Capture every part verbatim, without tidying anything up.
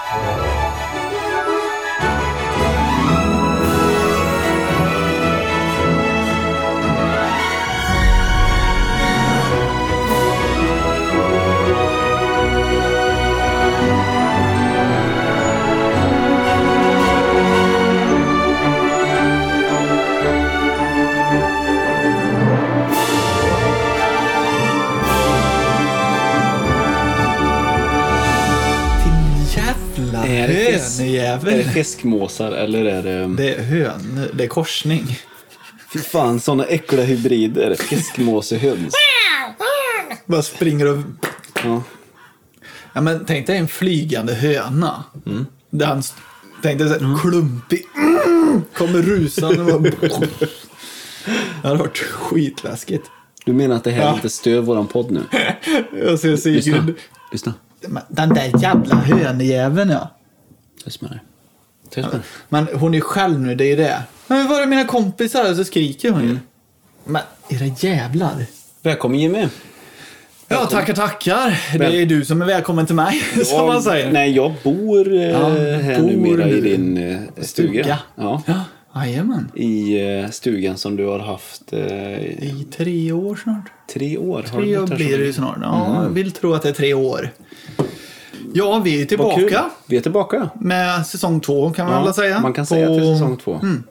Är det, fisk, är det fiskmåsar eller är det... Det är hön, det är korsning. Fy fan, såna äckliga hybrider. Fiskmås och höns. Bara springer och... Ja. Ja, men tänk dig en flygande höna. Mm. Den, tänk dig så här, mm. klumpig. Mm, kommer rusande. Och bara... Det hade varit skitläskigt. Du menar att det här ja. inte stör våran podd nu? Jag ser Sigrid. Lyssna. Lyssna. Den där jävla hönjäveln, ja. Tyst med dig. Tyst med dig. Men hon är själv nu, det är det. Men var är mina kompisar? Så skriker hon ju. Mm. Men era jävlar. Välkommen Jimmy. Ja, välkommen. tackar, tackar. Det är du som är välkommen till mig, ja, som man säger. Nej, jag bor eh, ja, här bor numera i din eh, stuga. stuga. Ja. Ja. Jajamän. I eh, stugan som du har haft... Eh, I tre år snart. Tre år? Tre år blir det ju snart. Ja, mm. Jag vill tro att det är tre år. Ja, vi är tillbaka. Vi är tillbaka. Med säsong två kan man ja, väl säga. Man kan säga på, till säsong två. Mm,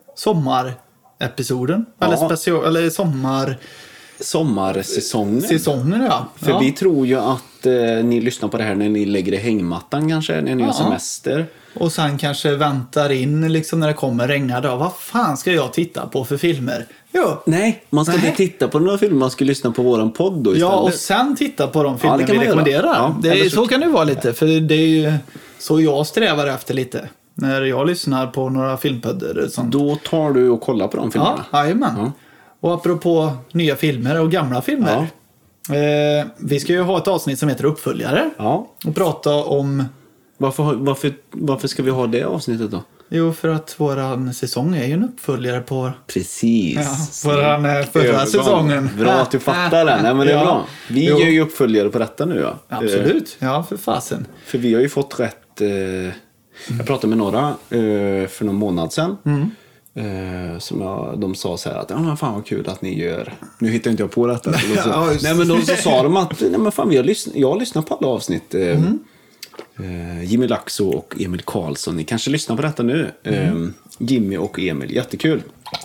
sommarepisoden. Ja. Eller, special, eller sommar... Sommarsäsongen. Säsongen, ja. För ja. vi tror ju att eh, ni lyssnar på det här när ni lägger i hängmattan kanske. När ni ja. har semester. Och sen kanske väntar in liksom när det kommer regna då. Vad fan ska jag titta på för filmer? Jo. Nej, man ska Nej. inte titta på några filmer. Man ska lyssna på våran podd då istället. Ja, och sen titta på de filmer ja, vi rekommenderar. Ja, det är, så, så kan det vara lite. För det är ju så jag strävar efter lite. När jag lyssnar på några filmpodder. Sånt. Då tar du och kollar på de filmerna. Ja, jajamän. Ja. Och apropå nya filmer och gamla filmer. Ja. Eh, vi ska ju ha ett avsnitt som heter Uppföljare. Ja. Och prata om... Varför, varför, varför ska vi ha det avsnittet då? Jo, för att våran säsong är ju en uppföljare på... Precis. Ja, våran förra Övergång. säsongen. Bra att du fattar den. Nej, men det är ja. bra. Vi jo. gör ju uppföljare på detta nu. Ja. Absolut. Ja, för fasen. För vi har ju fått rätt... Eh, jag pratade med några eh, för någon månad sedan. Mm. Uh, som jag, de sa så här att ja men fan vad kul att ni gör. Nu hittar inte jag på detta. Så, ja, nej men då så sa de att nej men fan vi har lyssnat, jag har lyssnat på alla avsnitt. Uh, mm. uh, Jimmy Laxo och Emil Karlsson. Ni kanske lyssnar på detta nu. Mm. Uh, Jimmy och Emil, jättekul.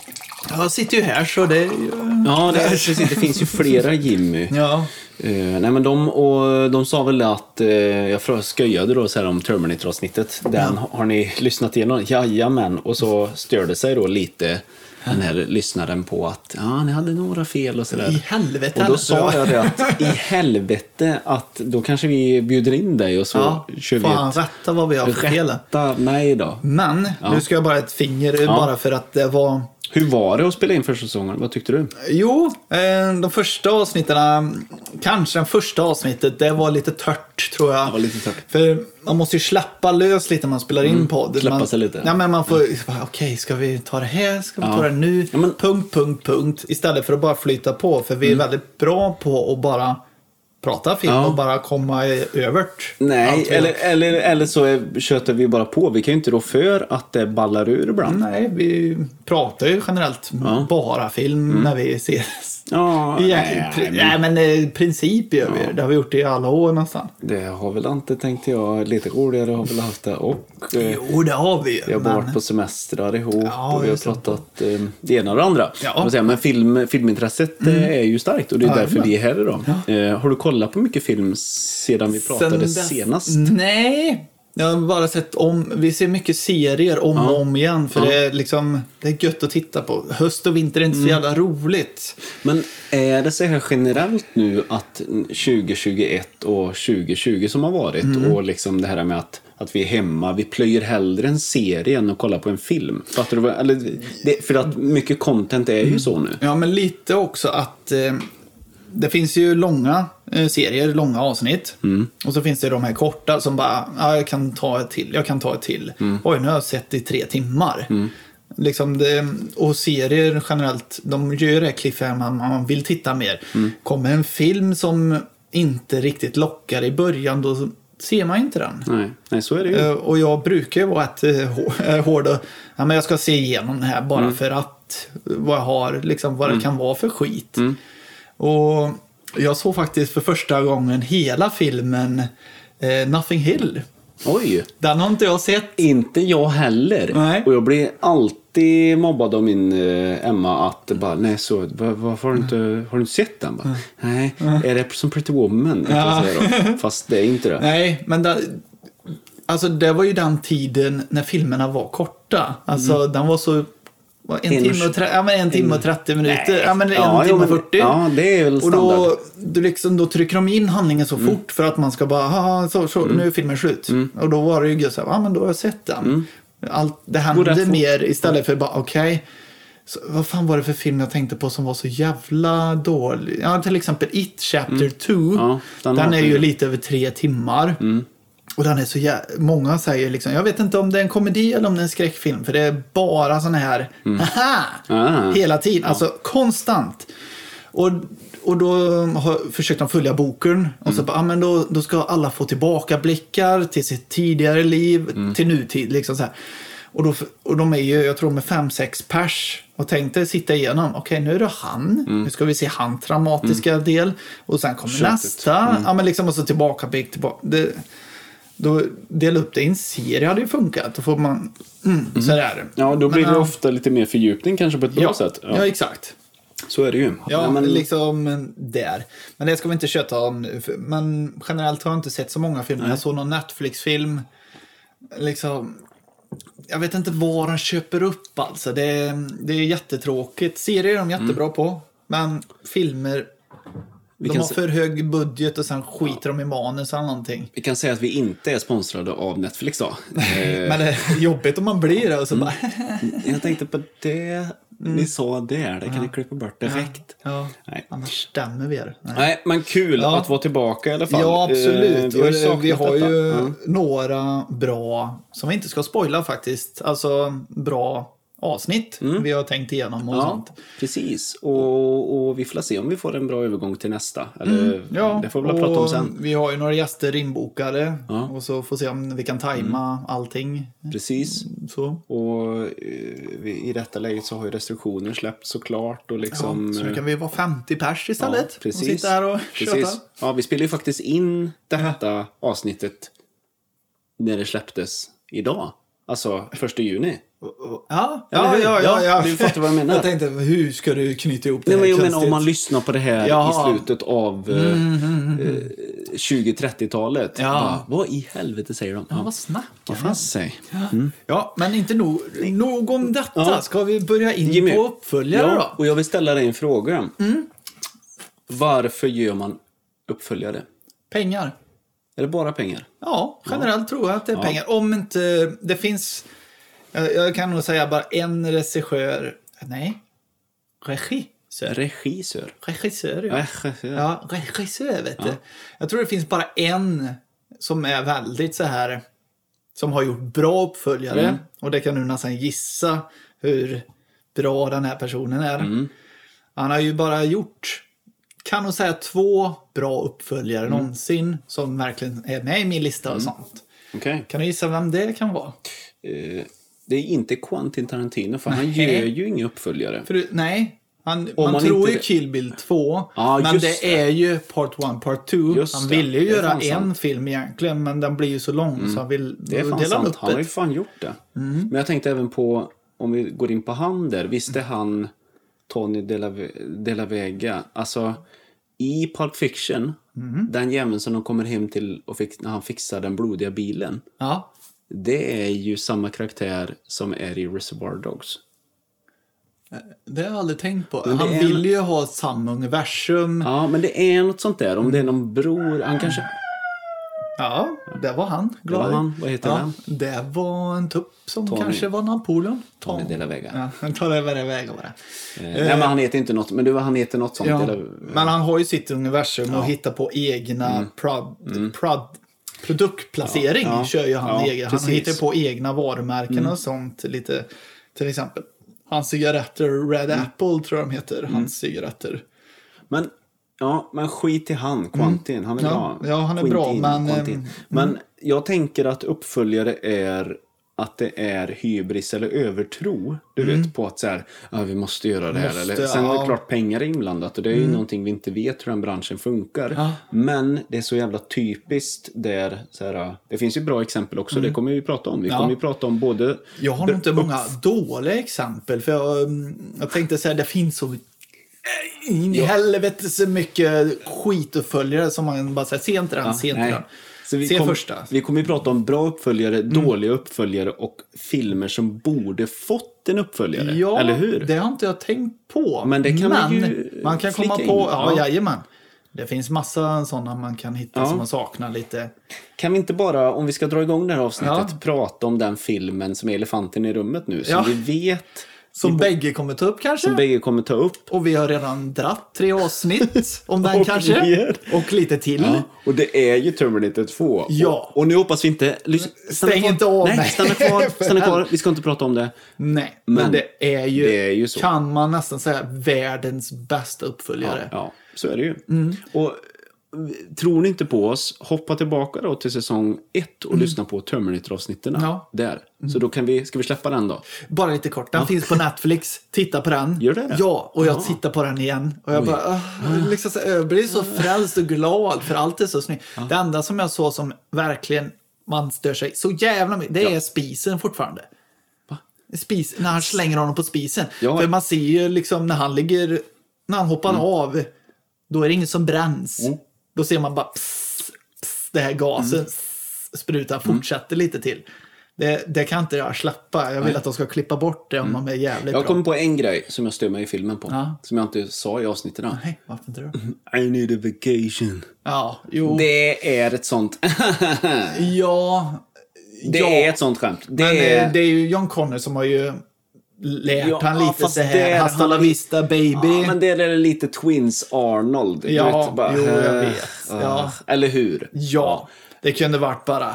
Jag sitter ju här så det är ju... Ja, det, är, precis, det finns ju flera Jimmy. Ja. Uh, nej men de, och de sa väl att uh, jag sköjade då så här om Terminator-avsnittet. Den ja. har ni lyssnat igenom? Jajamän. Och så störde sig då lite den här lyssnaren på att ja, ni hade några fel och sådär. I helvete. Och då sa jag det att i helvete att då kanske vi bjuder in dig och så ja, kör vi fan, ett... rätta vad vi har för fel. Rätta mig då. Men, ja. nu ska jag bara ett finger ja. bara för att det var... Hur var det att spela in första säsongen? Vad tyckte du? Jo, de första avsnitten, kanske den första avsnittet, det var lite tört tror jag. Det var lite tört. För man måste ju släppa lös lite när man spelar in mm, podd. Släppa man, sig lite. Ja, men man får, mm. okej, okay, ska vi ta det här? Ska vi ja. ta det nu? Ja, men... Punkt, punkt, punkt. Istället för att bara flyta på. För vi är mm. väldigt bra på att bara... prata film ja. och bara komma övert. Nej, eller, eller, eller så är, köter vi bara på. Vi kan ju inte då för att det ballar ur ibland. Nej, vi pratar ju generellt ja. bara film mm. när vi ses. Ja, I, nej, pri- nej, men i princip gör vi ja. det. har vi gjort det i alla år nästan. Det har väl inte, tänkte jag, lite roligare har väl haft det. Och, jo, det har vi ju. Vi har men... varit på semestrar ihop ja, och vi har pratat eh, det ena och det andra. Ja. Men film, filmintresset mm. är ju starkt och det är ja, därför men... vi är här idag. Ja. Eh, har du kollat på mycket film sedan vi pratade dess... senast? Nej, jag har bara sett om, vi ser mycket serier om ja. och om igen för ja. det är liksom, det är gött att titta på. Höst och vinter är inte så jävla mm. roligt. Men är det så här generellt nu att tjugo tjugoett och tjugo tjugo som har varit mm. och liksom det här med att att vi är hemma, vi plöjer hellre en serie än att kolla på en film. Fattar du? Eller, det, för att mycket content är ju så nu. Ja, men lite också att eh, det finns ju långa eh, serier, långa avsnitt. Mm. Och så finns det de här korta som bara, ja, jag kan ta ett till, jag kan ta ett till. Mm. Oj, nu har jag sett i tre timmar. Mm. Liksom det, och serier generellt, de gör det cliffhanger, man, man vill titta mer. Mm. Kommer en film som inte riktigt lockar i början, då ser man inte den. Nej, Nej så är det ju. Uh, och jag brukar ju vara ett uh, hård och, ja, men jag ska se igenom det här bara mm. för att vad jag har, liksom vad det mm. kan vara för skit. Mm. Och jag såg faktiskt för första gången hela filmen uh, Nothing Hill. Oj. Den har inte jag sett. Inte jag heller. Nej. Och jag blir alltid mobbad av min eh, Emma att bara, nej så, var, varför har du inte, har du inte sett den? Bara, nej, mm. är det som Pretty Woman? Ja. Fast det är inte det. Nej, men det, alltså det var ju den tiden när filmerna var korta. Alltså mm. den var så... En, en, timme och tre, ja, men en timme och trettio minuter. Nej. Ja, men en ja, timme och fyrtio. Ja, det är väl standard. Och då, du liksom, då trycker de in handlingen så mm. fort för att man ska bara, haha, så, så, mm. nu är filmen slut. Mm. Och då var det ju så här, ja men då har jag sett den. Mm. Allt, det hände mer istället för bara, okej. Okay, vad fan var det för film jag tänkte på som var så jävla dålig? Ja, till exempel It Chapter två. Mm. Ja, den den är ju lite över tre timmar. Mm. Och den är så jä... många säger liksom, jag vet inte om det är en komedi eller om det är en skräckfilm, för det är bara sån här mm. haha, ah. hela tiden, ja. Alltså konstant. Och, och då har, försökt de följa boken mm. och så bara, ja, men då, då ska alla få tillbaka blickar till sitt tidigare liv, mm. till nutid liksom så här. Och, då, och de är ju, jag tror med fem, sex pers och tänkte sitta igenom, okej okay, nu är det han, mm. nu ska vi se han traumatiska mm. del och sen kommer Köttet. nästa, mm. ja men liksom och så tillbaka, blick tillbaka, det då dela upp det i en serie hade ju funkat. Då får man mm, mm. sådär. Ja, då blir men, det uh, ofta lite mer fördjupning kanske på ett bra ja, sätt. Ja. ja, exakt. Så är det ju. Ja, ja men liksom där. Men det ska vi inte köta om. Men generellt har jag inte sett så många filmer. Nej. Jag såg någon Netflix-film. Liksom, jag vet inte vad de köper upp alltså. Det är, det är jättetråkigt. Serier är de jättebra mm. på. Men filmer... Vi de har för hög budget och sen skiter de i manus eller någonting. Vi kan säga att vi inte är sponsrade av Netflix då. Men det är jobbigt om man blir det och så bara... Jag tänkte på det mm. ni sa där. Det kan ja. ni klippa bort direkt. Ja, ja. Nej. Annars stämmer vi er. Nej. Nej, men kul ja. att vara tillbaka i alla fall. Ja, absolut. Vi har, vi har ju ja. några bra, som vi inte ska spoila faktiskt. Alltså bra... avsnitt mm. vi har tänkt igenom och ja, sånt. Precis. Och, och vi får se om vi får en bra övergång till nästa. Eller, mm, ja, det får vi prata om sen. Vi har ju några gäster inbokade ja. och så får vi se om vi kan tajma mm. allting. Precis. Så. Och vi, i detta läget så har ju restriktioner släppt såklart. Och liksom, ja, så nu kan vi vara femtio pers istället. Ja, precis. Och sitta här och precis. köta. Ja, vi spelar ju faktiskt in detta ja. avsnittet när det släpptes idag. Alltså första juni. Ja, ja, ja, ja, ja, ja. Du fattar vad jag menar. Jag tänkte, hur ska du knyta ihop det? Nej, här men jag menar, om man lyssnar på det här Jaha. i slutet av mm, mm, mm. eh, tjugo-trettiotalet. Ja. Bara, vad i helvete säger de? Ja, ja. Vad snackar Vad fan säger mm. Ja, men inte nog, nog om detta. Ja. Ska vi börja in Jimmy. på uppföljare ja, då? Och jag vill ställa dig en fråga. Mm. Varför gör man uppföljare? Pengar. Är det bara pengar? Ja, generellt ja. tror jag att det är ja. pengar. Om inte det finns... Jag kan nog säga bara en regissör. Nej. Regissör. Regissör. Regissör, ja. Regissör. Ja, regissör, vet ja. du. Jag tror det finns bara en som är väldigt så här... Som har gjort bra uppföljare. Mm. Och det kan du nästan gissa hur bra den här personen är. Mm. Han har ju bara gjort... Kan nog säga två bra uppföljare mm. någonsin. Som verkligen är med i min lista och mm. sånt. Okay. Kan du gissa vem det kan vara? Uh... Det är inte Quentin Tarantino, för nej. han gör ju inga uppföljare. För, nej, han, man, man tror ju det... Kill Bill två, ah, men det, det är ju part ett, part två. Just han ville ju göra en sant. film egentligen, men den blir ju så lång mm. så han vill det är fan dela sant. upp Han har ju fan gjort det. Mm. Men jag tänkte även på, om vi går in på han där, visst är han Tony de la, de la Vega, alltså i Pulp Fiction, mm. den jäveln som de kommer hem till och fix, när han fixar den blodiga bilen. Ja. Det är ju samma karaktär som är i Reservoir Dogs. Det har jag aldrig tänkt på. Han vill en... ju ha samma universum. Ja, men det är något sånt där. Om det är någon bror, han kanske... Ja, det var han. Glad. Det var han. Vad heter ja, han? Det var en tupp som Tony. kanske var Napoleon. Tony de la Vega. Ja, han tar det de la Vega bara. Eh, uh, nej, men han heter inte något, men det var, han heter något sånt. Ja, eller, men han har ju sitt universum ja. och hittar på egna mm. prod, mm. prod, produktplacering. Ja, ja, kör ju han ja, egen. Han hittar på egna varumärken mm. och sånt. Lite, till exempel. Hans cigaretter, Red mm. Apple tror jag de heter. Mm. Hans cigaretter. Men Ja, men skit i han, Quentin. Han är Ja, bra. ja, han är Quentin, bra, men, Quentin. ehm, Men jag tänker att uppföljare är att det är hybris eller övertro. Du vet, på att så här, ja, vi måste göra det här. Måste, Eller, sen är det ja. klart pengar är inblandat. Och det är ju någonting vi inte vet hur den branschen funkar. Ja. Men det är så jävla typiskt där, så här, det finns ju bra exempel också. Det kommer vi prata om. Vi Ja. kommer ju prata om både... Jag har nog inte många dåliga exempel. För jag, jag tänkte säga, det finns så in i Ja. helvete så mycket skituppföljare som man bara säger, se inte den, Ja, se inte nej. den. Så vi, Se kom, första. vi kommer ju prata om bra uppföljare, dåliga uppföljare och filmer som borde fått en uppföljare. Ja, eller hur? det har inte jag tänkt på. Men det kan man Men ju man kan komma flika på, in. ja, Ja. jajamän. Det finns massa sådana man kan hitta Ja. som man saknar lite. Kan vi inte bara, om vi ska dra igång det här avsnittet, Ja. prata om den filmen som är elefanten i rummet nu. Som Ja. vi vet, Som vi, bägge kommer ta upp kanske. som bägge kommer ta upp. Och vi har redan dratt tre avsnitt om den Och kanske. mer. Och lite till. Ja. Och det är ju Terminator två. Ja. Och, och nu hoppas vi inte... Lys- stanna Stäng kvar. inte av Nej, mig. stanna kvar, stanna kvar. Vi ska inte prata om det. Nej, men, Men det, är ju, det är ju så. kan man nästan säga, världens bästa uppföljare. Ja, så är det ju. Mm. Och tror ni inte på oss, hoppa tillbaka då till säsong ett och lyssna på Terminator-avsnitten. Mm. Ja. Där. Så då kan vi, ska vi släppa den då? Bara lite kort, den finns på Netflix. Titta på den. Gör det det? Ja, och jag Aha. tittar på den igen. Och jag Oj. bara, uh, liksom så, jag blir så frälst och glad för allt är så snyggt. Det enda som jag såg som verkligen man stör sig så jävla mycket, det är spisen fortfarande. Va? Spis, när han slänger honom på spisen. Ja. För man ser ju liksom när han ligger, när han hoppar Mm. av, då är det inget som bränns. Mm. Då ser man bara pss, pss, det här gasen Mm. pss, sprutar fortsätter lite till. Det, det kan inte jag släppa. Jag vill Nej. att de ska klippa bort det om de är jävligt Jag bra. kommer på en grej som jag stör mig i filmen på. Ja. Som jag inte sa i avsnitten. Nej, varför inte då? I need a vacation. Ja, jo. Det är ett sånt... Ja. det ja. är ett sånt skämt. Det Men är... är... det är ju John Connor som har ju lärt Ja, han lite fast så här. där Hasta la han- vista baby. Ja, men det är lite Twins Arnold. du Ja, vet, bara, jo, jag eh, vet. ah, Ja. Eller hur? Ja, det kunde varit bara...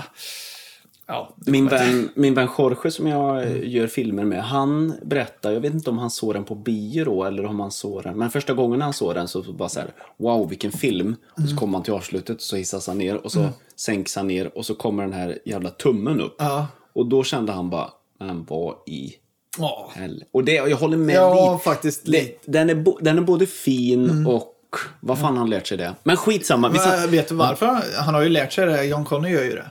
Ja, det Min kommer vän, min vän Jorge som jag eh, gör filmer med, han berättar, jag vet inte om han såg den på bio då, eller om han såg den, men första gången han såg den så bara så här, wow vilken film, och så kommer han till avslutet och så hissas han ner och så sänks han ner och så kommer den här jävla tummen upp. Ja. Och då kände han bara, men vad i Ja, hell. Och det, jag håller med ja lite. faktiskt lite. Det, den, är bo, den är både fin och vad fan han lärt sig det. Men skitsamma. Vi satt, Men, vet du varför? Han har ju lärt sig det. John Connor gör ju det.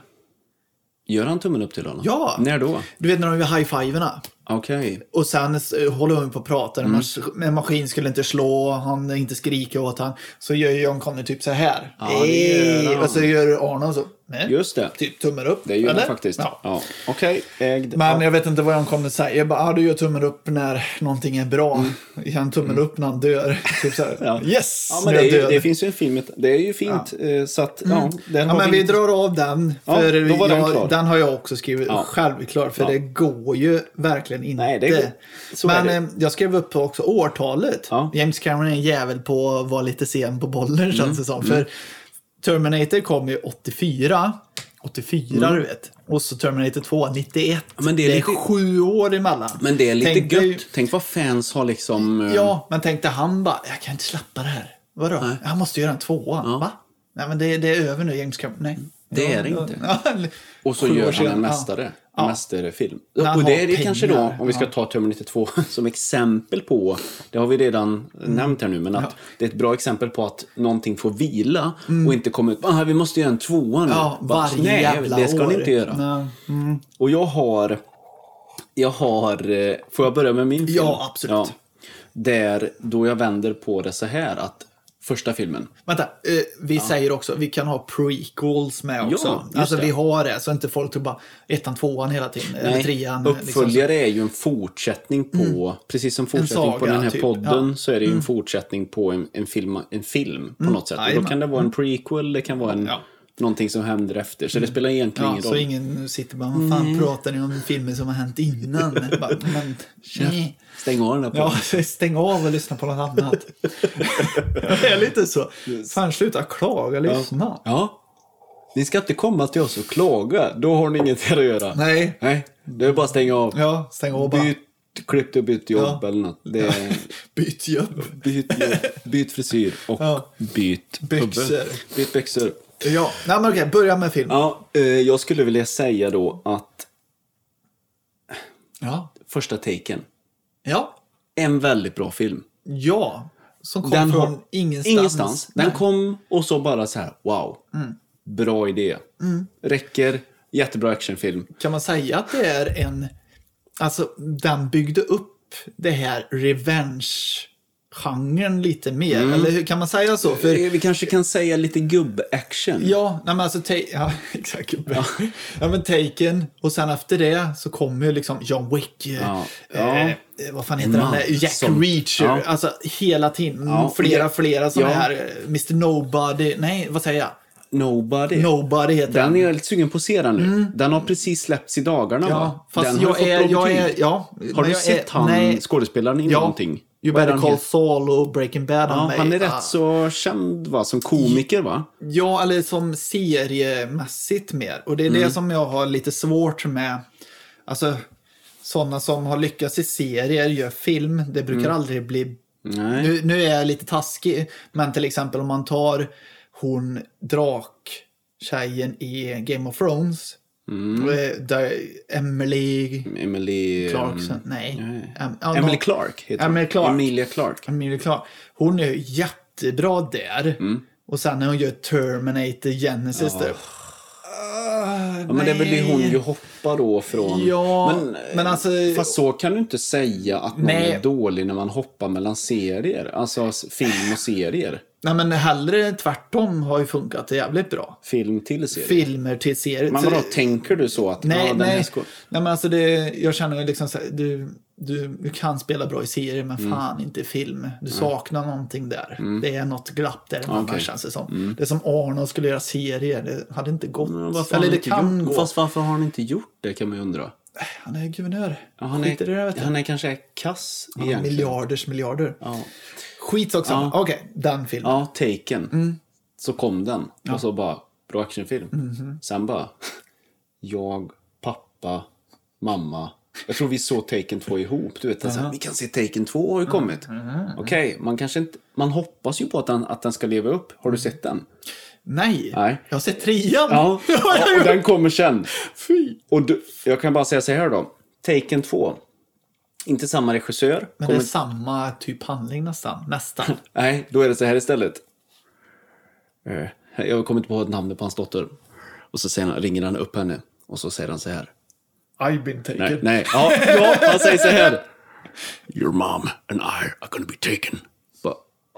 gör han tummen upp till honom? Ja. När då? Du vet när de gör high-fiverna. Okej. Och sen eh, håller hon på att prata. Mm. En maskin skulle inte slå, han inte skrika åt han. Så gör ju John Connor typ så här. Ja, det gör han. Och så gör Arnold så. Nej. Just det. Typ tummen upp. Det gör han eller? faktiskt. Ja. Ja. Okej, ägd. Men ja. jag vet inte vad John Connor säger. Jag bara, ah, du gör tummen upp när någonting är bra. Jag gör tummen upp när han dör. Typ så här. Ja. Yes! Ja, men nu det, är jag är ju, död. det finns ju en film. Det är ju fint. eh, Så att, ja. Den Ja, har men vi drar av den. Ja, För då var den jag, klar. den har jag också skrivit Ja. självklart. För Ja. det går ju verkligen inte. Nej, det går- så är men det. eh, jag skrev upp också årtalet. Ja. James Cameron är en jävel på att vara lite sen på bollen Mm. känns det som. För Terminator kom ju åttiofyra. åttiofyra du vet. Och så Terminator två nittioett. Mm. Men det är det är lite- sju år emellan. Men det är lite Tänk gött. dig- Tänk vad fans har liksom... eh, Ja, men tänkte han bara, jag kan inte släppa det här. Vadå? Nej. Jag måste göra en tvåa. Ja. Va? Nej, men det, det är över nu, James Cameron. Nej. Det är det Ja, inte. ja, Och så sju år gör han sedan. en mästare. En Ja. mästerfilm. När han Och det är har det kanske då, pengar. om vi ska Ja. ta Terminator två som exempel på, det har vi redan nämnt här nu, men att Ja. det är ett bra exempel på att någonting får vila och inte komma ut, ah, vi måste göra en tvåa nu. Ja, Bara, varje nej, jävla det ska år. ni inte göra. Nej. Mm. Och jag har, jag har, eh, får jag börja med min film? Ja, absolut. Där, då jag vänder på det så här att första filmen. Vänta, eh, vi säger också, vi kan ha prequels med också. Ja, just alltså det. vi har det, så inte folk tror bara ettan, tvåan hela tiden. eller Nej, trean. uppföljare är ju en fortsättning på, precis som fortsättning saga, på den här typ. podden, Ja. Mm. så är det ju en fortsättning på en, en, film, en film på något sätt. Och då Jajamän. kan det vara en prequel, det kan vara en, Ja. någonting som händer efter. Så det spelar egentligen Ja, ingen så roll. ning sitter bara, vad fan pratar ni om filmer som har hänt innan? bara, men, nej. Stäng av den här Ja, podden. stäng av och lyssna på något annat. Det är lite så. Fan, sluta klaga, lyssna. Ja. Ni ska inte komma till oss och klaga. Då har ni inget här att göra. Nej. Nej. Det är bara att stänga av. Ja, stäng av bara. Byt klippt och bytt jobb Ja. eller något. Det är, Byt jobb. byt jobb, byt frisyr och Ja. byt Byxor. huvud. Byt byxor. Ja, nej men okej, börja med film. Ja, eh, jag skulle vilja säga då att Ja. första Taken, Ja. en väldigt bra film. Ja. Som kom Den från har- ingenstans. Ingenstans. Den Nej. kom och så bara så här, wow. Bra idé. Räcker, jättebra actionfilm. Kan man säga att det är en... Alltså, den byggde upp det här revenge-genren lite mer. Eller hur kan man säga så? För, Eh, Vi kanske kan säga lite gubb-action. ja, nej men alltså... Ta- ja, exakt. Ja. ja, men Taken. Och sen efter det så kommer ju liksom John Wick. Ja. Eh, Ja. vad fan heter En han? man Jack som- Reacher. Ja. Alltså, hela tiden. Ja, Flera, ja. flera sådana Ja. här. eh, mister Nobody. Nej, vad säger jag? Nobody. Nobody heter Den den. är jag lite sugen på att se den nu. Den har precis släppts i dagarna, va? Ja, fast den har jag fått är, bra jag betyg. är, ja. Har men du jag sett är, han, nej, skådespelaren i ja, någonting? You Vad är better han call het- Saul och Breaking Bad. Ja, med. han är Ja. rätt så känd, va? Som komiker, va? Ja, eller som seriemässigt mer. Och det är Mm. det som jag har lite svårt med. Alltså, sådana som har lyckats i serier gör film. Det brukar Mm. aldrig bli... Nej. Nu, nu är jag lite taskig. Men till exempel om man tar hon draktjejen i Game of Thrones. Mm. Eh, Där Emily Emily... Clarkson. Nej. nej. Em- ja, Emily nå- Clark heter hon. Emily Clark. Emilia Clark. Emilia Clark. Hon är ju jättebra där. Mm. Och sen när hon gör Terminator Genesis där. Ja, men det är väl det hon ju hoppar då från. Ja, men, men alltså... Fast så kan du inte säga att någon Nej. är dålig när man hoppar mellan serier. Alltså s- film och serier. Nej, men hellre tvärtom har ju funkat jävligt bra. Film till serier. Filmer till serier. Men vadå, tänker du så att Nej, ja, den här nej. sko- nej, men alltså det, jag känner liksom så här, du, du, du kan spela bra i serier, men Mm. fan inte i film. Du saknar någonting där. Det är något glapp där emellan, Okej. känns det som. Det är som Arnold skulle göra serier, det hade inte gått. Men varför har Eller han det inte kan gjort, gå. Fast varför har han inte gjort det, kan man ju undra. Han är guvernör. Ja, han, Skit i det där, vet är, du. han är kanske är kass Han har egentligen. miljarders miljarder. Ja. Skit också. Ja. Okej, den filmen. Ja, Taken. Så kom den. Och så bara, bra actionfilm. Mhm. Sen bara, jag, pappa, mamma. Jag tror vi såg Taken två ihop. Du vet, så här, vi kan se Taken två har ju kommit. Okej, man kanske inte, man hoppas ju på att den, att den ska leva upp. Har du sett den? Nej. Nej. Jag har sett trean. Ja, ja, och den kommer sen. Fy. Och du, jag kan bara säga så här då. Taken två. Inte samma regissör. Men kommer... det är samma typ handling nästan. Nästan. Nej, då är det så här istället. Eh, Jag kommer inte på namnet på hans dotter. Och så säger han, ringer han upp henne. Och så säger han så här. I've been taken. Nej, nej. Ja, ja, han säger så här. Your mom and I are gonna be taken. Bara,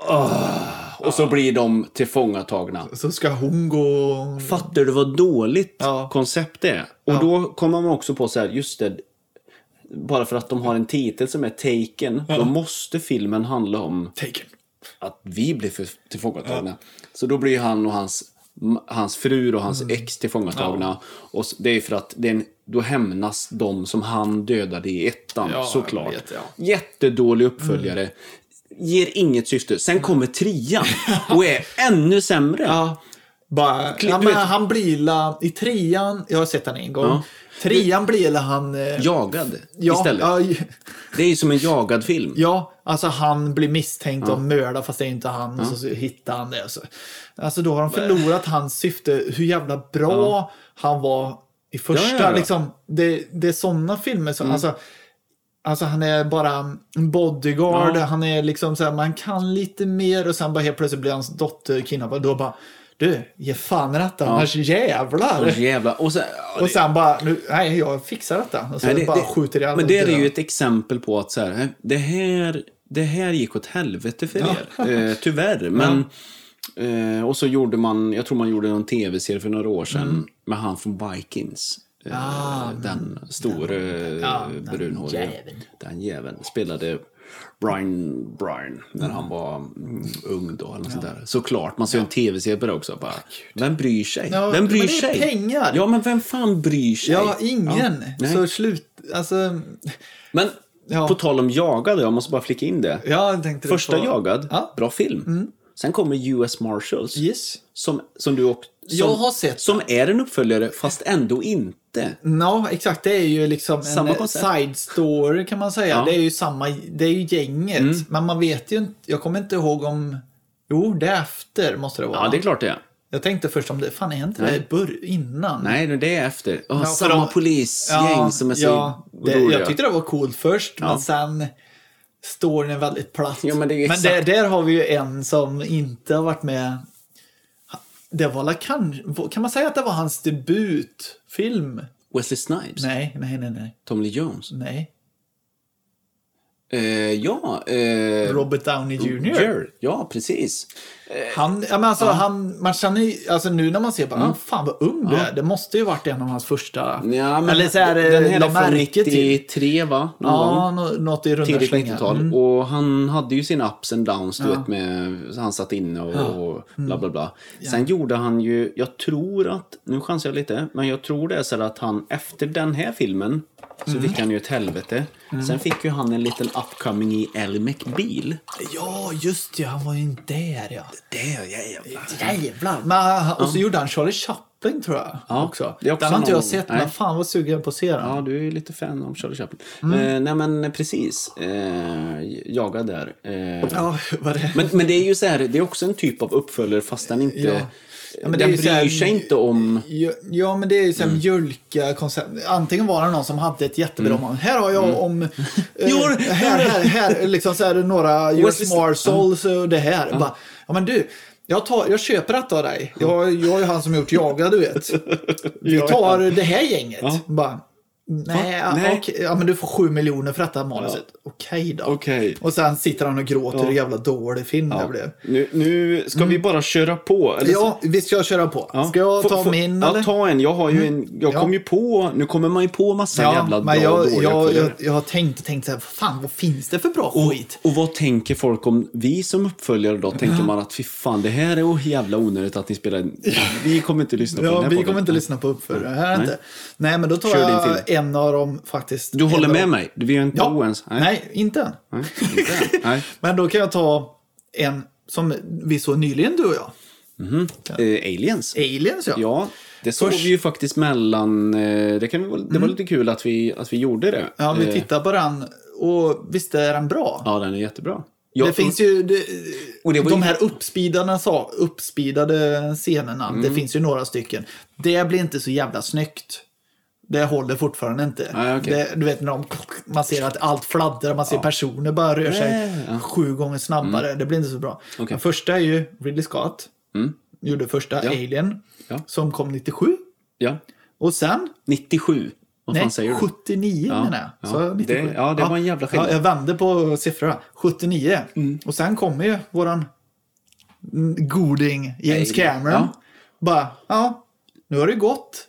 "Åh." Och så blir de tillfångatagna. Så ska hon gå... Fattar du vad dåligt Ja. koncept det är? Och Ja. då kommer man också på så här, just det. Bara för att de har en titel som är Taken. Då måste filmen handla om Taken. att vi blir för, tillfångatagna. Så då blir han och hans, hans fru och hans ex tillfångatagna. Och s- det är för att det är en, då hämnas de som han dödade i ettan, Ja, såklart. jag vet, ja. Jättedålig uppföljare. Ger inget syfte. Sen kommer trean och är ännu sämre. Ja. Bara, Kli- ja, du men vet- han blir la, i trean, jag har sett den en gång. Ja. Trean blir la han... Eh, Jagad ja, istället. ja, j- Det är ju som en jagad film. ja, alltså han blir misstänkt om mörda fast det är inte han. Och så, så hittar han det. Så. Alltså då har de förlorat hans syfte. Hur jävla bra han var i första. Ja, ja, ja. Liksom, det, det är sådana filmer som... Alltså, Alltså han är bara en bodyguard, Ja. han är liksom så här, man kan lite mer och sen bara helt plötsligt blir hans dotter kidnappad. Då bara, du, ge fan i detta, annars jävlar. Och jävlar. Och sen, ja, Och sen bara, nu, nej jag fixar detta. Och så Nej, det, bara det, skjuter ihjäl men det är döda. ju ett exempel på att så här, det här, det här gick åt helvete för er. Eh, tyvärr. Men, eh, och så gjorde man, jag tror man gjorde någon tv-serie för några år sedan med han från Vikings. Eh, Ah, den stora ja, den brunhåriga. jäveln. Den jäveln spelade Brian Brian när han var mm, ung då eller något sånt där. Såklart, man ser en tv-serie på det också bara. Vem bryr sig? Ja, vem bryr men det är sig? pengar. Ja, men vem fan bryr sig? Ja, ingen. nej. Så slut, alltså, Men Ja. på tal om jagad, jag måste bara flika in det. jag tänkte Första på... jagad, Ja. bra film. Sen kommer U S Marshals. Yes. Som, som du också... Som, Jag har sett Som är en uppföljare, fast ändå inte. inte. Ja, exakt. Det är ju liksom Samma en koncept. side story kan man säga. Ja. Det är ju samma, det är ju gänget. Mm. Men man vet ju inte, jag kommer inte ihåg om, jo, det är efter måste det vara. Ja, det är klart det är. Jag tänkte först om det, fan är inte Nej. det bör, innan? Nej, det är efter. Oh, Ja, för samma de- polisgäng Ja, som är så ja, det, roliga. jag tyckte det var coolt först, Ja. men sen står den väldigt platt. Ja, men det är ju men exakt- där, där har vi ju en som inte har varit med. Det var la, kan, kan man säga att det var hans debutfilm? Wesley Snipes. Nej, nej, nej, nej. Tommy Lee Jones. nej. Eh, ja. Eh, Robert Downey junior Jer. Ja, precis. Han, ja, men alltså, han, man känner ju, alltså nu när man ser bara, ah, fan vad ung du är. Det måste ju varit en av hans första. Ja, men eller så är det, den här la är från märke till. nittiotre, va? Någon gång. Ja, nå- något i runda Tidigt slängar. nittiotal. Mm. Och han hade ju sina ups and downs, du Ja. vet, med, han satt inne och, Ja. och bla bla bla. Sen gjorde han ju, jag tror att, nu chansar jag lite, men jag tror det är så att han efter den här filmen så Mm. fick han ju ett helvete. Sen fick ju han en liten upcoming i Ally McBeal. Ja, just det. Han var ju inte där, ja. Det är jävlar. Jävlar. Men, och så gjorde han Charlie Chaplin, tror jag. Ja, också. det är också Den har inte jag någon- sett, nej. men fan vad sugen jag på att se den. Ja, du är ju lite fan av Charlie Chaplin. Mm. Eh, nej men precis, eh, jagad där. Eh, Ja, vad det men, men det är ju så här, det är också en typ av uppföljare fast den inte... Ja. Ja, men det är den ju bryr så här- sig inte om... Ja, ja, men det är ju så här Mm. mjölka koncept. Antingen var det någon som hade ett jättebra mm. Här har jag om... Eh, Jo, det- här, här, här, liksom så här några U S Wesley- Marshals och det här. Bara, ja, men du, jag, tar, jag köper detta av dig. Jag, jag är ju han som gjort Jaga, du vet. Vi tar det här gänget. Ja. Bara, nej, Va? Nej. okej, ja, men du får sju miljoner för detta manuset. Okej då. Okej. Och sen sitter han och gråter, Ja. hur jävla dålig film det blev. Nu, nu ska vi bara köra på. Eller så- Ja, vi ska köra på. Ja. Ska jag Få- ta få- min, ja, eller? ta en. Jag har ju en... Jag Ja. kom ju på... Nu kommer man ju på massa jävla bra men jag, dåliga jag, uppföljare. jag, jag har tänkt och tänkt så här, fan vad finns det för bra Och, skit? och vad tänker folk om vi som uppföljare då? Tänker man att fy fan, det här är så jävla onödigt att ni spelar... Vi kommer inte lyssna på den Ja, här vi podden. kommer inte lyssna på uppföljare här Nej. inte. Nej, men då tar Kör din jag film. en av dem faktiskt. Du håller en av med dem. mig? Vi är inte Ja. oens. Nej. inte än. Nej, inte än. Nej. Men då kan jag ta en som vi såg nyligen, du och jag. Eh, aliens. Aliens, ja. Ja, det såg Först- vi ju faktiskt mellan... eh, Det, kan, vi väl- det var lite kul att vi, att vi gjorde det. Ja, vi Eh, tittar på den och visst är den bra? Ja, den är jättebra. Ja, det finns ju det, och det var de ju- här uppspeedade, sa- uppspeedade scenerna. Mm. Det finns ju några stycken. Det blir inte så jävla snyggt. Det håller fortfarande inte. Nej, okej. det, du vet när de, man ser att allt fladdrar, man ser personer bara rör sig Nej, ja. sju gånger snabbare. Det blir inte så bra. Okej. Den första är ju Ridley Scott. Mm. Gjorde första Ja. Alien. Ja. Som kom nittiosju. Ja, Och sen, nittiosju. Vad fan nej, säger du? sjuttionio Ja, menar jag. ja. Så nittiosju. Det- ja, det var en jävla skillnad. Ja, jag vände på siffrorna. sjuttionio. Mm. Och sen kommer ju våran mm, goding James Nej, Cameron. ja. Bara, ja, nu har det gått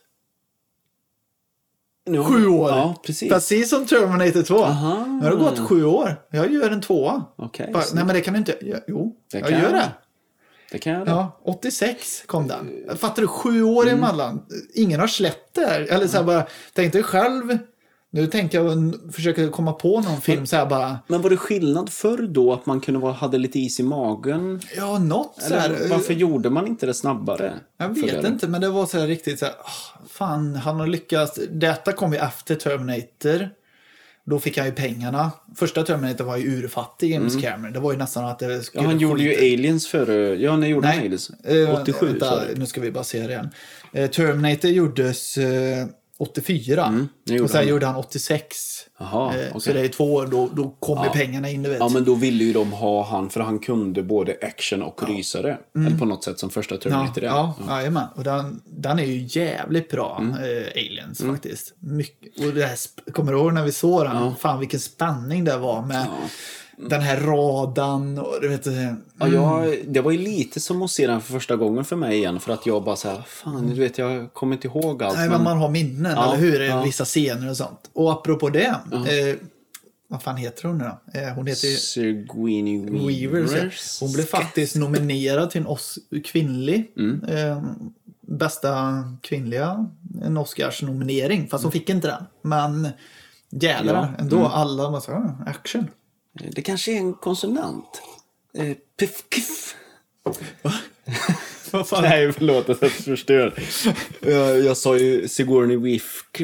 Nu- sju år. Ja, precis. Precis som Terminator två. Aha. Nu har det gått sju år. Jag gör en tvåa. Okej, Bara, så- nej, men det kan du inte. Ja, jo, Det jag kan gör jag. det. Det kan jag. Ja, åttiosex kom den. Fattar du? Sju år Mm. emellan. Ingen har släppt det här. Eller så här bara, tänk dig själv. Nu tänker jag n- försöka komma på någon film så här bara. Men var det skillnad förr då att man kunde vara, hade lite is i magen? Ja, något så här. Eller varför gjorde man inte det snabbare? Jag För vet det? inte, men det var så här riktigt så här. "Åh, fan, han har lyckats. Detta kom ju efter Terminator. Då fick han ju pengarna. Första Terminator var ju urfattig, James Cameron. Det var ju nästan att det skulle... Ja, han gjorde ju skita- Aliens före... Ja, när gjorde han Nej, Aliens? eh, åttiosju, vänta, sa du. nu ska vi bara se det igen. Eh, Terminator gjordes eh, åttiofyra. Mm, det gjorde och sen han. gjorde han åttiosex. Jaha, eh, okej. Så det är två år, då, då kommer Ja. pengarna in, du vet. Ja, men då ville ju de ha han, för han kunde både action och rysare. Eller på något sätt som första Mm. Ja, Terminator är. ja, jajamän. Och den, den är ju jävligt bra, Mm. eh, Aliens faktiskt. Mycket, och det här, sp- kommer du ihåg när vi såg den? Ja. Fan vilken spänning det var med den här radan och du vet. eh, Ja, jag, det var ju lite som att se den för första gången för mig igen. För att jag bara så här, fan, du vet, jag kommer inte ihåg allt. Nej, men man har minnen, Ja, eller hur? ja. Vissa scener och sånt. Och apropå det, eh, vad fan heter hon nu då? Eh, hon heter ju Sigourney Weaver. Weaver. så Hon blev faktiskt nominerad till en os- kvinnlig Mm. eh, bästa kvinnliga en Oscars-nominering. Fast hon fick inte den. Men jävlar, Ja, ändå. mm. Alla bara så, ah, action. Det kanske är en konsonant. Eh, piff, kiff. Vad fan? Nej, förlåt att jag förstör. jag, jag sa ju Sigourney Weaver.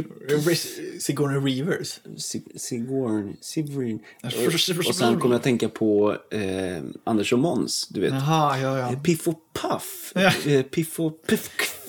Sigourney Reavers. Sigourney, Sigourney. Och sen kommer jag tänka på eh, Anders och Måns, du vet. Jaha, ja, ja. Piff och Puff. Ja. Piff och Puff.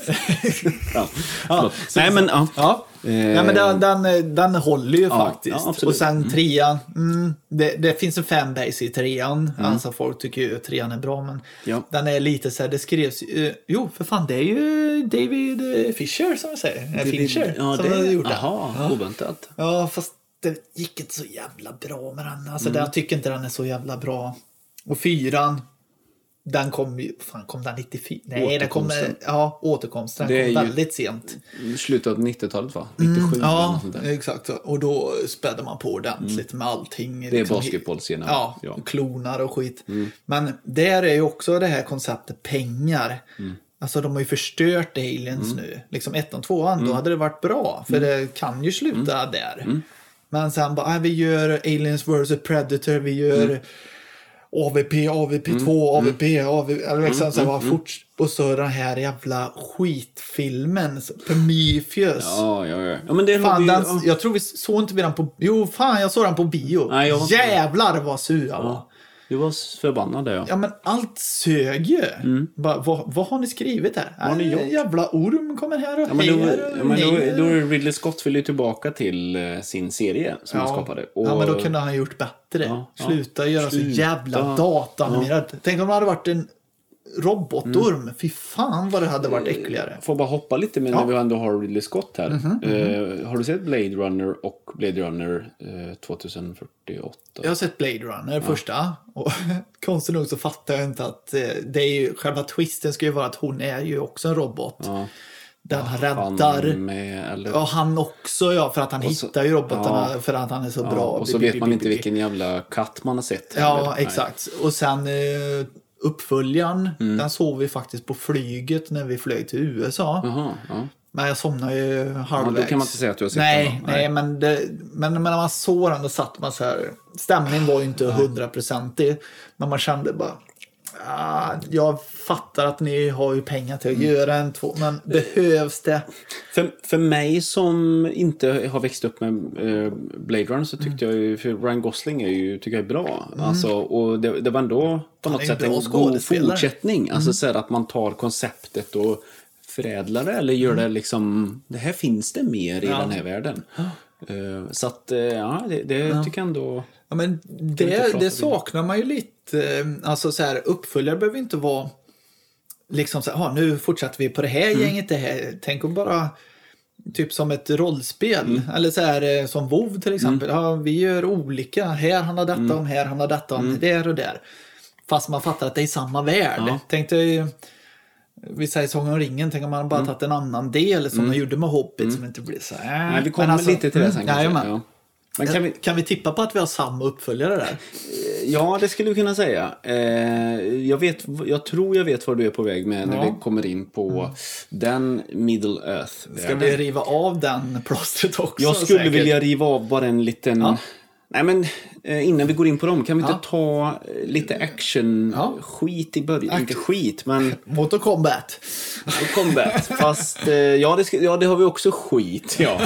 ja. Ja. Nej, men ja. Ja. Eh. Ja, men den, den, den håller ju Ja, faktiskt. ja, och sen trean, mm, det, det finns en fanbase i trean. Mm. Alltså folk tycker ju att trean är bra, men ja. den är lite så här, det skrevs uh, jo, för fan, det är ju David Fisher som jag säger. David, Fincher ja, som det har gjort det. det. Jaha, ja. oväntat. Ja, fast det gick inte så jävla bra med den. Alltså, mm. jag tycker inte den är så jävla bra. Och fyran, den kom ju, fan kom den nittiofyra? Nej, den kom, ja, återkomsten. Den kom väldigt sent. Slutet av nittiotalet, va? nittiosju. Mm, ja, exakt. Och då spädde man på ordentligt mm. med allting. Det är liksom, basketbollscenen. Ja, ja, klonar och skit. Mm. Men där är ju också det här konceptet pengar. Mm. Alltså de har ju förstört Aliens mm. nu. Liksom ettan, tvåan, mm. då hade det varit bra. För mm. det kan ju sluta mm. där. Mm. Men sen bara, vi gör Aliens versus Predator, vi gör... Mm. A V P, A V P två, mm. A V P, A V P, eller liksom mm. så var mm. fort och så den här jävla skitfilmen Prometheus. Ja, ja, ja. Ja, men det fan, vi, den, ja. Jag tror vi såg inte vi den på. Jo, fan, jag såg den på bio. Nej, jag var... Jävlar vad sur jag var. Ja. Du var förbannad, ja. Ja, men allt sög ju. Mm. Bara, vad, vad har ni skrivit här? Vad har ni gjort? En jävla orm kommer här och ja, men då, hejar. Ja, men då, då är Ridley Scott vill ju tillbaka till uh, sin serie som ja. han skapade. Och... Ja, men då kunde han ha gjort bättre. Ja, Sluta ja. göra Sluta. så jävla datanimerad. Ja. Tänk om det hade varit en robotorm. Mm. Fy fan vad det hade varit äckligare. Får bara hoppa lite med ja. när vi ändå har Ridley Scott här. Mm-hmm, mm-hmm. Uh, har du sett Blade Runner och Blade Runner uh, tjugohundrafyrtioåtta? Jag har sett Blade Runner ja. första. Och konstigt nog så fattar jag inte att uh, det är ju, själva twisten ska ju vara att hon är ju också en robot. Ja. Den ja, räddar. Han med, eller... Ja, han också, ja. För att han så, hittar ju robotarna ja. för att han är så ja, bra. Och så vet man inte vilken jävla katt man har sett. Ja, eller? exakt. Nej. Och sen... Uh, uppföljaren, mm. den såg vi faktiskt på flyget när vi flög till U S A. Aha, ja. Men jag somnade ju halvvägs. Ja, då kan man inte säga att du har sett nej, den. Nej, nej, men, det, men, men när man såg den då satt man så här. Stämningen var ju inte hundraprocentig. Men man kände bara, ah, jag fattar att ni har ju pengar till att mm. göra en två. Men behövs det? För, för mig som inte har växt upp med uh, Blade Runner så tyckte mm. jag ju, för Ryan Gosling är ju, tycker jag är bra. Mm. Alltså, och det, det var ändå på något sätt en god fortsättning. Mm. Alltså så här att man tar konceptet och förädlar det eller gör mm. det liksom, det här finns det mer i ja. den här världen. Uh, så att, uh, ja, det, det ja. tycker jag ändå... Ja, men det, det saknar man ju lite. Alltså så här, uppföljare behöver inte vara liksom så här, nu fortsätter vi på det här mm. gänget det här. Tänk om bara typ som ett rollspel mm. eller så här som WoW till exempel. Mm. Ja, vi gör olika. Här handlar detta mm. om, här handlar detta om, mm. där och där. Fast man fattar att det är samma värld. Ja. Tänk dig, vi säger Sången om ringen, tänk om man bara mm. tagit en annan del som mm. man gjorde med Hobbit mm. som inte blir så här. Nej, vi kommer alltså, lite till det sen mm, kanske. Ja. Men kan, vi, kan vi tippa på att vi har samma uppföljare där? Ja, det skulle vi kunna säga. Jag, vet, jag tror jag vet var du är på väg med när ja. vi kommer in på mm. den Middle Earth. Ska vi riva av den plåstret också? Jag skulle säkert. vilja riva av bara en liten... Ja. Nej, men innan vi går in på dem kan vi inte ja. ta lite action ja. skit i början. Act- inte skit, men... Mortal Kombat. Mortal Kombat. Fast, ja det, ska, ja, det har vi också skit. Ja.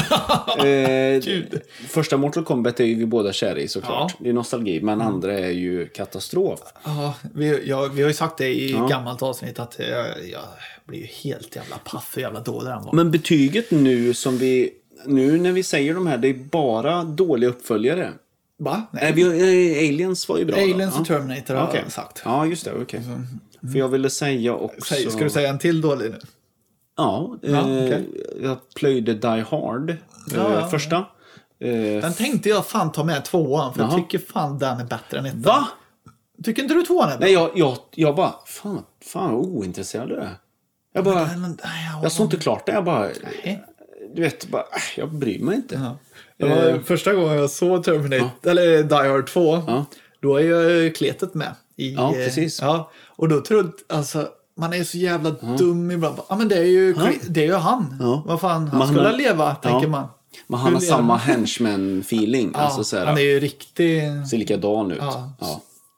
eh, första Mortal Kombat är ju vi båda kära i såklart. Ja. Det är nostalgi, men mm. andra är ju katastrof. Ja, vi, ja, vi har ju sagt det i ja. gammalt avsnitt att jag, jag blir ju helt jävla paff och jävla dålig den var. Men betyget nu som vi... Nu när vi säger de här, det är bara dåliga uppföljare. Va? Nej. Äh, vi, Aliens var ju bra. Aliens då. och Terminator har okay. jag sagt. Ja, just det. Okej. Okay. Mm. För jag ville säga också... Säg, ska du säga en till dålig nu? Ja. ja eh, okay. Jag plöjde Die Hard. Ja, eh, ja, första. Eh, den tänkte jag fan ta med tvåan. För Jaha. jag tycker fan den är bättre än ettan. Va? Tycker inte du tvåan är bra? Nej, jag, jag, jag bara... Fan, fan ointresserad av det. Jag bara... Men, men, nej, jag, jag såg inte klart det. Jag bara... Nej. Du vet, bara, jag bryr mig inte. Ja. Det var uh, första gången jag såg Terminator, ja. eller Die Hard två, ja. då är jag kletet med. I, ja, precis. Ja, och då trodde, alltså, man är så jävla ja. dum ibland. Ja, men det är ju, ja. det är ju han. Ja. Vad fan, han man skulle har, leva, tänker ja. man. Men han har samma henchman-feeling. Ja, alltså, så här, han är ju riktigt... Ser likadan ut. Ja. Ja.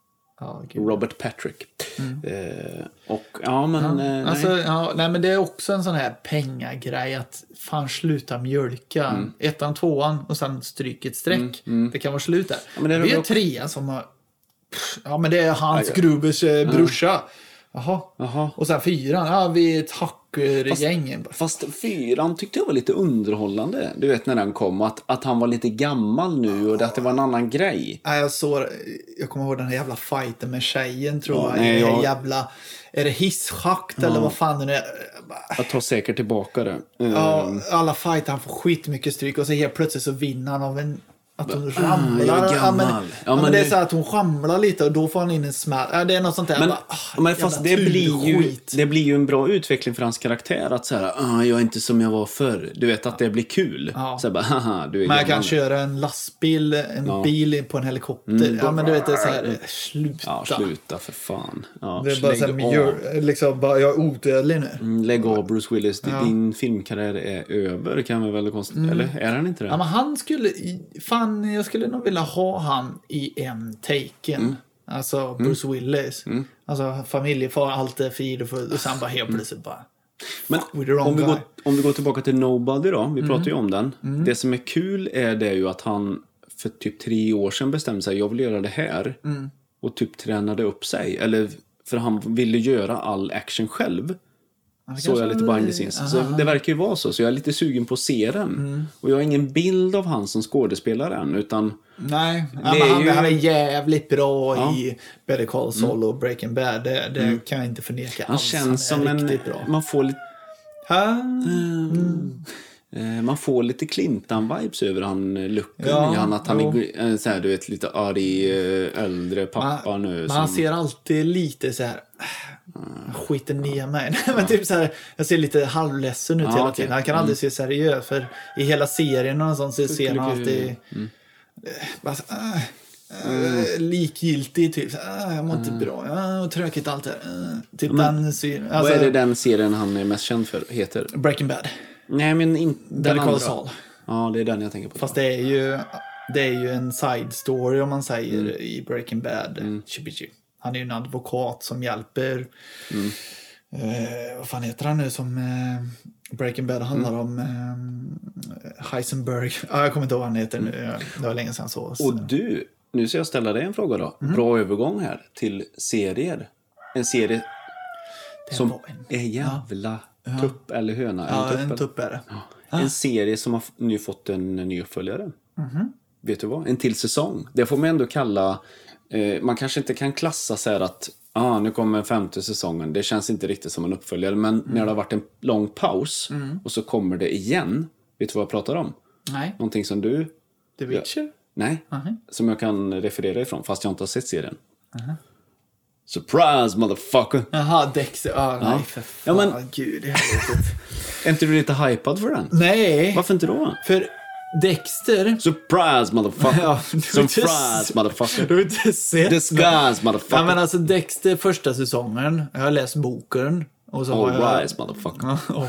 Ja, Robert Patrick. Mm. Eh, och ja, men... Ja, eh, alltså, nej. Ja, nej, men det är också en sån här pengagrej att fan sluta mjölka. Mm. Ettan, tvåan och sen stryk ett streck. Mm, mm. Det kan vara slut där. Ja, men det är, det är trean som har... Ja, men det är Hans ja, ja. Grubers eh, brorsa. Ja. Jaha. Jaha. Och sen fyran, ja, vi är ett hackergäng. Fast, fast fyran tyckte jag var lite underhållande. Du vet när den kom, att, att han var lite gammal nu och att det var en annan grej. Ja, jag såg, jag kommer ihåg den här jävla fighten med tjejen, tror ja, jag. Nej, jag... jävla, är det hisschakt ja. eller vad fan det är? Jag tar säkert tillbaka det. Ja, alla fighter, han får skitmycket stryk och så helt plötsligt så vinner han av en... Att hon ramlar. Ah, ja, men, ja, men, men det är så att hon ramlar lite och då får han in en smäll. Ja, det är något sånt där. Men, bara, ah, men fast det blir, ju, det blir ju en bra utveckling för hans karaktär. Att så här, ah, jag är inte som jag var förr. Du vet att det blir kul. Ja. Så bara, haha, du är men jag gammal. kan köra en lastbil, en ja. bil på en helikopter. Mm, ja, men du vet, det är så här, sluta. Ja, sluta för fan. Ja, det är bara så här, gör, liksom, bara, jag är odödlig nu. Mm, lägg av Bruce Willis. Ja. Din filmkarriär är över, kan vi väl konstatera. Mm. Eller är han inte det? Ja, men han skulle, fan, jag skulle nog vilja ha han i en Taken. Mm. Alltså Bruce mm. Willis. Mm. Alltså familjefar, allt är frid och full. Och sen bara helt plötsligt bara... Men om vi, går, om vi går tillbaka till Nobody då. Vi mm. pratar ju om den. Mm. Det som är kul är det ju att han för typ tre år sedan bestämde sig. Jag vill göra det här. Mm. Och typ tränade upp sig. Eller för han ville göra all action själv. Så jag lite behind the scenes. Så det verkar ju vara så. Så jag är lite sugen på att se den. Mm. Och jag har ingen bild av han som skådespelare än. Utan nej, det är han, ju... han är jävligt bra ja. i Better Call Saul mm. och Breaking Bad. Det, det mm. kan jag inte förneka. Han alls. känns han som en... Bra. Man får lite... Mm. Mm. Man får lite Clintan-vibes över han looken ja, i han. Att han är så här, du vet, lite arg, äldre pappa man, nu. Men som... han ser alltid lite så här... Jag skiter ner mig. Men typ så här, jag ser lite halvledsen ut ja, hela tiden. Han kan aldrig mm. se seriös. För i hela serien och sånt så ser han alltid mm. bara, äh, mm. likgiltig typ. Äh, jag mår inte mm. bra. Ja, tråkigt allt det. Äh, typ men, den serien. Alltså, vad är det den serien han är mest känd för heter? Breaking Bad. Nej, men inte den andra. Saul. Ja, det är den jag tänker på. Fast det är ju det är ju en side story om man säger mm. i Breaking Bad. Mm. Han är ju en advokat som hjälper mm. eh, vad fan heter han nu som eh, Breaking Bad handlar mm. om eh, Heisenberg. Ja, jag kommer inte ihåg vad han heter nu. Det var länge sedan så. Och du, nu ska jag ställa dig en fråga då. Mm. Bra övergång här till serier. En serie det som en... är jävla ja. tupp eller höna. Ja, en tupp, en tupp är det. Ja. Ah. En serie som har nu fått en ny uppföljare. Mm. Vet du vad? En till säsong. Det får man ändå kalla... Man kanske inte kan klassa så här att ah, nu kommer femte säsongen. Det känns inte riktigt som en uppföljare. Men mm. när det har varit en lång paus mm. och så kommer det igen. Vet du vad jag pratar om? Nej. Någonting som du... The Witcher? Ja, nej. Uh-huh. Som jag kan referera ifrån fast jag inte har sett serien. Uh-huh. Surprise, motherfucker! Jaha, Dexter. Ah, ja. Nej, för fan. Ja, men... Gud, det här är inte du lite hypad för den? Nej. Varför inte då? För... Dexter. Surprise, motherfucker. Ja, Surprise, motherfucker. Du har inte sett Disguise, motherfucker. Ja, men alltså Dexter första säsongen. Jag har läst boken. Och så All har jag... rise, motherfucker. Ja,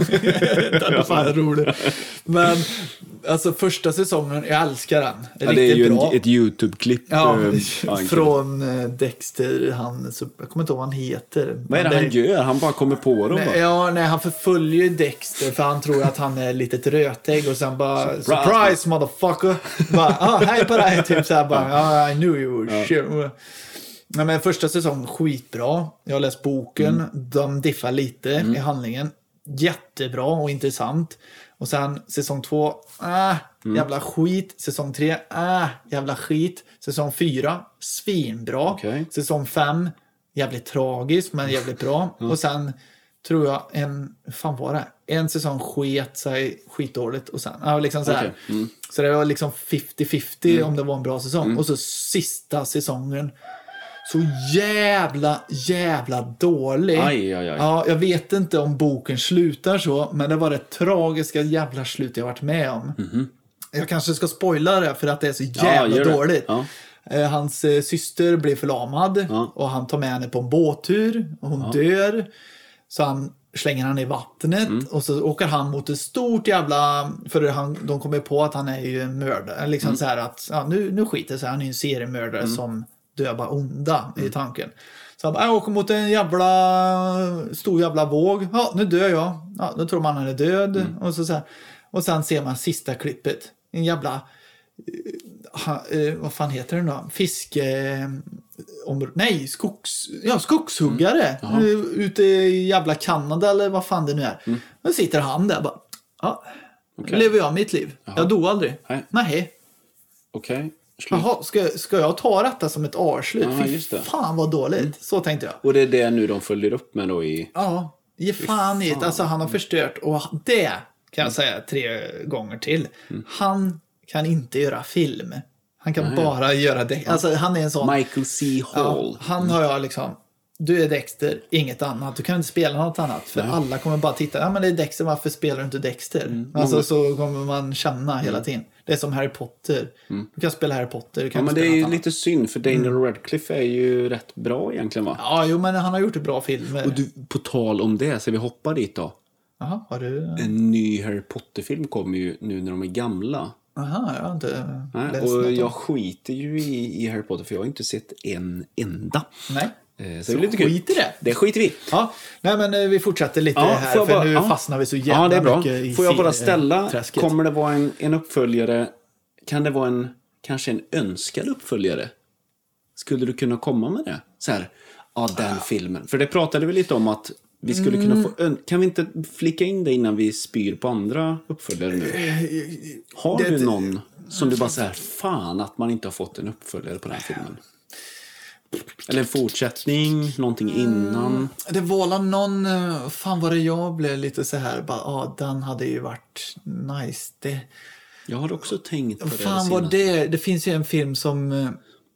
det är fan roligt. Men alltså första säsongen, jag älskar den. Det är, ja, det är ju bra. ett YouTube-klipp. Ja, från Dexter. Han, så, jag kommer inte ihåg vad han heter. Vad är det, det han gör? Han bara kommer på dem. Nej, ja, nej, han förföljer Dexter för han tror att han är lite ett rötägg och sen bara surprise, surprise motherfucker. Bara, ah, hej på dig. Typ så här bara, ah, I knew you were shit. Nej, men första säsongen skitbra. Jag har läst boken. Mm. De diffar lite mm. i handlingen. Jättebra och intressant. Och sen säsong två. Äh, mm. Jävla skit. Säsong tre. Äh, jävla skit. Säsong fyra. Svinbra. Okay. Säsong fem. Jävligt tragiskt men jävligt bra. Mm. Och sen tror jag en... Fan var det? En säsong sket sig skitdåligt. Och sen... Ja, liksom så här. Okay. Mm. Så det var liksom femtio femtio mm. om det var en bra säsong. Mm. Och så sista säsongen. Så jävla, jävla dålig. Aj, aj, aj. Ja, jag vet inte om boken slutar så, men det var det tragiska jävla slut jag varit med om. Mm-hmm. Jag kanske ska spoila det för att det är så jävla ja, dåligt. Ja. Hans eh, syster blir förlamad ja. och han tar med henne på en båttur och hon ja. dör. Så han slänger han i vattnet mm. och så åker han mot ett stort jävla... För han, de kommer på att han är ju en mördare. Liksom mm. så här att ja, nu, nu skiter sig, han är ju en seriemördare mm. som... då är jag bara onda mm. i tanken. Så jag, bara, jag åker mot en jävla stor jävla våg. Ja, nu dör jag. Ja, då tror man han är död. Mm. Och, så, så här. Och sen ser man sista klippet. En jävla... Ha, eh, vad fan heter det då? Fiske... Eh, om, nej, skogs... Ja, skogshuggare. Mm. Uh, ute i jävla Kanada eller vad fan det nu är. Mm. Då sitter han där bara... Ja, okay. Lever jag mitt liv? Jaha. Jag dog aldrig. Nej. Nej. Okej. Okay. Jaha, ska, ska jag ta detta som ett avslut? Ja, just det. Fan vad dåligt. Mm. Så tänkte jag. Och det är det nu de följer upp med då i... Ja, ge fan i det. Alltså han har förstört. Och det kan jag säga tre gånger till. Mm. Han kan inte göra film. Han kan Nej. bara göra det. Alltså han är en sån... Michael C. Hall. Ja, han har jag liksom... Du är Dexter, inget annat. Du kan inte spela något annat. För Nej. alla kommer bara titta. Ja men det är Dexter, varför spelar du inte Dexter? Mm. Alltså så kommer man känna hela mm. tiden. Det är som Harry Potter. Mm. Du kan spela Harry Potter. Du kan ja men det är ju annat. lite synd. För Daniel mm. Radcliffe är ju rätt bra egentligen va? Ja jo men han har gjort ett bra film. Och du, på tal om det så vi hoppar dit då. Jaha, har du... En ny Harry Potter-film kommer ju nu när de är gamla. Aha, jag har inte Nej, och jag skiter ju i, i Harry Potter för jag har inte sett en enda. Nej. Så, så det är lite kul. Skit i det. Det skiter vi. Ja, nej men vi fortsätter lite ja, här för bara, nu ja. fastnar vi så jävla ja, det är bra. mycket i Får jag bara ställa, träsket. Kommer det vara en, en uppföljare, kan det vara en kanske en önskad uppföljare? Skulle du kunna komma med det? Så här, ja den ja. filmen. För det pratade vi lite om att vi skulle mm. kunna få, kan vi inte flika in det innan vi spyr på andra uppföljare nu? Har det, du någon som du bara säger fan att man inte har fått en uppföljare på den filmen? Eller en fortsättning, någonting innan. Mm, det var någon, fan var det jag blev lite så här, bara, ah, den hade ju varit nice. Det, jag har också tänkt på det. Fan var det, det finns ju en film som uh,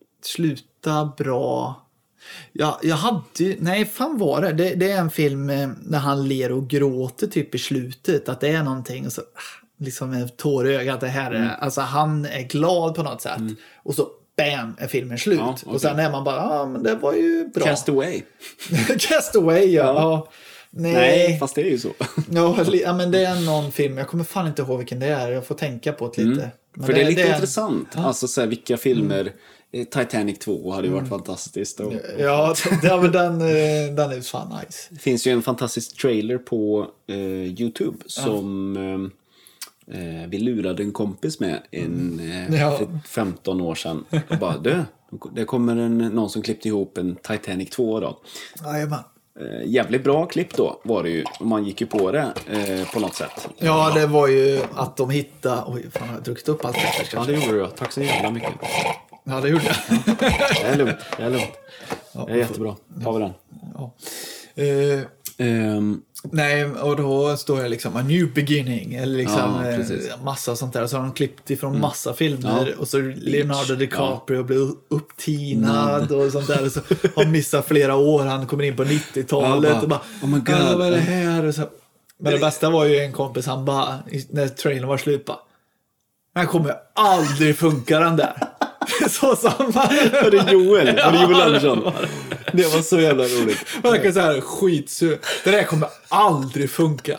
slutar bra. Ja, jag hade, nej fan var det? det? Det är en film uh, när han ler och gråter typ i slutet, att det är någonting och så, uh, liksom en tår i ögat, det här är, mm. alltså han är glad på något sätt. Mm. Och så bam, är filmen slut. Ja, okay. Och sen är man bara, ja ah, men det var ju bra. Castaway. Castaway, ja. ja. ja. Nej. Nej, fast det är ju så. ja, ja, men det är någon film, jag kommer fan inte ihåg vilken det är. Jag får tänka på det lite. Mm. Men för det, det är lite det intressant. Ja. Alltså så här, vilka filmer... Mm. Titanic två hade ju varit mm. fantastiskt. Och, och... Ja, ja, men den, den är fan nice. Det finns ju en fantastisk trailer på uh, YouTube som... Uh, Eh, vi lurade en kompis med en, eh, ja. för femton år sedan och bara, du, det kommer en, någon som klippte ihop en Titanic två då. Jajamän. Eh, jävligt bra klipp då var det ju, och man gick ju på det eh, på något sätt. Ja, det var ju att de hittade, oj fan har jag druckit upp allt det. Ja, det gjorde du, tack så jävla mycket. Ja, det gjorde jag. Ja. Det är lugnt, det är lugnt. Ja, det är jättebra, tar vi den. Ja. Eh, Um, nej, och då står det liksom A New Beginning eller liksom ja, massa sånt där. Så har de klippt ifrån mm. massa filmer ja. Och så Leonardo DiCaprio ja. blir upptinad mm. och sånt där. Och så har missat flera år, han kommer in på nittiotalet ja, och bara, oh my God, vad är det här? Och så. Men det bästa var ju en kompis, han bara, när trailern var slut bara, han kommer aldrig funka den där. Så samma. Var det Joel? Var det Joel Andersson? Det var så jävla roligt. Man kan säga skitsur. Det där kommer aldrig funka.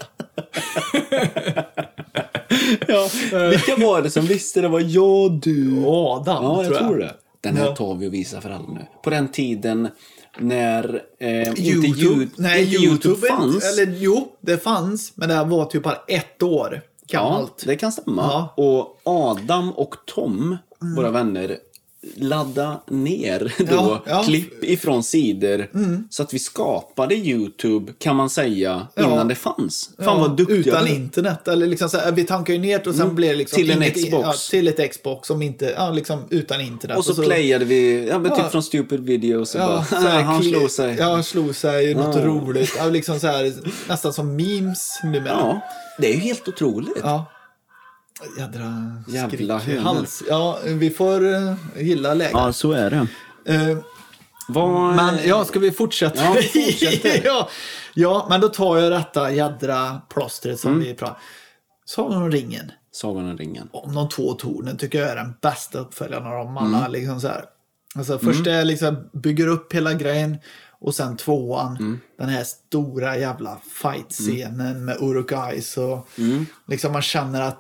Ja, vilka var det som visste det var jag, du? Adam, ja, jag tror, jag. tror det. Den här tar vi och visar för alla nu. På den tiden när eh, YouTube, inte, ju, nej, inte YouTube, YouTube fanns. Eller jo, det fanns. Men det här var typ bara ett år gammalt. Ja, det kan stämma. Ja. Och Adam och Tom, mm. våra vänner, ladda ner då ja, ja. klipp ifrån sidor mm. så att vi skapade YouTube, kan man säga, innan ja. det fanns. Fan ja, vad duktiga. Utan internet eller liksom så här, vi tankar ju ner och sen mm. blev det liksom till en inget, Xbox. Ja, till ett Xbox som inte ja, liksom utan internet. Och så, och så playade vi ja, men typ ja. från stupid videos och ja, bara, så här, han kli- slog sig. Ja, slog sig ja. något roligt. Ja, liksom så här, nästan som memes numera. Ja, det är ju helt otroligt. Ja. Jädra jävla hals. Ja, vi får uh, gilla läget. Ja, så är det. Uh, Var... Men ja, ska vi fortsätta? Ja, vi ja, ja, men då tar jag detta jädra plåstret som mm. vi pratar. Sagan om ringen. Sagan om ringen. Om de två tornen tycker jag är den bästa uppföljaren av dem alla. Mm. Liksom så här. Alltså, först mm. är liksom bygger upp hela grejen. Och sen tvåan, mm. den här stora jävla fight-scenen mm. med Uruk-hai. Så mm. liksom man känner att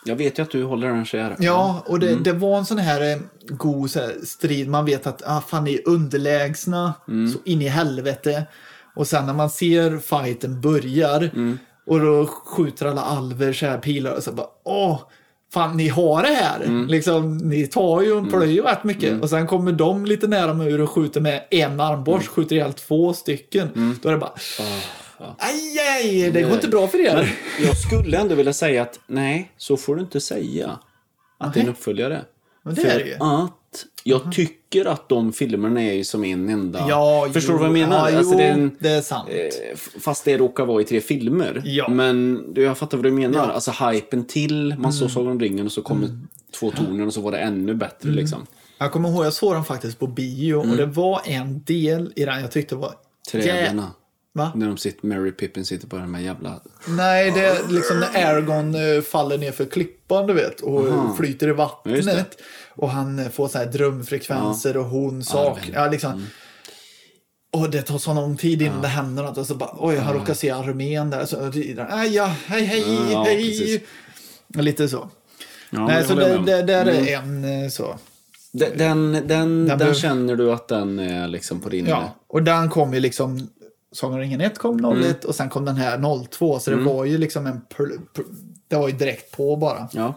Jag vet ju att du håller den kär. Ja, och det, mm. det var en sån här eh, god så här, strid. Man vet att ah, fan, ni är underlägsna mm. så in i helvete. Och sen när man ser fighten börjar mm. och då skjuter alla alver så här pilar och så bara, åh, fan, ni har det här. Mm. Liksom, ni tar ju och plöjer mm. rätt mycket. Mm. Och sen kommer de lite nära mig och skjuter med en armborst, mm. skjuter ihjäl två stycken. Mm. Då är det bara... Oh. Ja. Aj, aj, det går inte bra för er. Men jag skulle ändå vilja säga att nej, så får du inte säga att det är en uppföljare. Men det för är det ju. Att jag uh-huh. tycker att de filmerna är ju som en enda. Ja, förstår jo, du vad jag menar? Ja, alltså, jo, det, är en, det är sant. Eh, fast det råkar vara i tre filmer. Ja. Men jag fattar vad du menar. Ja. Alltså hypen till, man mm. såg Sagan om ringen och så kommer mm. två toner och så var det ännu bättre mm. liksom. Jag kommer ihåg, jag såg den faktiskt på bio mm. och det var en del i den jag tyckte var... Träden. Va? När de sitter, Mary Pippin sitter på de här jävla... Nej, det är liksom när Aragorn uh, faller ner för klippan, du vet, och Aha. flyter i vattnet. Och han får så här drömfrekvenser ja. och hon sak. Ja, liksom. Mm. Och det tar så lång tid innan ja. det händer något. Och så bara, oj, han ja. råkar se armén där. Så, aj, ja, hej, hej, ja, hej. Lite så. Ja, Nej, så det, det, där är mm. en så... Den, den, den, den, den känner du att den är liksom på din... Ja, och den kom ju liksom... Sagan om ringen ett kom noll ett mm. och sen kom den här noll två. Så det mm. var ju liksom en... Per, per, det var ju direkt på bara. Ja.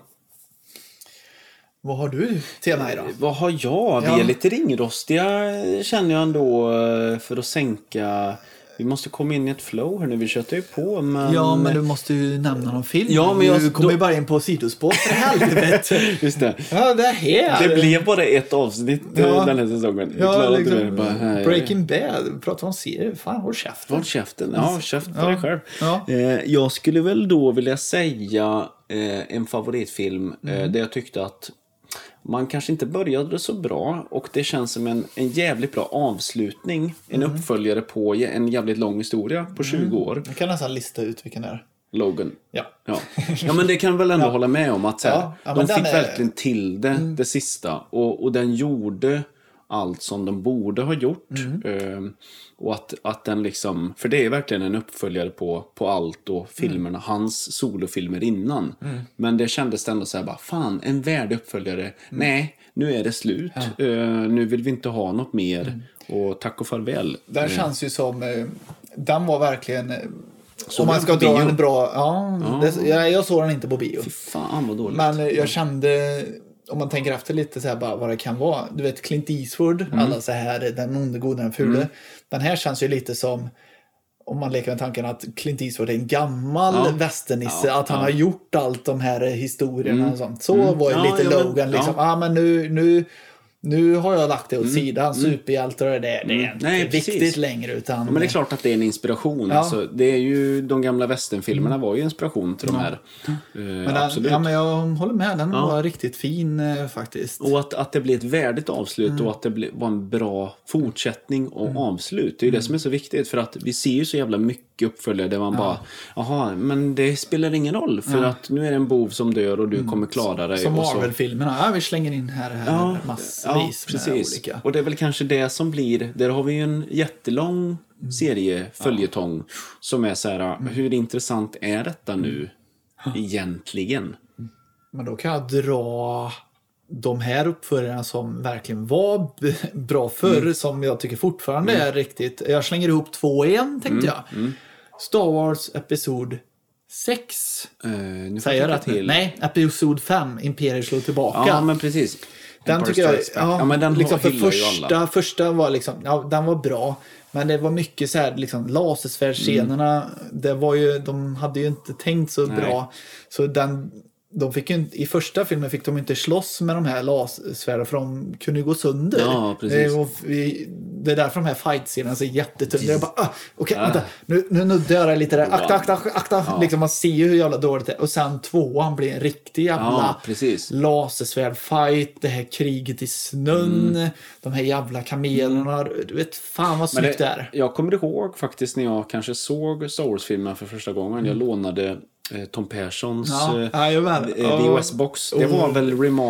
Vad har du till mig då? Vad har jag? Vi ja. är lite ringrostiga känner jag ändå för att sänka... Vi måste komma in i ett flow här nu, vi köttar ju på. Men... Ja, men du måste ju nämna någon film. Ja, men jag... Du kommer ju bara in på sidospår, för helvete. Just det. Ja, det här. Det blev bara ett avsnitt ja. den här säsongen. Ja, liksom, bara, här, Breaking Bad, pratar om serier. Fan, håll käften. Håll käften, ja, käften för ja. dig själv. Ja. Eh, jag skulle väl då vilja säga eh, en favoritfilm mm. eh, där jag tyckte att man kanske inte började så bra och det känns som en, en jävligt bra avslutning. En mm. uppföljare på en jävligt lång historia på tjugo mm. år. Jag kan nästan lista ut vilken det är. Logan. Ja. Ja. Ja, men det kan väl ändå ja. hålla med om att så här, ja. Ja, de fick är... verkligen till det, mm. det sista. Och, och den gjorde allt som de borde ha gjort. Mm. Um, och att, att den liksom... För det är verkligen en uppföljare på, på allt och filmerna. Mm. Hans solofilmer innan. Mm. Men det kändes ändå så här bara... Fan, en värdig uppföljare. Mm. Nej, nu är det slut. Ja. Uh, nu vill vi inte ha något mer. Mm. Och tack och farväl. Den uh. känns ju som... Uh, den var verkligen... Uh, om man ska dra en bra... Ja, ja. Det, jag, jag såg den inte på bio. Fy fan vad dåligt. Men uh, jag kände... Om man tänker efter lite så här bara vad det kan vara. Du vet Clint Eastwood, mm. alla så här, den onde, goda, den fule. Mm. Den här känns ju lite som, om man leker med tanken att Clint Eastwood är en gammal ja. västernisse. Ja. Att han ja. har gjort allt de här historierna mm. och sånt. Så mm. var ju ja, lite ja, Logan liksom. Ja, ah, men nu... nu Nu har jag lagt det åt mm. sidan, superhjältar och det, det är mm. inte Nej, viktigt precis. längre. Utan... Ja, men det är klart att det är en inspiration. Ja. Alltså, det är ju, de gamla västernfilmerna mm. var ju inspiration till ja. de här. Uh, men den, absolut. Ja, men jag håller med, den ja. var riktigt fin uh, faktiskt. Och att, att det blir ett värdigt avslut mm. och att det blir, var en bra fortsättning och mm. avslut. Det är ju mm. det som är så viktigt. För att vi ser ju så jävla mycket uppföljare där man ja. bara, jaha, men det spelar ingen roll. För ja. att nu är det en bov som dör och du mm. kommer klara dig. Som Marvel-filmerna, ja, vi slänger in här, här ja. massor. Ja, precis. Och det är väl kanske det som blir... Där har vi ju en jättelång mm. serie, följetong, ja. som är så här, mm. hur intressant är detta nu mm. egentligen? Men då kan jag dra de här uppförarna som verkligen var b- bra förr, mm. som jag tycker fortfarande mm. är riktigt... Jag slänger ihop två igen, tänkte mm. jag. Mm. Star Wars episod sex. Uh, Säger jag rätt till? Nej, episod fem, Imperiet slår tillbaka. Ja, men precis. Den tycker jag, ja, ja, men den liksom för första, första var liksom, ja, den var bra. Men det var mycket så här, liksom, lasersvärdscenerna, mm. det var ju, de hade ju inte tänkt så Nej. bra. Så den, de fick ju, i första filmen fick de inte slåss med de här lasersvärdarna, för de kunde ju gå sönder. Ja, precis. Det, vi, det är därför de här fight-scenerna är jättetunga. Jag bara, ah, okej, okay, vänta, nu, nu nuddar jag det lite där. Akta, akta, akta. Ja. Liksom, man ser ju hur jävla dåligt det är. Och sen tvåan blir en riktig jävla ja, lasersvärd-fight. Det här kriget i snön. Mm. De här jävla kamelerna. Du vet, fan vad snyggt det, det är. Jag kommer ihåg faktiskt när jag kanske såg Star Wars-filmen för första gången. Mm. Jag lånade Tom Perssons ja, eh, V H S-box. Det var väl remaster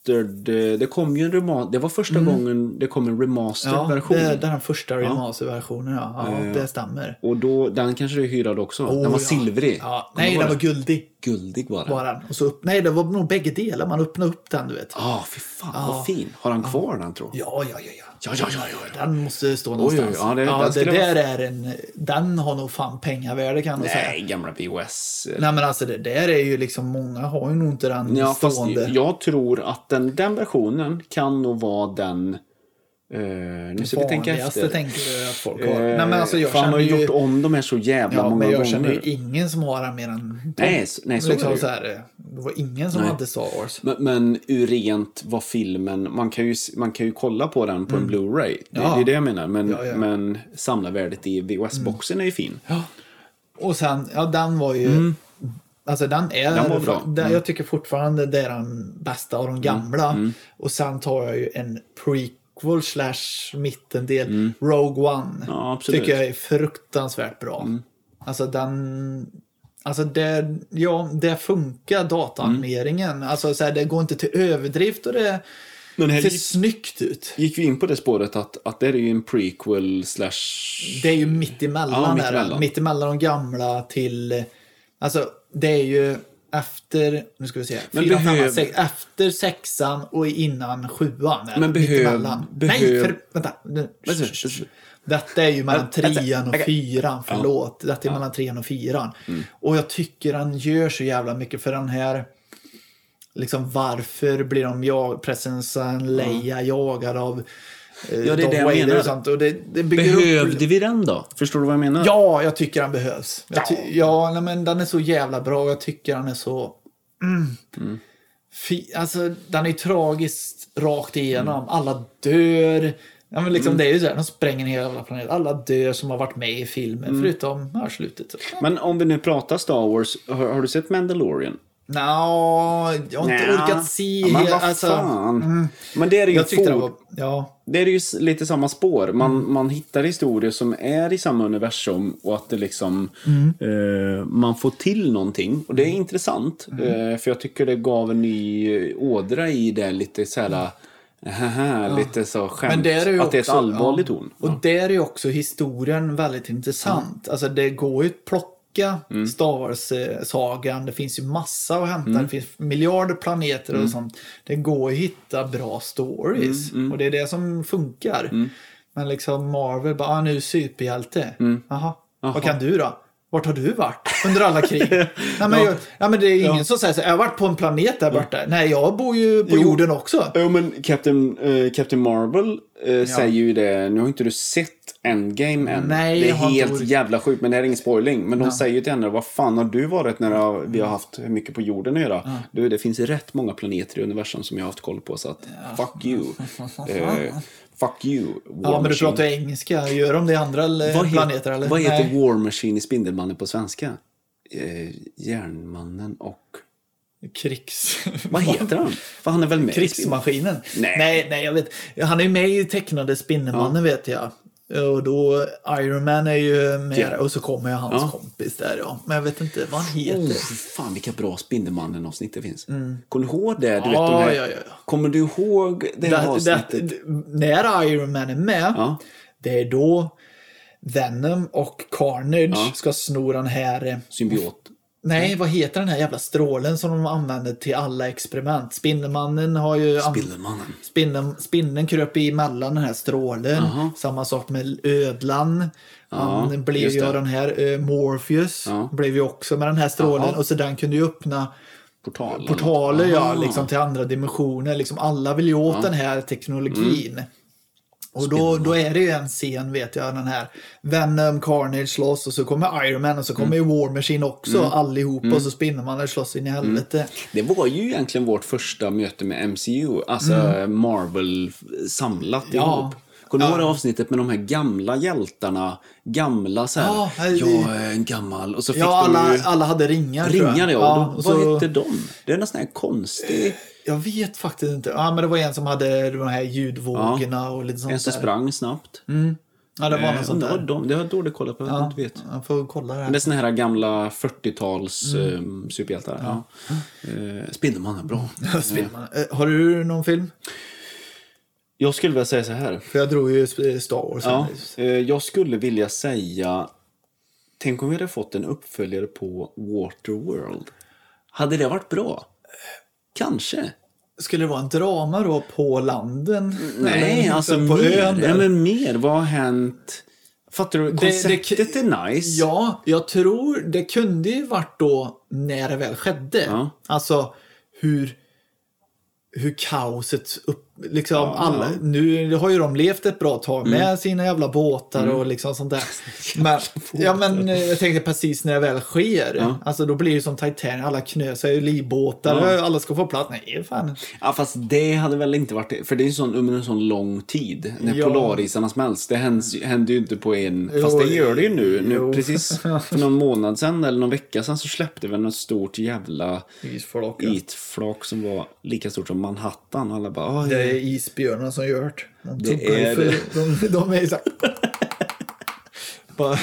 remastered. Det kom ju en remaster. Det var första mm. gången det kom en remastered ja, version. Ja, det, det är den första remaster-versionen. Ja, ja uh, det stämmer. Och då, den kanske du hyrade också. Oh, den var ja. silvrig. Ja. Nej, den var guldig. Guldig var den. Var den. Och så upp, nej, det var nog bägge delar. Man öppnade upp den, du vet. Ja, ah, fy fan, ja. vad fin. Har han kvar ja. den, tror jag? Ja, ja, ja. ja. Ja, ja, ja, ja. Den måste stå någonstans. Oj, ja, det, ja, det där vara... är en... Den har nog fan pengavärde, kan du säga. Nej, gamla V H S. Nej, men alltså det där är ju liksom... Många har ju nog inte den ja, stående. Fast jag tror att den, den versionen kan nog vara den... Uh, nu ska vi tänka efter. Tänker du att folk har. Uh, Nej, men alltså jag för han har ju gjort om de är så jävla ja, många gånger. Ja, men jag känner ju ingen som har den mer än... Nej, nej så liksom är det så här, det var ingen som nej. hade Star Wars. Men, men ur rent vad filmen... Man kan ju, man kan ju kolla på den på mm. en Blu-ray. Det, ja. det är det jag menar. Men, ja, ja. men samlarvärdet i V H S-boxen mm. är ju fin. Ja. Och sen, ja den var ju... Mm. Alltså den är... Den var bra. Den, mm. Jag tycker fortfarande det är den bästa av de gamla. Mm. Mm. Och sen tar jag ju en prequel slash mittendel mm. Rogue One ja, tycker jag är fruktansvärt bra. Mm. Alltså den alltså det ja det funkar dataanimeringen. Mm. Alltså så här, det går inte till överdrift och det men ser gick, snyggt ut. Gick vi in på det spåret att att det är ju en prequel slash det är ju mitt emellan ja, mitt emellan. mitt emellan de gamla till alltså det är ju efter, nu ska vi se, fyra, behöv... fem, sex, efter sexan och innan sjuan. Men behöv... behöv... Nej, för, vänta. Nu. Detta är ju mellan trean och fyran, förlåt. Ja. Detta är mellan trean och fyran. Mm. Och jag tycker han gör så jävla mycket för den här, liksom varför blir de jag, presensen Leia mm. jagad av ja, det är det jag menar. Och sånt, och det, det behövde upp... vi den då? Förstår du vad jag menar? Ja, jag tycker han behövs. Ja, ty... ja nej, men den är så jävla bra. Jag tycker han är så... Mm. Mm. Fy... Alltså, den är tragiskt rakt igenom. Mm. Alla dör. Ja, men liksom, mm. det är ju så här, de spränger ner hela planeten. Alla dör som har varit med i filmen, mm. förutom här slutet. Men om vi nu pratar Star Wars, har, har du sett Mandalorian? Nå, jag har inte Nja. orkat se. Ja, men vad alltså, fan. Mm. Men det är ju jag tyckte det var, ja. Det är ju lite samma spår. Man, mm. man hittar historier som är i samma universum och att det liksom mm. eh, man får till någonting. Och det är mm. intressant. Mm. Eh, för jag tycker det gav en ny ådra i det lite så här... Haha, ja. lite så skämt. Men det är ju att också, det är ett allvarligt ton. Ja. Och där är ju också historien väldigt intressant. Ja. Alltså det går ju att plocka Mm. Star Wars-sagan. Det finns ju massa att hämta. Mm. Det finns miljarder planeter mm. och sånt. Det går att hitta bra stories. Mm. Mm. Och det är det som funkar. Mm. Men liksom Marvel bara, ah, nu är superhjälte. Mm. Aha. Aha. Vad kan du då? Vart har du varit under alla krig? Nej, men, ja. Jag, ja, men det är ingen ja. som säger så. Jag har varit på en planet där borta. Ja. Nej, jag bor ju på jo. jorden också. Jo, men Captain, uh, Captain Marvel uh, ja. säger ju det. Nu har inte du sett Endgame än. Nej, det är helt inte... jävla sjukt, men det är ingen spoiling. Men de ja. säger ju till henne, vad fan har du varit när har, vi har haft mycket på jorden att göra? Ja. Du, det finns rätt många planeter i universum som jag har haft koll på. Så att, ja. fuck you. uh, Fuck you, War Ja, men du Machine. pratar engelska. Gör de det i andra vad planeter? He- eller? Vad heter Nej. War Machine i Spindelmannen på svenska? Eh, Järnmannen och... Krigs... Vad heter han? För han är väl med Krigsmaskinen? Nej. nej, nej, jag vet. Han är ju med i tecknade Spindelmannen, ja. vet jag. Och då Iron Man är ju med ja. och så kommer ju hans ja. kompis där, ja. Men jag vet inte vad han heter. Oh, fan, vilka bra Spindelmannen-avsnitt det finns. Mm. Kommer du ihåg det? Du ja, vet, de här, ja, ja. Kommer du ihåg det här avsnittet? Det, när Iron Man är med, ja. det är då Venom och Carnage ja. ska sno den här... Symbiot. Nej, vad heter den här jävla strålen som de använder till alla experiment? Spindelmannen har ju... Spindelmannen. Spindeln, spindeln kröp emellan den här strålen. Uh-huh. Samma sak med ödlan. Han uh-huh. blev ju den här uh, Morpheus. Uh-huh. Blev ju också med den här strålen. Uh-huh. Och så den kunde ju öppna portaler, portaler ja, liksom, till andra dimensioner. Liksom, alla vill ju åt uh-huh. den här teknologin. Mm. Och då, då är det ju en scen, vet jag, den här Venom, Carnage slåss och så kommer Iron Man och så kommer mm. ju War Machine också, mm. allihopa mm. och så spinner man och slåss in i helvete. Mm. Det var ju egentligen vårt första möte med M C U, alltså mm. Marvel samlat ja. ihop. Kommer du ihåg ja. avsnittet med de här gamla hjältarna, gamla så här, ja, jag är en gammal, och så fick ja, de alla, ju... alla hade ringar, ringar ja, ja, då, och vad så... hette de? Det är nästan en konstig... Jag vet faktiskt inte. Ja, men det var en som hade de här ljudvågorna ja, och lite sånt en som där. sprang snabbt. Mm. Ja, det var något sånt där. De, det har jag dåligt kollat på, jag ja, inte vet. Jag får kolla det här. Det är såna här gamla fyrtiotals mm. um, superhjältar. Ja. Ja. Uh, Spindelman är bra. Ja, Spindelman. Uh, har du någon film? Jag skulle vilja säga så här. För jag drog ju Star Wars. Ja, uh, jag skulle vilja säga... Tänk om vi hade fått en uppföljare på Waterworld. Hade det varit bra? Kanske. Skulle det vara en drama då på landen? Nej, eller, alltså på mer. Ön ja, men mer. Vad har hänt? Fattar du? Konceptet det, det, är nice. Ja, jag tror det kunde ju varit då när det väl skedde. Ja. Alltså hur hur kaoset upp, liksom ja, alla, ja. Nu har ju de levt ett bra tag med mm. sina jävla båtar mm. och liksom sånt där. Men, ja, men jag tänkte precis när det väl sker, ja. Alltså då blir det som Titanic, alla knösar ju livbåtar, ja. Alla ska få plats. Nej, fan. Ja, fast det hade väl inte varit, för det är ju sån, under en sån lång tid, när ja. Polarisarna smälts, det händer, händer ju inte på en, jo, fast det gör det ju nu, nu precis för någon månad sedan eller någon vecka sedan så släppte vi något stort jävla isflak, isflak som var lika stort som Manhattan. Alla bara, det är isbjörnar som gör det. De det är för, det. De, de är så bara...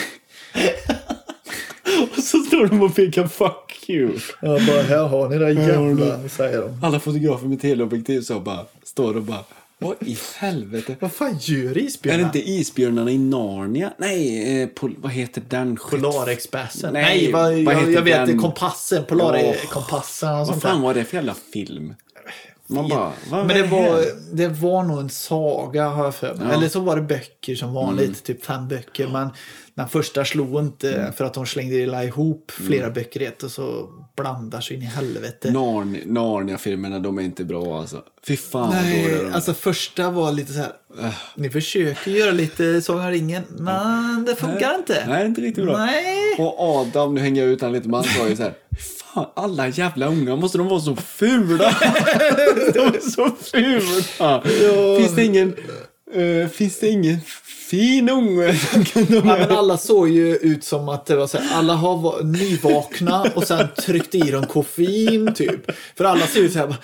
Och så står de och pekar fuck you. Ja, bara här har ni det jävla, säger de. Alla fotografer med teleobjektiv så bara står och bara, vad i helvete? Vad fan gör isbjörnar? Är det inte isbjörnarna i Narnia? Nej, eh, pol, vad heter den? Polarexpressen. Nej, Nej vad, vad jag, jag vet den? Kompassen, Polarkompassen. Oh, vad fan där. Var det för jävla film? Man bara, men det var, det var nog en saga, har jag för mig. Ja. Eller så var det böcker som vanligt, mm. typ fem böcker. Men den första slog inte mm. för att de slängde ihop flera mm. böcker i ett och så blandar sig in i helvete. Narn, Narnia-filmerna, de är inte bra alltså. Fy fan. Nej, de... alltså första var lite så här. Uh. Ni försöker göra lite Sagan om ringen, men det funkar Nej. inte. Nej, inte riktigt bra. Nej. Och Adam, nu hänger jag ut han lite, man sa ju så här. Fan, alla jävla unga, måste de vara så fula? De är så fula. Ja. Finns det ingen uh, finns det ingen fin unge? Ja, men alla såg ju ut som att det var så här, alla har nyvakna och sen tryckte i dem koffein typ. För alla ser ut så här bara,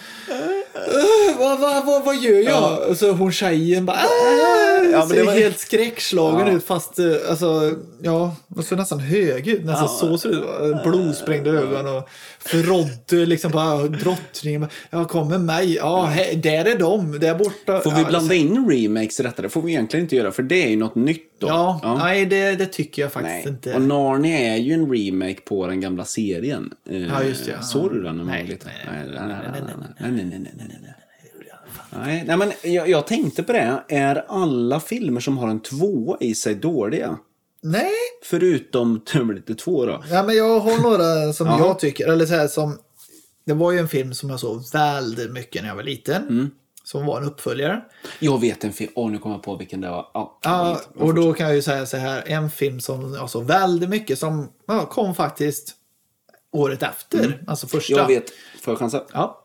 Uh, vad, vad, vad, vad gör jag? Ja. Och så hon tjejen bara äh, ja, men ser det var helt skräckslagen ja. ut fast alltså ja, och så nästan hög ut nästan ja. Så ser det ut, blodsprängda ögon och förrådde liksom bara drottningen, ja kommer mig, ja he, där är de, där borta. Får vi ja, blanda in remakes i detta? Det får vi egentligen inte göra för det är ju något nytt då. Ja, ja. Nej det, det tycker jag faktiskt nej. inte. Och Narnia är ju en remake på den gamla serien. Ja just det. Ja. Såg du den? Nej, lite? nej, nej, nej, nej, nej, nej, nej, nej, nej. Nej, nej men jag, jag tänkte på det. Är alla filmer som har en tvåa i sig dåliga? Nej. Förutom Terminator två då? Ja, men jag har några som jag tycker, eller så här som, det var ju en film som jag såg väldigt mycket när jag var liten. Mm. Som var en uppföljare. Jag vet en film, åh nu kommer jag på vilken det var. Ja, ja och då kan jag ju säga så här, en film som jag såg väldigt mycket som ja, kom faktiskt året efter. Mm. Alltså första. Jag vet, får jag chansa? Ja.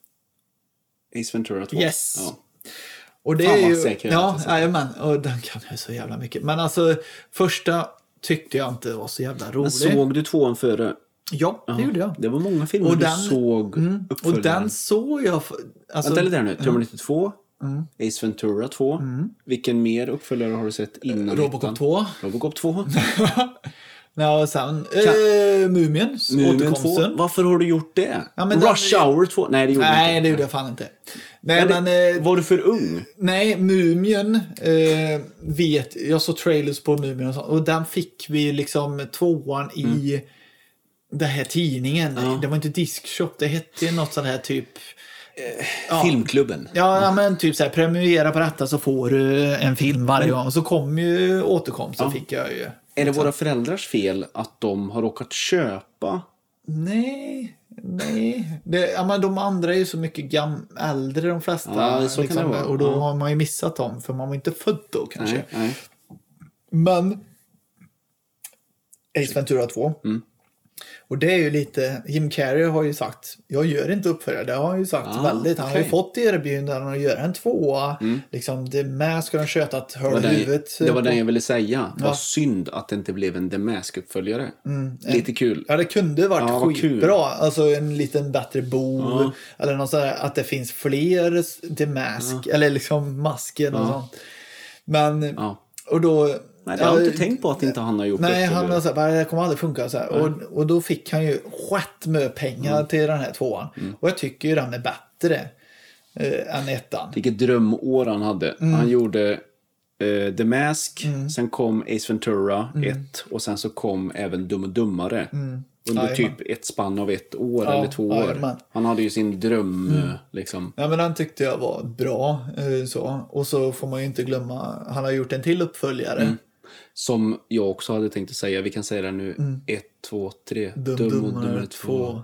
Ace Ventura två. Yes. Ja. Och det fan är ju, säker, ja, ja men och den kan jag så jävla mycket. Men alltså första tyckte jag inte var så jävla rolig. Men såg du tvåan före? Ja, det ja, gjorde jag. Det var många filmer och den, du såg mm, och den såg jag alltså, vänta lite här nu. Terminator två, mm. Ace Ventura två. Mm. Vilken mer uppföljare har du sett innan? Robocop två. Robocop två. Ja, och sen äh, Mumiens återkomsten. Varför har du gjort det? Ja, men Rush den, Hour två? Nej, det gjorde nej, inte. det gjorde jag fan inte. Nej, men, det, var du för ung? Nej, Mumien eh, vet, jag såg trailers på Mumien och sånt, och den fick vi liksom tvåan i mm. den här tidningen. Ja. Det var inte Diskshop, det hette något sånt här typ eh, ja. Filmklubben. Ja, ja, men typ så här, prenumerera på detta så får du en film varje gång. Och så kom ju återkomst så ja. fick jag ju. Är det våra föräldrars fel att de har råkat köpa? Nej, nej. Det, ja, men de andra är ju så mycket gam- äldre de flesta. Ja, så liksom, kan det vara. Och då ja. har man ju missat dem för man var inte född då kanske. Nej, nej. Men Ace Ventura två. Mm. Och det är ju lite, Jim Carrey har ju sagt, jag gör inte uppföljare, det har han ju sagt ah, väldigt. Han okay. har ju fått erbjudanden att göra en tvåa. Mm. Liksom, The Mask har han kötat hör det huvudet. Det var det jag ville säga. Ja. Vad synd att det inte blev en The Mask-uppföljare. Mm. Lite kul. Ja, det kunde varit ja, skitbra. Alltså en liten bättre bo. Ja. Eller något sådär, att det finns fler The Mask. Ja. Eller liksom masken ja. och sånt. Men... Ja. och då... Nej, jag har inte tänkt på att inte han har gjort nej, det. Nej, han har sagt att det kommer aldrig funka så här. Och, och då fick han ju rätt med pengar mm. till den här tvåan. Mm. Och jag tycker ju den är bättre eh, än ettan. Vilket drömår han hade. Mm. Han gjorde eh, The Mask, mm. sen kom Ace Ventura ett mm. och sen så kom även Dum och Dummare. Mm. Under aj, typ man. ett spann av ett år ja, eller två aj, år. Man. Han hade ju sin dröm mm. liksom. Ja, men den tyckte jag var bra. Så. Och så får man ju inte glömma, han har gjort en till uppföljare. Mm. Som jag också hade tänkt att säga. Vi kan säga det nu. Mm. Ett, två, tre. Dum, dum, dum och dummare två.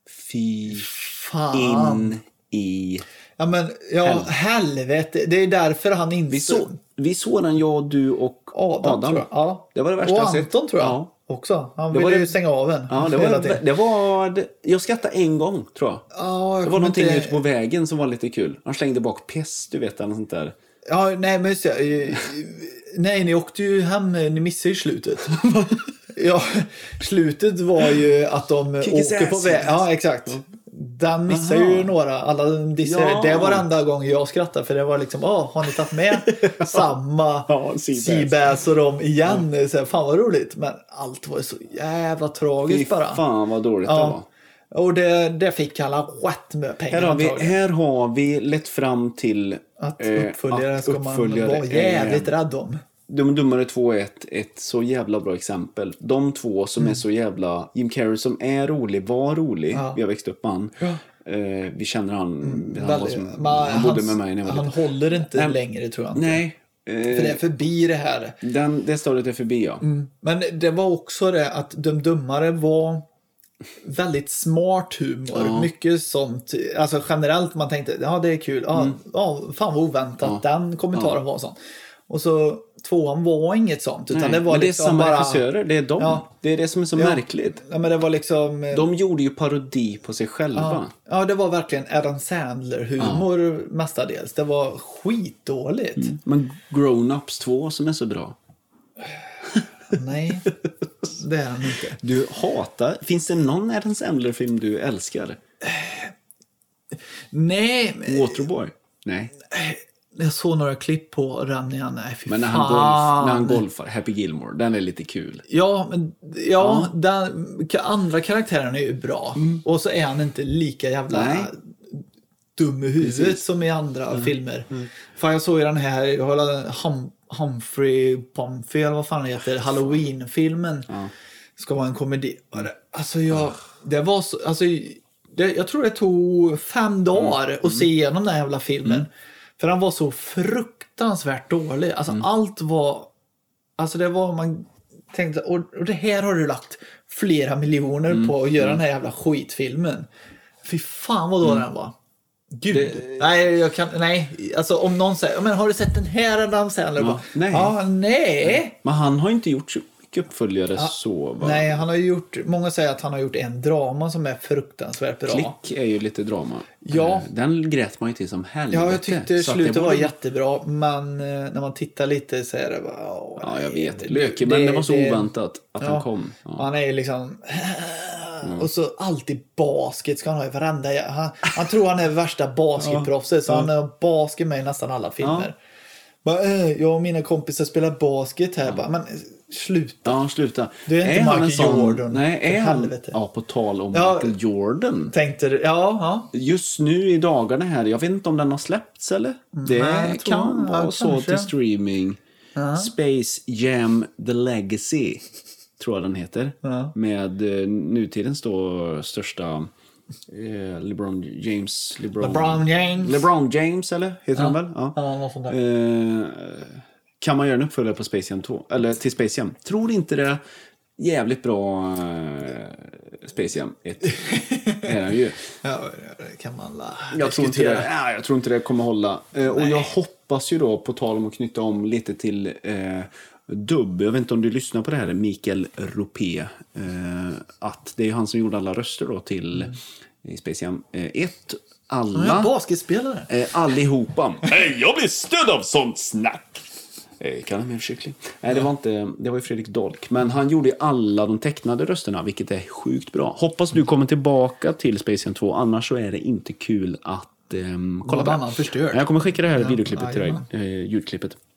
Fy fan. In i... Ja, men ja, helvete. helvete. Det är därför han inte... Vi, så, vi såg den, jag, du och Adam. Adam. Tror jag. Ja. Det var det värsta och jag Anton sett. tror jag. Ja. Också. Han det ville var ju stänga av en. Ja, det var, det, det var det, jag skrattade en gång, tror jag. Ja, jag det var någonting inte... ute på vägen som var lite kul. Han slängde bak pest, du vet, eller sånt där. Ja, nej, men just det. Nej, ni åkte ju hem, ni missade ju slutet. Ja, slutet var ju att de Kick åker på väg. Ja, exakt. Ja. Den missar Aha. ju några. Alla dissar. Ja. Det var enda gång jag skrattade. För det var liksom, åh, har ni tagit med samma ja, Seabass och dem igen? Ja. Så här, fan vad roligt. Men allt var så jävla tragiskt Fy bara. Fan vad dåligt ja. det var. Och det, det fick alla rätt med pengar. Här har vi, här har vi lett fram till att uppföljare eh, att ska uppföljare man vara jävligt är, rädd om. De dummare två är ett, ett så jävla bra exempel. De två som mm. är så jävla... Jim Carrey som är rolig, var rolig. Ja. Vi har växt upp med han. Ja. Eh, vi känner han. Mm. Han, var som, man, han bodde med mig när jag var Han lite. håller inte Nej. längre, tror jag inte. Nej. Eh, För det är förbi det här. Den, det stadiet är förbi, ja. Mm. Men det var också det att de dummare var... väldigt smart humor. Ja. Mycket sånt. Alltså generellt man tänkte, ja det är kul. Ja, mm. ja fan vad oväntat ja. den kommentaren ja. var sån. Och så tvåan var inget sånt. Utan Nej, det var men det liksom är samma bara... regissörer, det är de. Ja. Det är det som är så ja. märkligt. Ja, men det var liksom... De gjorde ju parodi på sig själva. Ja, ja det var verkligen Adam Sandler-humor ja. mestadels. Det var skitdåligt. Mm. Men Grown Ups två som är så bra. Nej, det är han inte. Du hatar... Finns det någon Adam Sandler-film du älskar? Nej. Waterboy? Nej. Jag såg några klipp på den igen. Nej, fy men när han, golf, när han golfar, Happy Gilmore, den är lite kul. Ja, men ja, ja. Den andra karaktären är ju bra. Mm. Och så är han inte lika jävla... Nej. dum i huvudet Precis. som i andra mm. filmer. Mm. För jag såg ju den här, jag håller hum, Humphrey Pumphrey eller vad fan det heter, Halloween-filmen. Ja. Ska vara en komedi. Alltså jag, det var så, alltså det, jag tror det tog fem dagar mm. att se igenom den här jävla filmen. Mm. För den var så fruktansvärt dålig. Alltså mm. allt var, alltså det var man tänkte, och, och det här har du lagt flera miljoner mm. på att göra mm. den här jävla skitfilmen. Fy fan vad dålig mm. den var. Gud. Det... Nej, jag kan, nej, alltså om någon säger, men har du sett den här Adam Sandler? Ja, nej. Ja, nej. Men han har inte gjort så mycket uppföljare ja, så. Va? Nej, han har gjort, många säger att han har gjort en drama som är fruktansvärt bra. Klick är ju lite drama. Ja. Den grät man ju till som helvete. Ja, jag tyckte slutet var, var jättebra, men när man tittar lite så är det bara... Åh, ja, jag vet. Lökig, men det var så det, oväntat att ja, han kom. Ja. Han är ju liksom... Mm. Och så alltid basket ska han ha i varenda. Han, han tror han är värsta basketproffset. Så ja. han har basket med i nästan alla filmer. Ja. Bara, äh, jag och mina kompisar spelar basket här. Ja. Bara, men sluta. Ja, sluta. Du är, är inte Michael sån, Jordan. Nej, är han... Ja, på tal om ja, Michael Jordan. Tänkte du? Ja, ja. Just nu i dagarna här. Jag vet inte om den har släppts eller? Det Nej, kan vara ja, så kanske. Till streaming. Uh-huh. Space Jam The Legacy. Tror jag den heter. Ja. Med eh, nutidens då största eh, LeBron James. LeBron, LeBron James. LeBron James, eller? Heter ja. han väl? Ja. Ja, något sånt där. Eh, kan man göra en uppföljare på Space Jam två? Eller till Space Jam? Tror inte det jävligt bra eh, Space Jam ett är han ju. Ja, det kan man la jag tror inte det, ja, jag tror inte det kommer hålla. Eh, och jag hoppas ju då, på tal om att knyta om lite till... Eh, dubb, jag vet inte om du lyssnar på det här, Mikael Ropé, eh, att det är han som gjorde alla röster då till mm. Space Jam ett, alla ja, basketspelare eh, allihopa. Hej, jag blir stöd av sånt snack. Eh, kan han med en kyckling? Nej, det var inte, det var ju Fredrik Dolk, men han gjorde alla de tecknade rösterna, vilket är sjukt bra. Hoppas du kommer tillbaka till Space Jam två, annars så är det inte kul att Um, kolla på annan förstört. Jag kommer skicka det här ja, videoklippet till dig, eh, ljudklippet.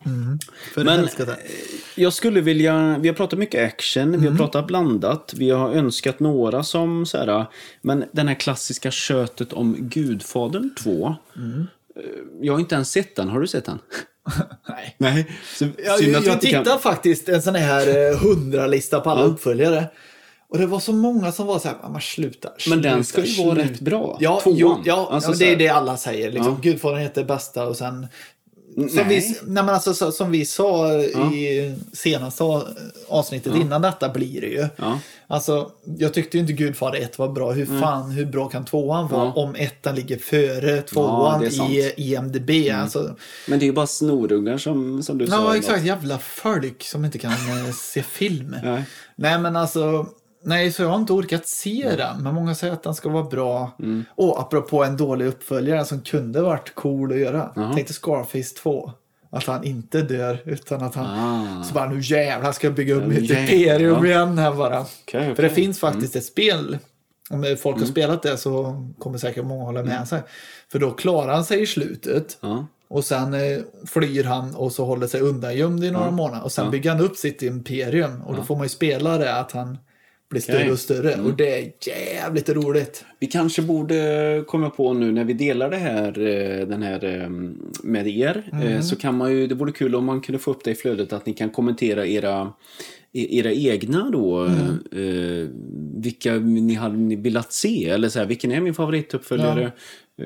Mm. För Men älskar det. jag skulle vilja, vi har pratat mycket action, mm. vi har pratat blandat, vi har önskat några som så här, men den här klassiska köttet om Gudfadern två, mm. jag har inte ens sett den, har du sett den? Nej. Nej. Så, jag jag, jag tittar kan... faktiskt en sån här hundralista på alla ja. uppföljare. Och det var så många som var så här, man slutar, slutar. Men den ska ju sluta. vara rätt bra. Ja, jo, ja, alltså, ja det är det alla säger. Liksom. Ja. Gudfadern heter bästa och sen... Som vi, nej men alltså, så, som vi sa ja. i senaste avsnittet ja. innan detta blir det ju. Ja. Alltså, jag tyckte ju inte Gudfader ett var bra. Hur fan, mm. hur bra kan tvåan vara ja. om ettan ligger före tvåan ja, i I M D B? Mm. Alltså, men det är ju bara snorungar som, som du ja, sa. Ja, exakt. Något. Jävla folk som inte kan se film. Nej. nej, men alltså... Nej, så jag har inte orkat se mm. den. Men många säger att den ska vara bra. Mm. Och apropå en dålig uppföljare som kunde varit cool att göra. Uh-huh. Tänkte Scarface två. Att han inte dör utan att han... Ah. Så bara, nu jävlar ska jag bygga upp mitt imperium ja. igen här bara. Okay, okay. För det finns faktiskt mm. ett spel. Om folk mm. har spelat det så kommer säkert många hålla med mm. sig. För då klarar han sig i slutet. Uh-huh. Och sen eh, flyr han och så håller sig undangömd i några uh-huh. månader. Och sen uh-huh. bygger han upp sitt imperium. Och då uh-huh. får man ju spela det att han... blir större okay. och större. Mm. Och det är jävligt roligt. Vi kanske borde komma på nu när vi delar det här, den här med er. Mm. Så kan man ju, det vore kul om man kunde få upp det i flödet att ni kan kommentera era, era egna då. Mm. Eh, vilka ni hade velat se. Eller så här, vilken är min favorituppföljare? Ja.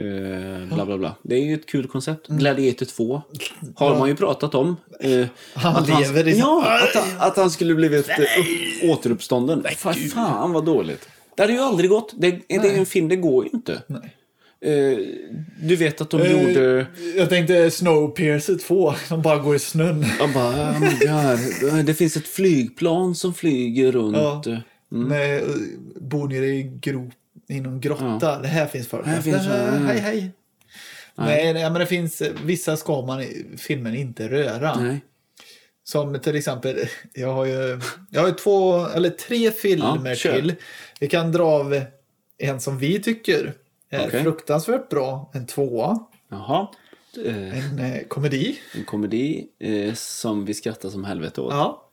Uh, bla bla bla. Det är ju ett kul koncept. Mm. Gladiator två har ja. man ju pratat om. Uh, han att, lever han, ja, att, han, att han skulle blivit upp, återuppstånden. Fan, fan vad dåligt. Det hade ju aldrig gått. Det, det är en film, det går ju inte. Nej. Uh, du vet att de uh, gjorde... Jag tänkte Snowpiercer två. De bara går i snön. Jag bara, oh my God. Det finns ett flygplan som flyger runt. Ja. Mm. Med, bor nere i grop i någon grotta. Ja. Det här finns för. Här finns här, hej hej. Nej. Nej, men det finns vissa ska man i filmen inte röra. Nej. Som till exempel jag har ju jag har ju två eller tre filmer ja, till. Vi kan dra av en som vi tycker är okay. fruktansvärt bra, en tvåa. Jaha. En eh, komedi. En komedi eh, som vi skrattar som helvete åt. Ja.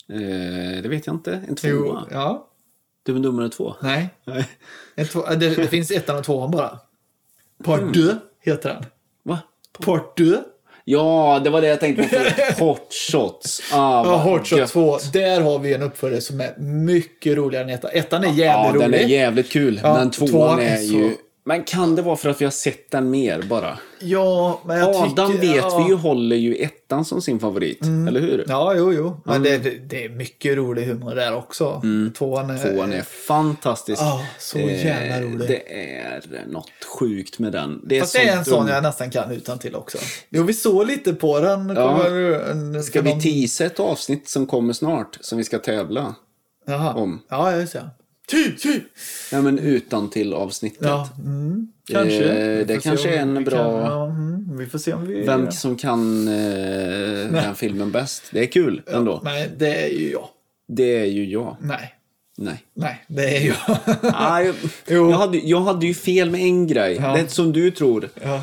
Eh, det vet jag inte. En tvåa. Jo, ja. Dum och dummare två. Nej. Nej. En två, det, det finns ettan och tvåan bara. Part mm. deux heter den. Va? Part deux. Ja, det var det jag tänkte på. Hot Shots. Ah, ja, Hot Shots två. Där har vi en uppföljare som är mycket roligare än ettan. Ettan är jävligt ja, rolig. Ja, den är jävligt kul. Ja, men tvåan, tvåan är, är så... ju... Men kan det vara för att vi har sett den mer bara? Ja, men jag Adam tycker... vet ja. vi ju håller ju ettan som sin favorit. Mm. Eller hur? Ja, jo, jo. Men mm. det, det är mycket rolig humor där också. Mm. Tvåan, är... Tvåan är fantastisk. Ja, så jävla rolig. Eh, det är något sjukt med den. Det är, Fast det är en sån jag nästan kan utan till också. Jo, vi såg lite på den. Ja. Kommer, ska vi någon... teasa ett avsnitt som kommer snart som vi ska tävla Jaha. om? Ja, just det. Ty, ty. Ja, men utan till avsnittet. Ja, mm, kanske. Eh, det kanske är en bra... Kan, ja, mm, vi får se om vi... Vem som kan eh, den filmen bäst. Det är kul ja, ändå. Nej, det är ju jag. Det är ju jag. Nej. Nej. Nej, det är jag. ah, jag, jag, hade, jag hade ju fel med en grej. Ja. Det är som du tror. Ja.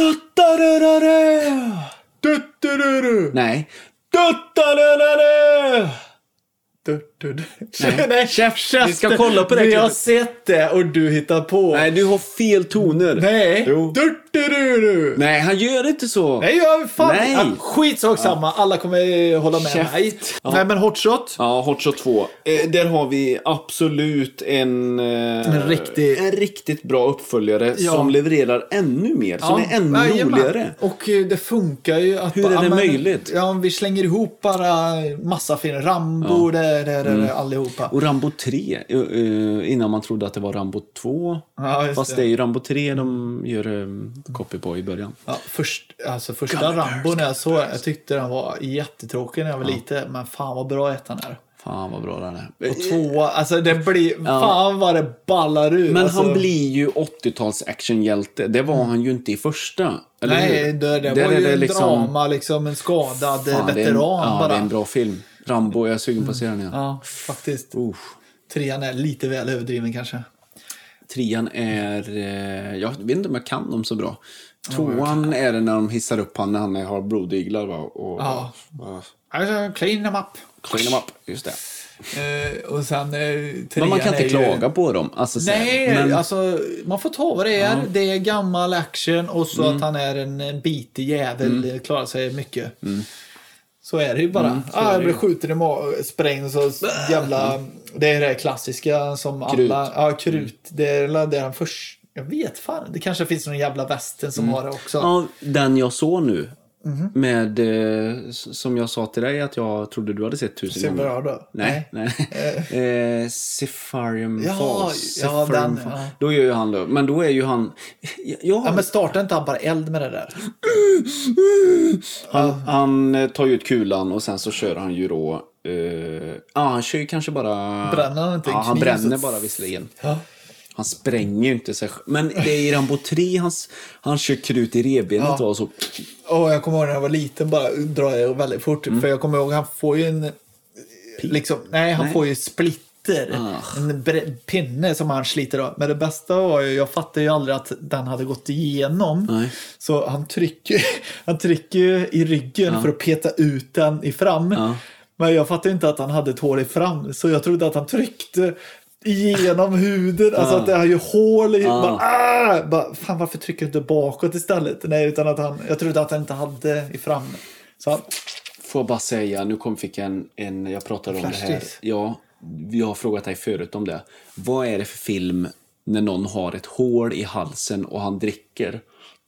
Nej. Nej. Nej, chef, chef, vi ska kolla på det. Vi har sett det och du hittar på. Nej, du har fel toner. Nej. Jo. Nej, han gör inte så. Nej, jag fan. Nej. Ja, skitsak samma. Ja. Alla kommer hålla med chef. mig. Ja. Nej, men Hot Shot. Ja, Hot Shot två. Eh, där har vi absolut en, eh, en, riktig... en riktigt bra uppföljare ja. som levererar ännu mer. Som ja. är ännu Nej, roligare. Och det funkar ju att... Hur är det men, möjligt? Ja, vi slänger ihop bara massa filmer. Rambo, ja. det, det, det, mm. allihopa. Och Rambo tre, uh, innan man trodde att det var Rambo två. Ja, fast det. det är ju Rambo tre de gör um, copy på i början. Ja, först, alltså första Rambo när jag såg, jag tyckte den var jättetråkig när jag var ja. lite, men fan vad bra ettan är. Fan vad bra den är. Och två, alltså det blir, ja. fan vad det ballar ur. Men alltså. Han blir ju åttio-tals actionhjälte. Det var mm. han ju inte i första. Eller nej, det, det, det var ju det en liksom... drama, liksom en skadad fan, veteran det en, ja, bara. Det är en bra film. Rambo, jag är sugen på att se den igen. Ja, faktiskt. Uh. Trean är lite väl överdriven kanske. Trean är... Eh, jag vet inte om jag kan dem så bra. Tvåan är det när de hissar upp han när han har blodiglar, va? Och, Ja. och, Alltså, clean them up. clean them up, just det. Uh, och sen uh, Men man kan inte ju... klaga på dem. Alltså, Nej, men... alltså man får ta vad det är. Ja. Det är gammal action och så mm. att han är en, en bitig jävel, mm. klarar sig mycket. Mm. Så är det ju bara. Mm, ah, jag blir skjuten i ma- sprängd så jävla... Mm. Det är det klassiska som krut. alla... Ja, krut. Det är det han först... Jag vet fan. Det kanske finns någon jävla västen som mm. har det också. Ja, den jag såg nu. Mm-hmm. Med, eh, som jag sa till dig att jag trodde du hade sett tusen Silverado. gånger. Nej, nej. nej. eh, Safarium ja, Falls. Ja, Safarium den, ja. Då gör ju han då. Men då är ju han... Jag, jag har... Ja, men startar inte han bara eld med det där? Han, han tar ju ut kulan och sen så kör han ju då... Eh, ja, han kör ju kanske bara... Bränner han inte? Ja, han bränner bara visserligen. Ja. Han spränger ju inte sig. Men det är i Rambo tre han, han kör krut i revbenet. Ja. Och så... oh, jag kommer ihåg när jag var liten bara drar jag väldigt fort. Mm. För jag kommer ihåg han får ju en... Liksom, nej, han nej. får ju splitter. Ah. En bre- pinne som han sliter av. Men det bästa var ju, jag fattade ju aldrig att den hade gått igenom. Nej. Så han trycker, han trycker ju i ryggen ja. för att peta ut den i fram. Ja. Men jag fattade inte att han hade ett hål i fram. Så jag trodde att han tryckte... genom huden, alltså ah. att det har ju hål i ah. bara, ah! bara, fan varför trycker du inte bakåt istället? Nej, utan att han, jag trodde att han inte hade i fram. Så får jag bara säga, nu kom fick en, en jag pratade om Flash det här. This. Ja, vi har frågat dig förut om det. Vad är det för film när någon har ett hål i halsen och han dricker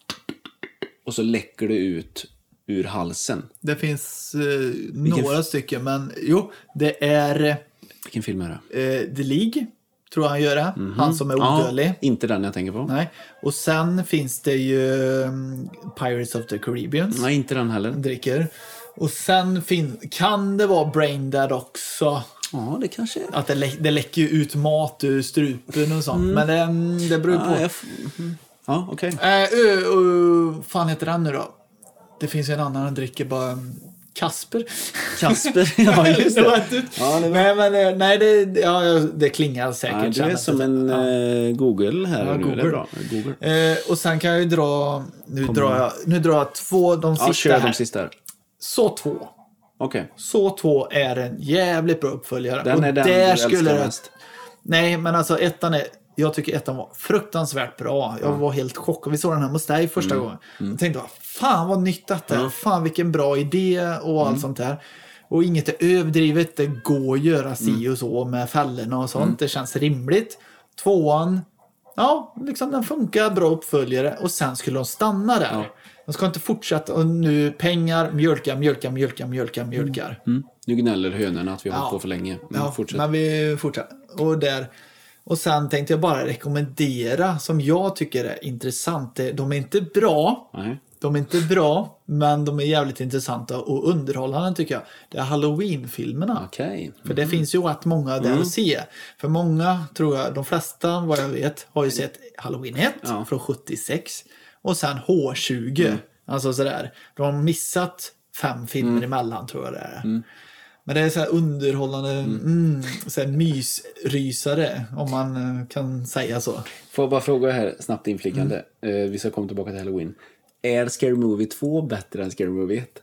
och så läcker det ut ur halsen? Det finns eh, några f- stycken, men jo, det är vilken film är det? Eh, The League, tror jag han gör det. Mm-hmm. Han som är odödlig. Ja, inte den jag tänker på. Nej. Och sen finns det ju um, Pirates of the Caribbean. Nej, inte den heller. Dricker. Och sen fin- kan det vara Brain Dead också. Ja, det kanske är. Att det, lä- det läcker ut mat ur strupen och sånt. Mm. Men det, det beror på. Ja, f- mm. ja okej. Okay. Eh, uh, uh, fan heter den nu då? Det finns ju en annan som dricker bara... Kasper. Kasper, ja just det. det ja, det var... nej, men, nej det, ja, det klingar säkert. Ja, det är som en ja. Google här ja, nu. Google. Det är bra. Google. Eh, och sen kan jag ju dra, nu Kom drar jag, nu drar jag två, de sista ja, kör här. De sista här. Så två. Okej. Okay. Så två är en jävligt bra uppföljare. Den är och den där du skulle älskar mest. Nej, men alltså ettan är, jag tycker ettan var fruktansvärt bra. Jag var helt chockad. Vi såg den här hos dig första mm. gången. Mm. Jag tänkte, fan vad nytt detta är. Mm. Fan vilken bra idé och allt mm. sånt där. Och inget är överdrivet. Det går att göra si mm. och så med fällorna och sånt. Mm. Det känns rimligt. Tvåan, ja, liksom den funkar bra uppföljare. Och sen skulle de stanna där. Ja. De ska inte fortsätta. Och nu pengar, mjölka, mjölka, mjölka, mjölka, mjölkar. Mm. Nu gnäller hönorna att vi har ja. hållit på för länge. Men ja, fortsätt. men vi fortsätter. Och där... Och sen tänkte jag bara rekommendera som jag tycker är intressant. De är inte bra. Nej. De är inte bra, men de är jävligt intressanta och underhållande tycker jag. Det är Halloween-filmerna. Okay. Mm. För det finns ju rätt många där mm. att se. För många, tror jag, de flesta vad jag vet, har ju sett Halloween ett ja. från sjuttiosex. Och sen H tjugo. Mm. Alltså sådär. De har missat fem filmer mm. emellan tror jag det är. Mm. Men det är så här underhållande, mm. Mm, så här mysrysare, om man kan säga så. Får jag bara fråga här, snabbt inflikande. Mm. Eh, vi ska komma tillbaka till Halloween. Är Scary Movie två bättre än Scary Movie ett?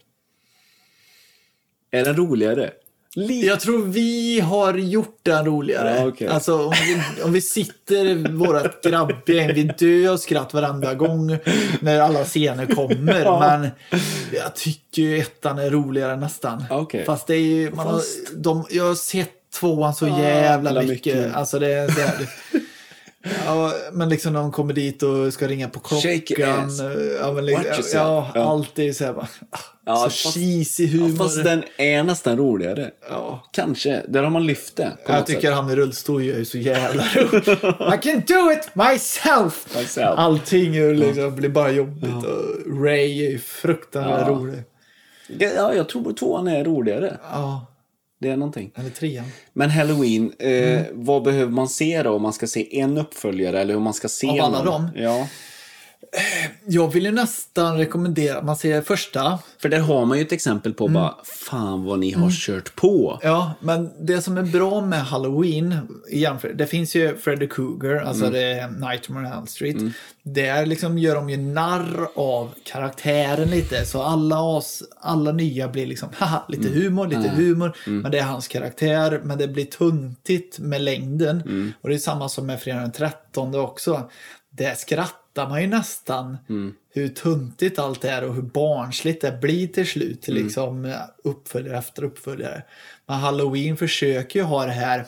Är den roligare? Jag tror vi har gjort den roligare. Ja, okay. Alltså om vi, om vi sitter vårat grabbgäng, vi dör och skratt varenda gång när alla scener kommer. Ja. Men jag tycker ju ettan är roligare nästan. Okay. Fast det är ju, man Fast... har, de, jag har sett tvåan så jävla ja, mycket. mycket. Alltså det är... Det är ja, men liksom de kommer dit och ska ringa på klockan. Ja, men liksom, ja, ja, alltid så här bara, ja, så cheesy humor. Ja, fast den är nästan roligare. Ja. Kanske. Där har man lyft det. Jag tycker sätt. Han i rullstol är så jävla roligt. I can do it myself. myself. Allting är liksom, ja. blir bara jobbigt. Ja. Och Ray är fruktansvärt ja. rolig. Ja, jag tror att tvåan är roligare. Ja. Det är någonting. Eller trean. Men Halloween, eh, mm. vad behöver man se då? Om man ska se en uppföljare eller hur man ska se av alla någon? dem? Ja. Jag vill ju nästan rekommendera, man ser första. För där har man ju ett exempel på mm. bara, fan vad ni har mm. kört på. Ja, men det som är bra med Halloween, det finns ju Freddy Krueger, alltså mm. det är Nightmare on Elm Street. Mm. Där liksom gör de ju narr av karaktären lite, så alla oss, alla nya blir liksom, haha, lite mm. humor, lite mm. humor, mm. men det är hans karaktär, men det blir tuntigt med längden. Mm. Och det är samma som med fredag den trettonde också. Det skrattar man ju nästan mm. hur tuntigt allt är och hur barnsligt det blir till slut. Mm. Liksom uppföljare efter uppföljare. Men Halloween försöker ju ha det här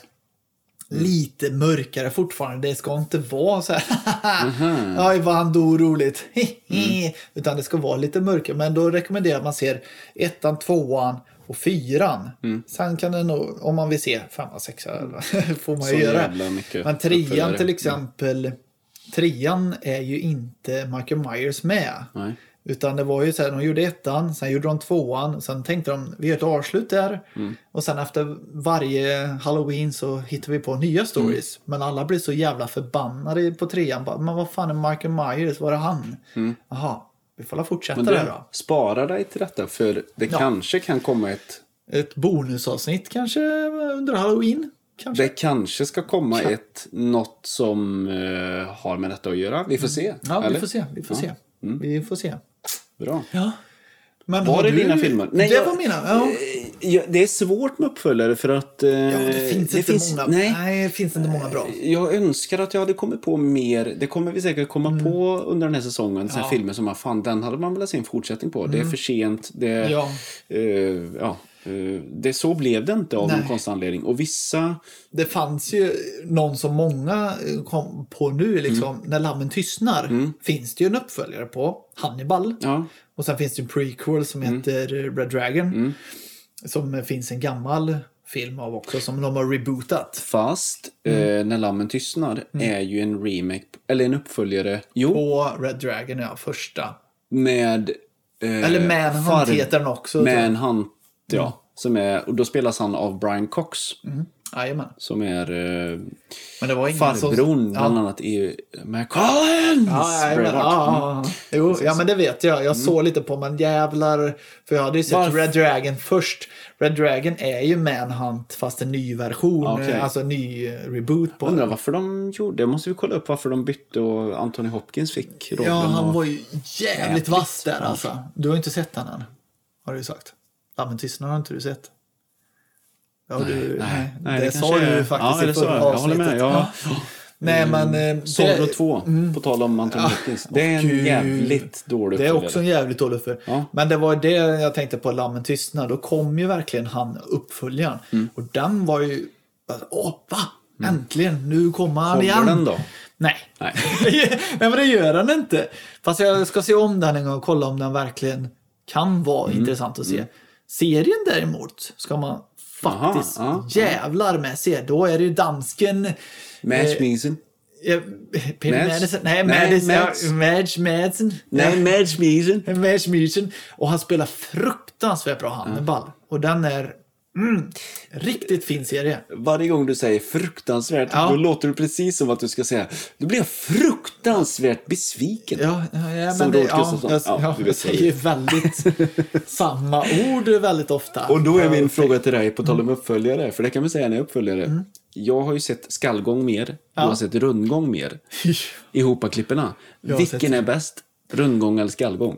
mm. lite mörkare fortfarande. Det ska inte vara så här mm-hmm. ja, vad han då roligt. mm. Utan det ska vara lite mörkare. Men då rekommenderar att man ser ettan, tvåan och fyran. Mm. Sen kan det nog, om man vill se femma, sexa får man ju göra. Men trean till exempel... Mm. Trean är ju inte Michael Myers med. Nej. Utan det var ju så här, de gjorde ettan, sen gjorde de tvåan, sen tänkte de, vi gör ett avslut där. Mm. Och sen efter varje Halloween så hittar vi på nya stories. Mm. Men alla blir så jävla förbannade på trean. Bara, men vad fan är Michael Myers? Var är han? Mm. Jaha, vi får fortsätta där då. Spara dig till detta, för det ja. kanske kan komma ett... Ett bonusavsnitt kanske under Halloween. Kanske. Det kanske ska komma kan. ett något som uh, har med detta att göra. Vi får se. Ja, eller? vi får se. Vi får ja. se. Mm. Vi får se. Bra. Ja. Men var är du... dina filmer? Nej, det jag, var mina. Ja. Jag, det är svårt med uppföljare för att... Uh, ja, det finns det inte finns, många. Nej, nej, det finns inte många bra. Jag önskar att jag hade kommit på mer. Det kommer vi säkert komma mm. på under den här säsongen. Så här ja. filmer som, fan, den hade man velat se en fortsättning på. Mm. Det är för sent. Det, ja. Uh, ja. Det så blev det inte av Nej. någon konstant anledning. Och vissa... Det fanns ju någon som många kom på nu liksom, mm. När lammen tystnar mm. finns det ju en uppföljare på Hannibal. Ja. Och sen finns det en prequel som mm. heter Red Dragon. Mm. Som finns en gammal film av också som de har rebootat. Fast mm. eh, När lammen tystnar mm. är ju en remake, eller en uppföljare. Jo. På Red Dragon, ja, första. Med... Eh, eller Manhunt heter den också. Manhunt. Ja, mm. som är, och då spelas han av Brian Cox. Mm. Jajamän. Som är eh, men det var farbron som... bland ja. annat i McCollins. Ja, ja, ja, jo, ja, men det vet jag. Jag mm. såg lite på, men jävlar. För jag hade ju sett Varför? Red Dragon först. Red Dragon är ju Manhunt fast en ny version. Okay. Alltså en ny reboot på. Jag undrar varför de gjorde det. Måste vi kolla upp varför de bytte och Anthony Hopkins fick rollen. Ja, han var ju jävligt, jävligt vass där alltså. Du har inte sett han än, har du sagt. Lammen tystnar har inte du sett. Ja, nej, du, nej, nej, det, det sa du faktiskt ja, i förra avsnittet. Jag håller med, ja. Ja. Nej, men... Mm. Zorro två, mm. på tal om Anthony Hopkins. Ja, det är en jävligt dålig. Det är också en jävligt dålig för. Ja. Men det var det jag tänkte på, Lammen tystnar. Då kom ju verkligen han uppföljaren. Mm. Och den var ju... Åh, va? Mm. Äntligen, nu kommer han kommer igen. Den då? Nej. Nej. Nej, men det gör han inte. Fast jag ska se om den en gång och kolla om den verkligen kan vara mm. intressant att se. Mm. Serien däremot ska man faktiskt aha, aha, jävlar med se. Då är det ju dansken... Madge Madsen. Eh, Peter Madsen. Nej, Madsen. Madge Madsen. Nej, Madge Madsen. Madge Madsen. Och han spelar fruktansvärt bra Hannibal. Ja. Och den är... Mm, riktigt fin serie. Varje gång du säger fruktansvärt, ja. Då låter det precis som att du ska säga du blir fruktansvärt besviken. Ja, ja, ja men det, ja, jag, ja, jag säger väldigt samma ord väldigt ofta. Och då är min ja, fråga till dig på tal om uppföljare, för det kan man säga när jag är uppföljare. Mm. Jag har ju sett skallgång mer, ja. Du har sett rundgång mer i hopaklipperna. Vilken är bäst? Rundgång eller skallgång?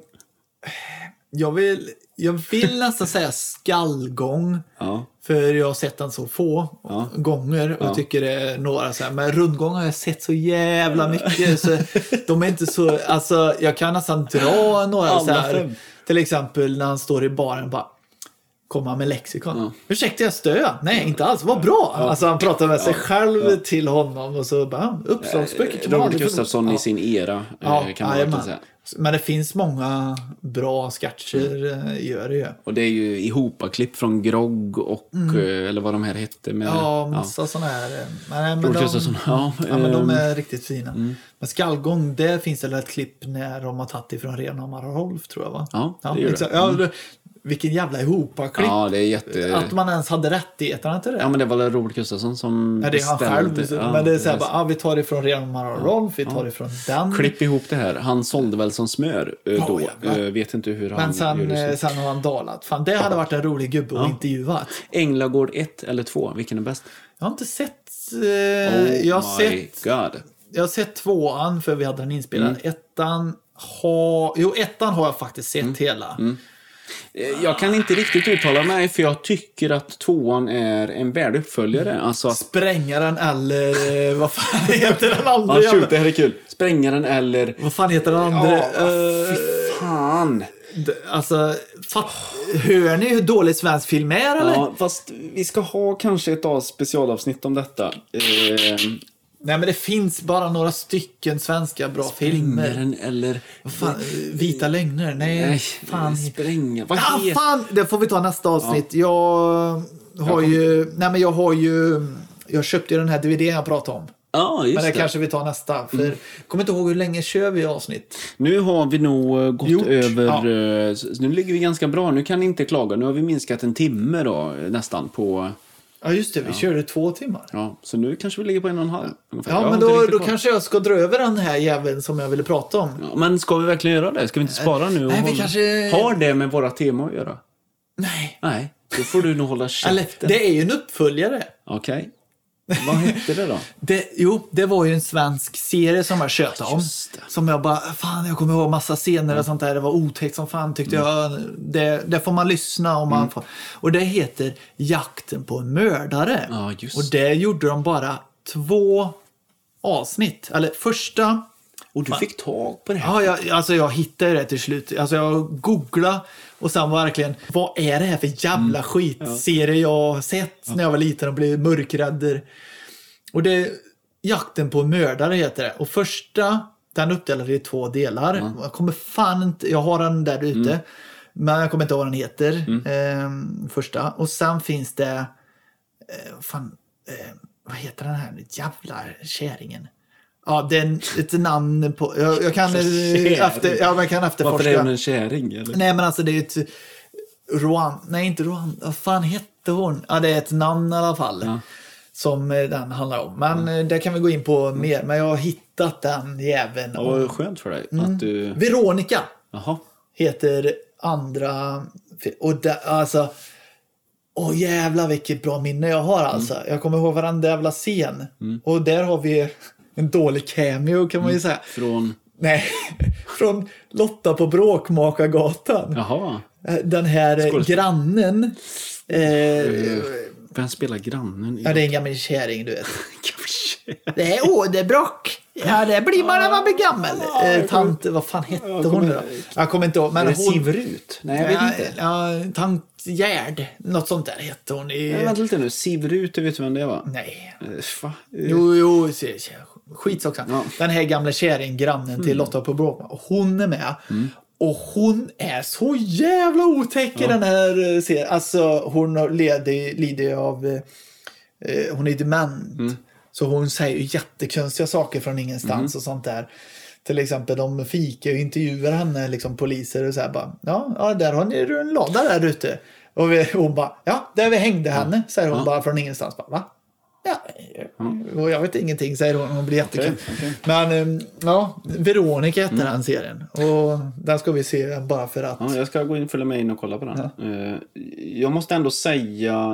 Jag vill Jag vill nästan säga skallgång. Ja. För jag har sett den så få ja. gånger. Och ja. tycker det är några så här. Men rundgång har jag sett så jävla mycket. Så de är inte så... Alltså, jag kan nästan dra några så här. Till exempel när han står i baren och bara... Komma med lexikon. Ja. Ursäkta, jag stö. Nej, inte alls. Vad bra. Ja. Alltså han pratar med sig ja. själv ja. till honom. Och så bara, uppslagsböcker. Robert Gustafsson ja. i sin era. Ja, kan man verkligen säga. Men det finns många bra sketcher mm. gör det ju. Och det är ju ihopaklipp från Grogg och mm. eller vad de här hette med, ja, massa ja. sådana här. Men, men, de, ja, ja, men de är riktigt fina. Mm. Men skallgång, det finns det ett klipp när de har tagit ifrån Renhammar och Rolf, tror jag, va? Ja, det gör ja, det. Mm. Ja, vilken jävla ihopaklipp. Ja, det är jätte... Att man ens hade rättigheterna till det. Ja, men det var väl Robert Gustafsson som ja, det är han själv. Ja, men det är så här, bara, ah, vi tar det från Reman och Rolf, vi tar ja. det från den. Klipp ihop det här. Han sålde väl som smör oh, då. Ja, uh, vet inte hur han men sen, gör sen har han dalat. Fan, det hade varit en rolig gubbe ja. att intervjua. Änglagård ett eller två, vilken är bäst? Jag har inte sett... Uh, oh jag har my sett, God. Jag har sett tvåan, för vi hade den inspelad. Mm. Ettan har... Jo, ettan har jag faktiskt sett mm. hela. Mm. Jag kan inte riktigt uttala mig, för jag tycker att tvåan är en värd uppföljare. Alltså att... Sprängaren eller... Vad fan heter den andra? Ja, shoot, det här är kul. Sprängaren eller... Vad fan heter den andra? Ja, uh, fy fan. Alltså, fatt... hör ni hur dålig svensk film är, eller? Ja, fast vi ska ha kanske ett specialavsnitt om detta. Uh... Nej, men det finns bara några stycken svenska bra Sprängaren filmer. Eller... Vad fan, Vita lögner? Nej, Nej fan. Sprängaren. Vad ah, heter... fan, det får vi ta nästa avsnitt. Ja. Jag har jag ju... Nej, men jag har ju... Jag köpte ju den här D V D jag pratade om. Ja, just men det, det kanske vi tar nästa. För mm. kommer inte ihåg hur länge kör vi avsnitt. Nu har vi nog gått Gjort. över... Ja. Nu ligger vi ganska bra. Nu kan ni inte klaga. Nu har vi minskat en timme då, nästan på... Ja, just det. Vi ja. körde två timmar. Ja, så nu kanske vi ligger på en och en halv. Ungefär. Ja, men då, då kanske jag ska dra över den här jäveln som jag ville prata om. Ja, men ska vi verkligen göra det? Ska vi inte spara nu? Och Nej, vi hålla... kanske... Har det med våra tema att göra? Nej. Nej, då får du nog hålla käften. Eller, det är ju en uppföljare. Okej. Okay. Vad hette det då? Det, jo, det var ju en svensk serie som jag köpte om. Som jag bara, fan jag kommer ihåg massa scener mm. och sånt där. Det var otäckt som fan tyckte mm. jag. Det, det får man lyssna om. Man mm. får. Och det heter Jakten på en mördare. Ja, just. Och det gjorde de bara två avsnitt. Eller första... Och du fick tag på det här? Ja, jag, alltså jag hittade det till slut. Alltså jag googlade och sen var verkligen, vad är det här för jävla mm. skitserie jag har sett ja. när jag var liten och blev mörkrädd. Och det Jakten på mördare heter det. Och första, den uppdelade i två delar. Mm. Jag kommer fan inte, jag har den där ute. Mm. Men jag kommer inte ihåg vad den heter. Mm. Eh, första. Och sen finns det, eh, fan, eh, vad heter den här jävla käringen? Ja, det är ett namn på... Jag, jag kan efter, ja, man kan efterforska. Varför är hon en käring? Eller? Nej, men alltså det är ett... Roan, nej, inte Roan. Vad fan hette hon? Ja, det är ett namn i alla fall. Ja. Som den handlar om. Men mm. det kan vi gå in på mm. mer. Men jag har hittat den jäveln. Ja, vad skönt för dig. Mm. Att du... Veronica. Jaha. Heter andra... Och där, alltså... Åh jävlar vilket bra minne jag har alltså. Mm. Jag kommer ihåg varandra jävla scen. Mm. Och där har vi... En dålig cameo kan man ju säga. Från? Nej, från Lotta på Bråkmakargatan. Jaha. Den här Skål. grannen. Eh, Vem spelar grannen? I ja, det är en gammal käring, du vet. Det är Åderbrock. Ja, det blir man när man blir gammal. Eh, tant, vad fan hette hon kommer, då? Jag kommer inte ihåg. Men är det hon... Sivrut? Nej, jag vet ja, inte. Ja, tant Gärd. Något sånt där hette hon. I... Nej, vänta lite nu. Sivrut, vet du vem det var? Nej. Va? Jo, jo. Skitsak. Ja. Den här gamla käring, grannen till mm. Lotta på Bråkman. Hon är med. Mm. Och hon är så jävla otäck i ja. den här serien. Alltså, hon lider, lider av... Eh, hon är dement. Mm. Så hon säger ju jättekonstiga saker från ingenstans mm. och sånt där. Till exempel de fikar och intervjuar henne, liksom poliser och så här bara, ja, ja där har ni en lada där ute. Och vi, hon bara, ja, där vi hängde henne, säger hon ja. bara från ingenstans. Bara, va? Ja, och jag vet ingenting, säger hon. Hon blir jättekul. Okay, okay. Men, ja, Veronica heter mm. den serien. Och den ska vi se bara för att... Ja, jag ska gå in och följa med in och kolla på den. Ja. Jag måste ändå säga...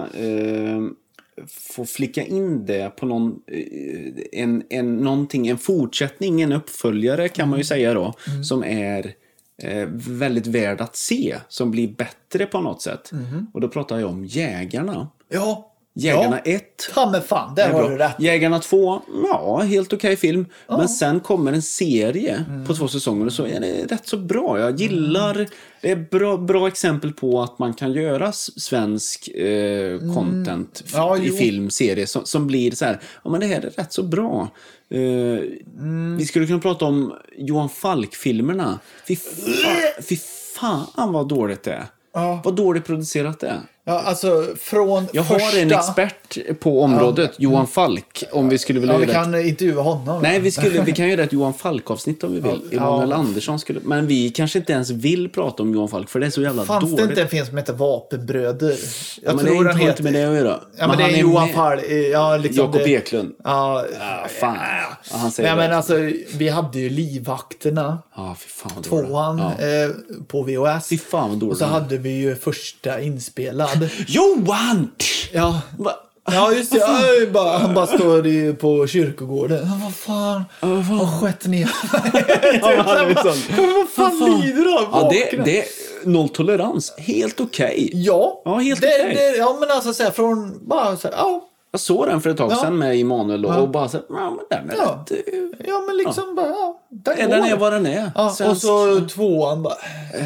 få flicka in det på någon en, en, någonting, en fortsättning, en uppföljare kan man ju säga då, mm. som är eh, väldigt värd att se, som blir bättre på något sätt. Mm. Och då pratar jag om Jägarna. Ja. Jägarna ett. Ja, men fan, där har du rätt. Jägarna två, ja, helt okej okay film. Ja. Men sen kommer en serie mm. på två säsonger och så är det rätt så bra. Jag gillar, mm. det är bra, bra exempel på att man kan göra svensk eh, content mm. ja, i filmserie som, som blir så här, ja men det här är rätt så bra. Uh, mm. Vi skulle kunna prata om Johan Falk-filmerna. Fy fan, fy fan vad dåligt det är. Ja. Vad dåligt producerat det är. Ja, alltså från Jag första... har en expert expert på området, ja. Johan Falk, om vi skulle vilja ja, vi göra kan ett... intervjua honom. Nej, vi, skulle, vi kan göra ett Johan Falk-avsnitt om vi vill. Ja. Emanuel Andersson skulle... Men vi kanske inte ens vill prata om Johan Falk, för det är så jävla Fanns dåligt. Fanns det inte en film som heter Vapenbröder? Jag ja, men tror det den heter... heter med det att göra. Ja, men, men det är är Johan med... Falk. Ja, liksom Jakob det... Eklund. Ja, ja fan. Ja, han säger Nej, det. men alltså, vi hade ju Livvakterna. Ja, fy fan vad Tvåan ja. eh, på V H S. Fy fan vad dåligt. Och så hade vi ju första inspelad. Johan! Ja. Va? Ja, just det. Ja, bara, han bara står i, på kyrkogården. Ja, vad fan? Uh, vad skett ner? ja, han är sån. Vad fan vad lider du av? Ja, det, det är noll tolerans. Helt okej. Okay. Ja. Ja, helt det, okej. Okay. Ja, men alltså så här, från bara så här, ja. Jag såg den för ett tag ja. sedan med Emanuel och, ja. och bara så här, ja men den är ja. rätt. Ja, men liksom ja. bara, ja. Den, den är vad den är. Ja, och så tvåan bara...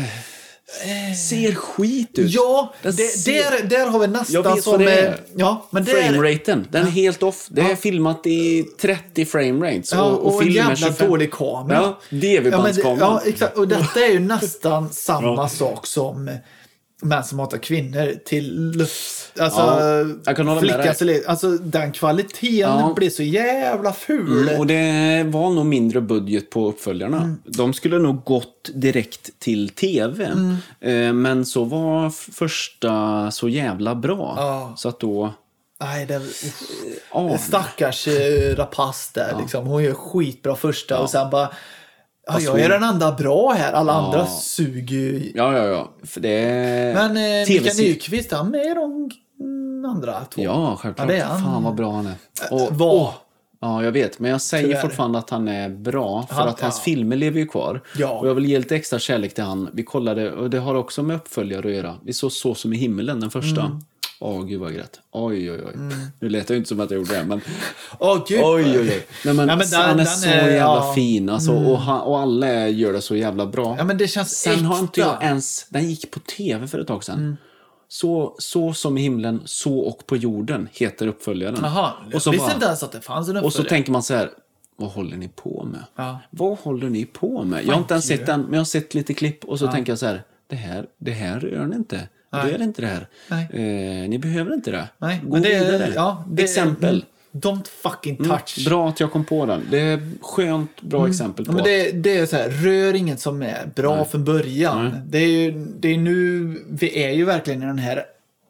Ser skit ut. Ja, det, ser... där, där har vi nästan som... Det är. Ja, men det frame-raten, den är ja. helt off. Det är ja. filmat i trettio frame-rates. Ja, och, och, och en jävla tjugofem. Dålig kamera. Ja, D V-bandskameran. Ja, ja, exakt. Och detta är ju nästan samma ja. sak som män som hatar kvinnor till luft. Alltså, ja, jag kan hålla med dig. Alltså, den kvaliteten ja. blir så jävla ful. Mm, och det var nog mindre budget på uppföljarna. Mm. De skulle nog gått direkt till tv. Mm. Eh, men så var första så jävla bra. Ja. Så att då... Nej, det är stackars eh, rapace där. Ja. Liksom. Hon gör skitbra första ja. och sen bara... Ja, jag är den enda bra här. Alla ja. andra suger ju. Ja, ja, ja. För det är... Men eh, Mikael Nyqvist, han är de andra två. Ja, självklart. Ja, det är han. Fan vad bra han är. Och, Vad? Ja, jag vet. Men jag säger Tyvärr. fortfarande att han är bra. För han, att hans ja. filmer lever ju kvar. Ja. Och jag vill ge lite extra kärlek till han. Vi kollade, och det har också med uppföljare att göra. Vi såg Så som i himmelen, den första. Mm. Åh, oh, gud vad grät. Oj, oj, oj. Mm. Nu lät det ju inte som att jag gjorde det, men... Åh, oh, gud. Oj, oj, oj. Nej, men, Nej, men den, han är den så är, jävla ja. fin. Alltså, mm. och, han, och alla gör det så jävla bra. Ja, men det känns Sen äkta. har inte jag ens... Den gick på tv för ett tag sedan. Mm. Så, så som i himlen, så och på jorden heter uppföljaren. Jaha, och så visste bara, inte ens att det fanns en uppföljare. Och så tänker man så här, vad håller ni på med? Ja. Vad håller ni på med? Jag har inte ens sett den, men jag har sett lite klipp. Och så ja. tänker jag så här, det här, det här rör ni inte. Nej. Det är inte det här. Eh, ni behöver inte det. Nej, Gå men det vidare. är, ja, det exempel. Är, don't fucking touch. Mm, bra att jag kom på den. Det är skönt, bra mm. exempel på. Ja, men det, det är så här, rör inget som är bra Nej. från början. Nej. Det är ju, det är nu, vi är ju verkligen i den här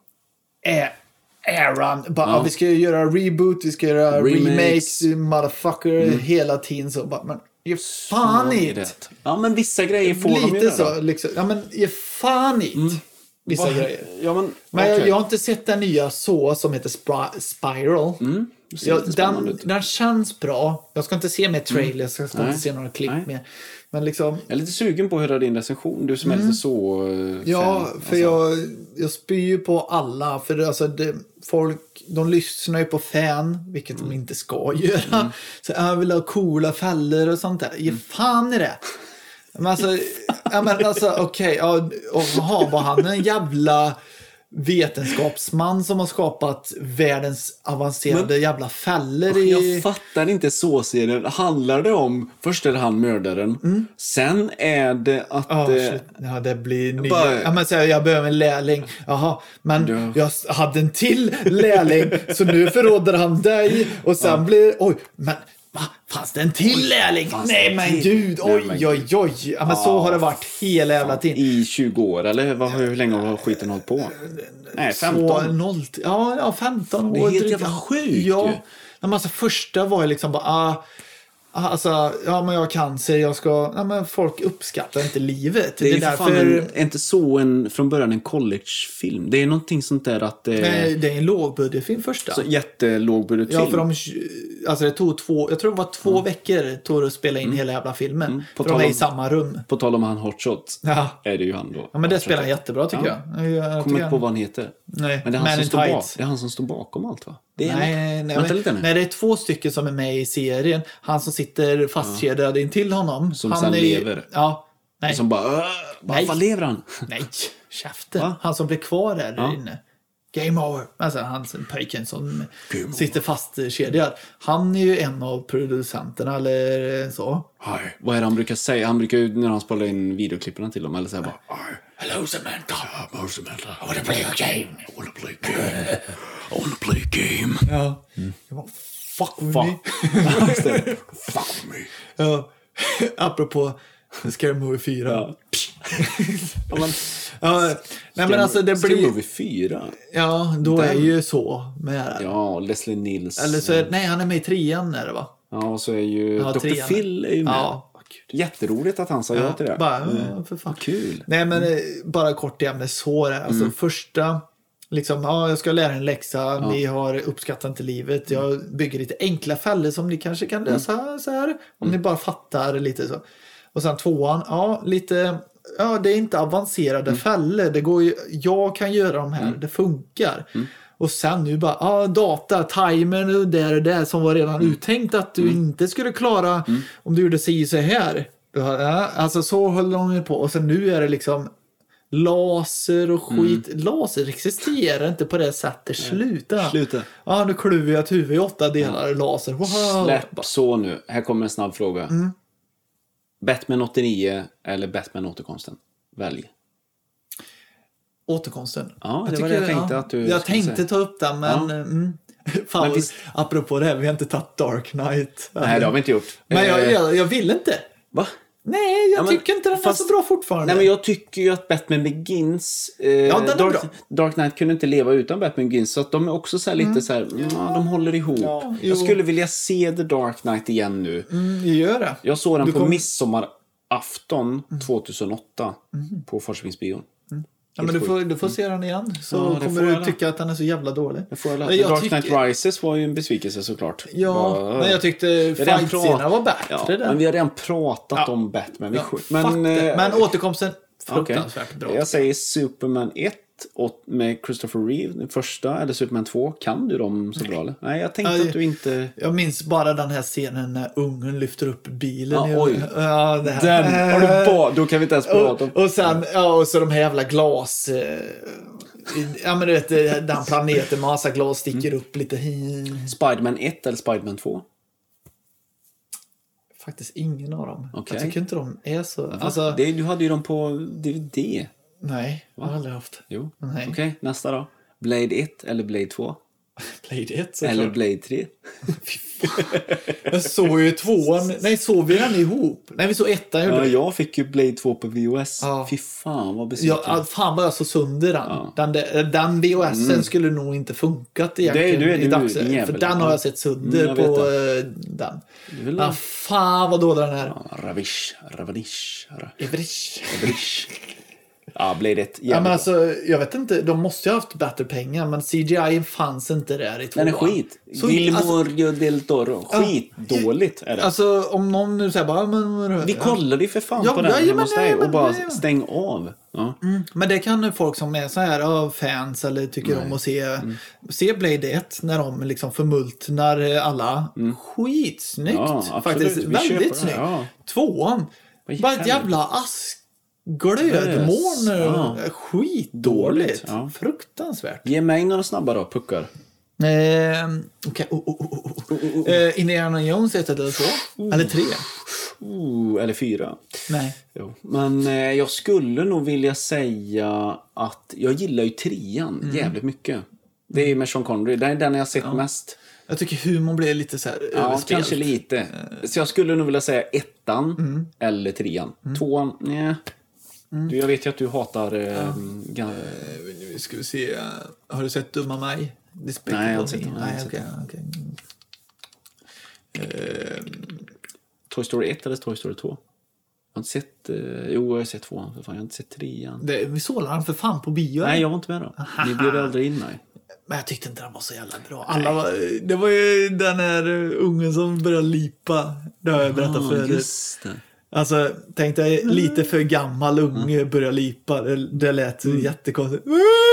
eran. Bara, ja. Vi ska göra reboot, vi ska göra remakes, remakes motherfucker, mm. hela tiden så bara, men ge fan i det. Ja, men vissa grejer får Lite de ju så, liksom, ja men ge fan i mm. vissa Va? grejer. Ja, men men okay. jag, jag har inte sett den nya så som heter Spra- Spiral. Mm. Ja, den, den känns bra. Jag ska inte se mer trailers, jag ska mm. inte se några klipp Nej. mer. Men liksom... Jag är lite sugen på att höra din recension. Du som mm. är lite så... Uh, ja, fan, för alltså. jag, jag spyr ju på alla. För alltså, det, folk, de lyssnar ju på fan, vilket mm. de inte ska göra. Mm. Så jag vill ha coola fällor och sånt där. Ge fan i det. Men alltså, ja, men alltså okej. Okay, ja, och var han en jävla... vetenskapsman som har skapat världens avancerade men, jävla fällor i... Jag fattar inte så serien. Handlar det om först är det han mördaren. Mm. Sen är det att oh, eh, ja, det blir nya. Bara... Ja, men så här, jag behöver en lärling. Jaha, men ja. jag hade en till lärling så nu förråder han dig och sen ja. blir oj, men va? Fanns det en till oj, lärling? Nej men gud, oj Nej, men... oj oj. Ja, men ah, så har det varit hela jävla tiden. I tjugo år, eller vad, hur länge har skiten hållit på? Nej, femton. Så, noll, ja, ja, femton år. Det är helt jävla sjukt. Ja, men alltså första var ju liksom bara... Ah, alltså, ja men jag har cancer, jag ska... Ja, men folk uppskattar inte livet. Det är, det är därför... En, inte så en, från början en collegefilm. Det är någonting sånt där att... Eh... Nej, det är en lågbudgetfilm första. Så jättelågbudgetfilm. Ja, för de... Alltså det tog två... Jag tror det var två mm. veckor tog att spela in mm. hela jävla filmen. Mm. För de är i samma rum. På tal om han Hotshot. Ja. Är det ju han då. Ja, men det spelar han jättebra tycker ja. jag. jag Kommer inte på vad han heter. Nej, men det är han, som står, bak, det är han som står bakom allt va? Det är nej, nej, nej, lite nej, det är två stycken som är med i serien. Han som sitter fastkedjad ja. in till honom. Som han sen är, lever. Ja. Nej. Som bara, bara vad lever han? Nej, käften. Va? Han som blir kvar där, ja. där inne. Game over. Alltså han pojken som Game sitter fastkedjad. Han är ju en av producenterna eller så. Hej. Vad är det han brukar säga? Han brukar ju när han spelar in videoklipparna till dem eller så här bara Hello Samantha. Hello Samantha. I wanna play a game. I wanna play a game. I wanna play a game. Ja. Mm. Jag bara, fuck with Fuck. me. Fuck me. Ja. Apropå Scary Movie fyra. Ja. ja, men, ja, nej, men alltså det Scary blir... Movie fyra. Ja, då Den... är ju så med... Ja, Leslie Niels. Eller så är... Nej, han är med i trean är det va? Ja, och så är ju ja, doktor trean. Phil är ju med. Ja. Jätteroligt att han sa ja, ja till det. Bara, mm. för fan. Kul. Nej, men mm. bara kort igen med så det. Alltså mm. första, liksom, ja, jag ska lära en läxa. Ja. Ni har uppskattat inte livet. Jag bygger lite enkla fällor som ni kanske kan lösa mm. så här. Om mm. ni bara fattar lite så. Och sen tvåan, ja, lite... Ja, det är inte avancerade mm. fällor. Det går ju, jag kan göra de här. Mm. Det funkar. Mm. Och sen nu bara, ja, data, timer, där och där som var redan mm. uttänkt att du mm. inte skulle klara mm. om du gjorde sig så här. Ja, alltså så höll de ju på. Och sen nu är det liksom laser och skit. Mm. Laser existerar inte på det sättet. Sluta. Sluta. Ja, nu kluver jag ett huvud i åtta delar ja. Laser. Wow. Släpp så nu. Här kommer en snabb fråga. Mm. Batman åttionio eller Batman återkomsten? Välj. Återkomsten. Ja, det jag var det jag tänkte ja, att du Jag tänkte säga. ta upp den, men... Ja. Mm, fan, men visst... apropå det här, vi har inte tagit Dark Knight. Nej, det har vi inte gjort. Men jag, jag, jag vill inte. Va? Nej, jag ja, men, tycker inte den fast, är så bra fortfarande. Nej, men jag tycker ju att Batman Begins... Eh, ja, den Dark, Dark Knight kunde inte leva utan Batman Begins. Så att de är också så här lite mm. så här... Ja, de håller ihop. Ja, jag skulle vilja se The Dark Knight igen nu. Mm, gör det. Jag såg den du på kom... midsommarafton mm. tjugohundraåtta mm. på Forsvingsbion. Mm. Ja, men du får, du får se den igen. Så ja, kommer du tycka att den är så jävla dålig. Jag får The Dark Knight tyck... Rises var ju en besvikelse såklart. Ja, var... men jag tyckte fight-scenerna var bättre. Ja, där. Men vi har redan pratat ja. om Batman. Ja, men, äh... men återkomsten fruktansvärt okay. bra. Jag säger Superman ett med Christopher Reeve, den första, eller Superman två. Kan du dem så bra? Eller? Nej, jag tänkte ja, att du inte... Jag minns bara den här scenen när ungen lyfter upp bilen. Ja, oj. Ja, det här. Den, har du bara... Då kan vi inte ens prata om... Och, och sen, ja, och så de här jävla glas... Eh, ja, men du vet, den planeten, massa glas sticker mm. upp lite. Spiderman ett eller Spiderman två? Faktiskt ingen av dem. Okay. Jag tycker inte de är så... Alltså... Det, du hade ju dem på D V D. Nej, jag har aldrig haft. Jo. Okej, okay, nästa då. Blade ett eller Blade två? Blade ett så eller klart. Blade tre? Jag såg ju tvåan. Nej, såg vi den ihop? Nej, vi såg ettan. Ja, jag fick ju Blade två på V H S. Ja. Fy fan, vad besviken. Ja, fan vad jag så sönder den. Ja. Den, den V H S:en mm. skulle nog inte funkat egentligen. Det, du är, i dagsläget. För den har jag sett sönder mm, jag på uh, den. Vill... Ja, fan vad dålig den är. Ja, ravish, ravanish. Ravanish. Ravanish. Ja, blev det ja, men alltså, jag vet inte, de måste ju ha haft bättre pengar, men C G I fanns inte där i tvåan. Den är skit. Guillermo alltså, del Toro. Skit ja, dåligt är det. Alltså, om någon nu säger bara... Men, vi kollade ju för fan ja, på den ja, men, ja, och bara ja. stäng av. Ja. Mm, men det kan folk som är så här av fans eller tycker Nej. om att se, mm. se Blade ett när de liksom förmultnar alla. Mm. Skitsnyggt. Ja, faktiskt väldigt snyggt. Ja. Tvåan. Bara ett jävla ask. Glödmoln ja. Skitdåligt ja. Fruktansvärt. Ge mig några snabba då, puckar. eh, Okej okay. oh, oh, oh, oh. oh. eh, Indiana Jones ett eller två oh. Eller tre oh, eller fyra. Nej jo. Men eh, jag skulle nog vilja säga att jag gillar ju trean mm. jävligt mycket. Det är med Sean Connery. Det är den jag har sett ja. mest. Jag tycker humorn blir lite så här ja, överspelt. Kanske lite. Så jag skulle nog vilja säga ettan mm. eller trean. Mm. Tvåan, nej. Mm. Du, jag vet ju att du hatar... Ja. Äh, ga- nu ska vi se. Har du sett Dumma mig? Nej, jag har inte sett den. Nej, okej. Okay, okay. uh, Toy Story ett eller Toy Story två? Jag har inte sett... Uh, jo, jag har sett tvåan. För fan. Jag har inte sett trean. Det, vi såg den för fan på bio. Nej, jag var inte med då. Ni blev aldrig in, nej. Men jag tyckte inte den var så jävla bra. Alla var, det var ju den här ungen som började lipa. Det har jag berättat förut. Just det. Alltså, tänkte jag lite för gammal unge mm. börja lipa. Det, det lät mm. jättekonstigt.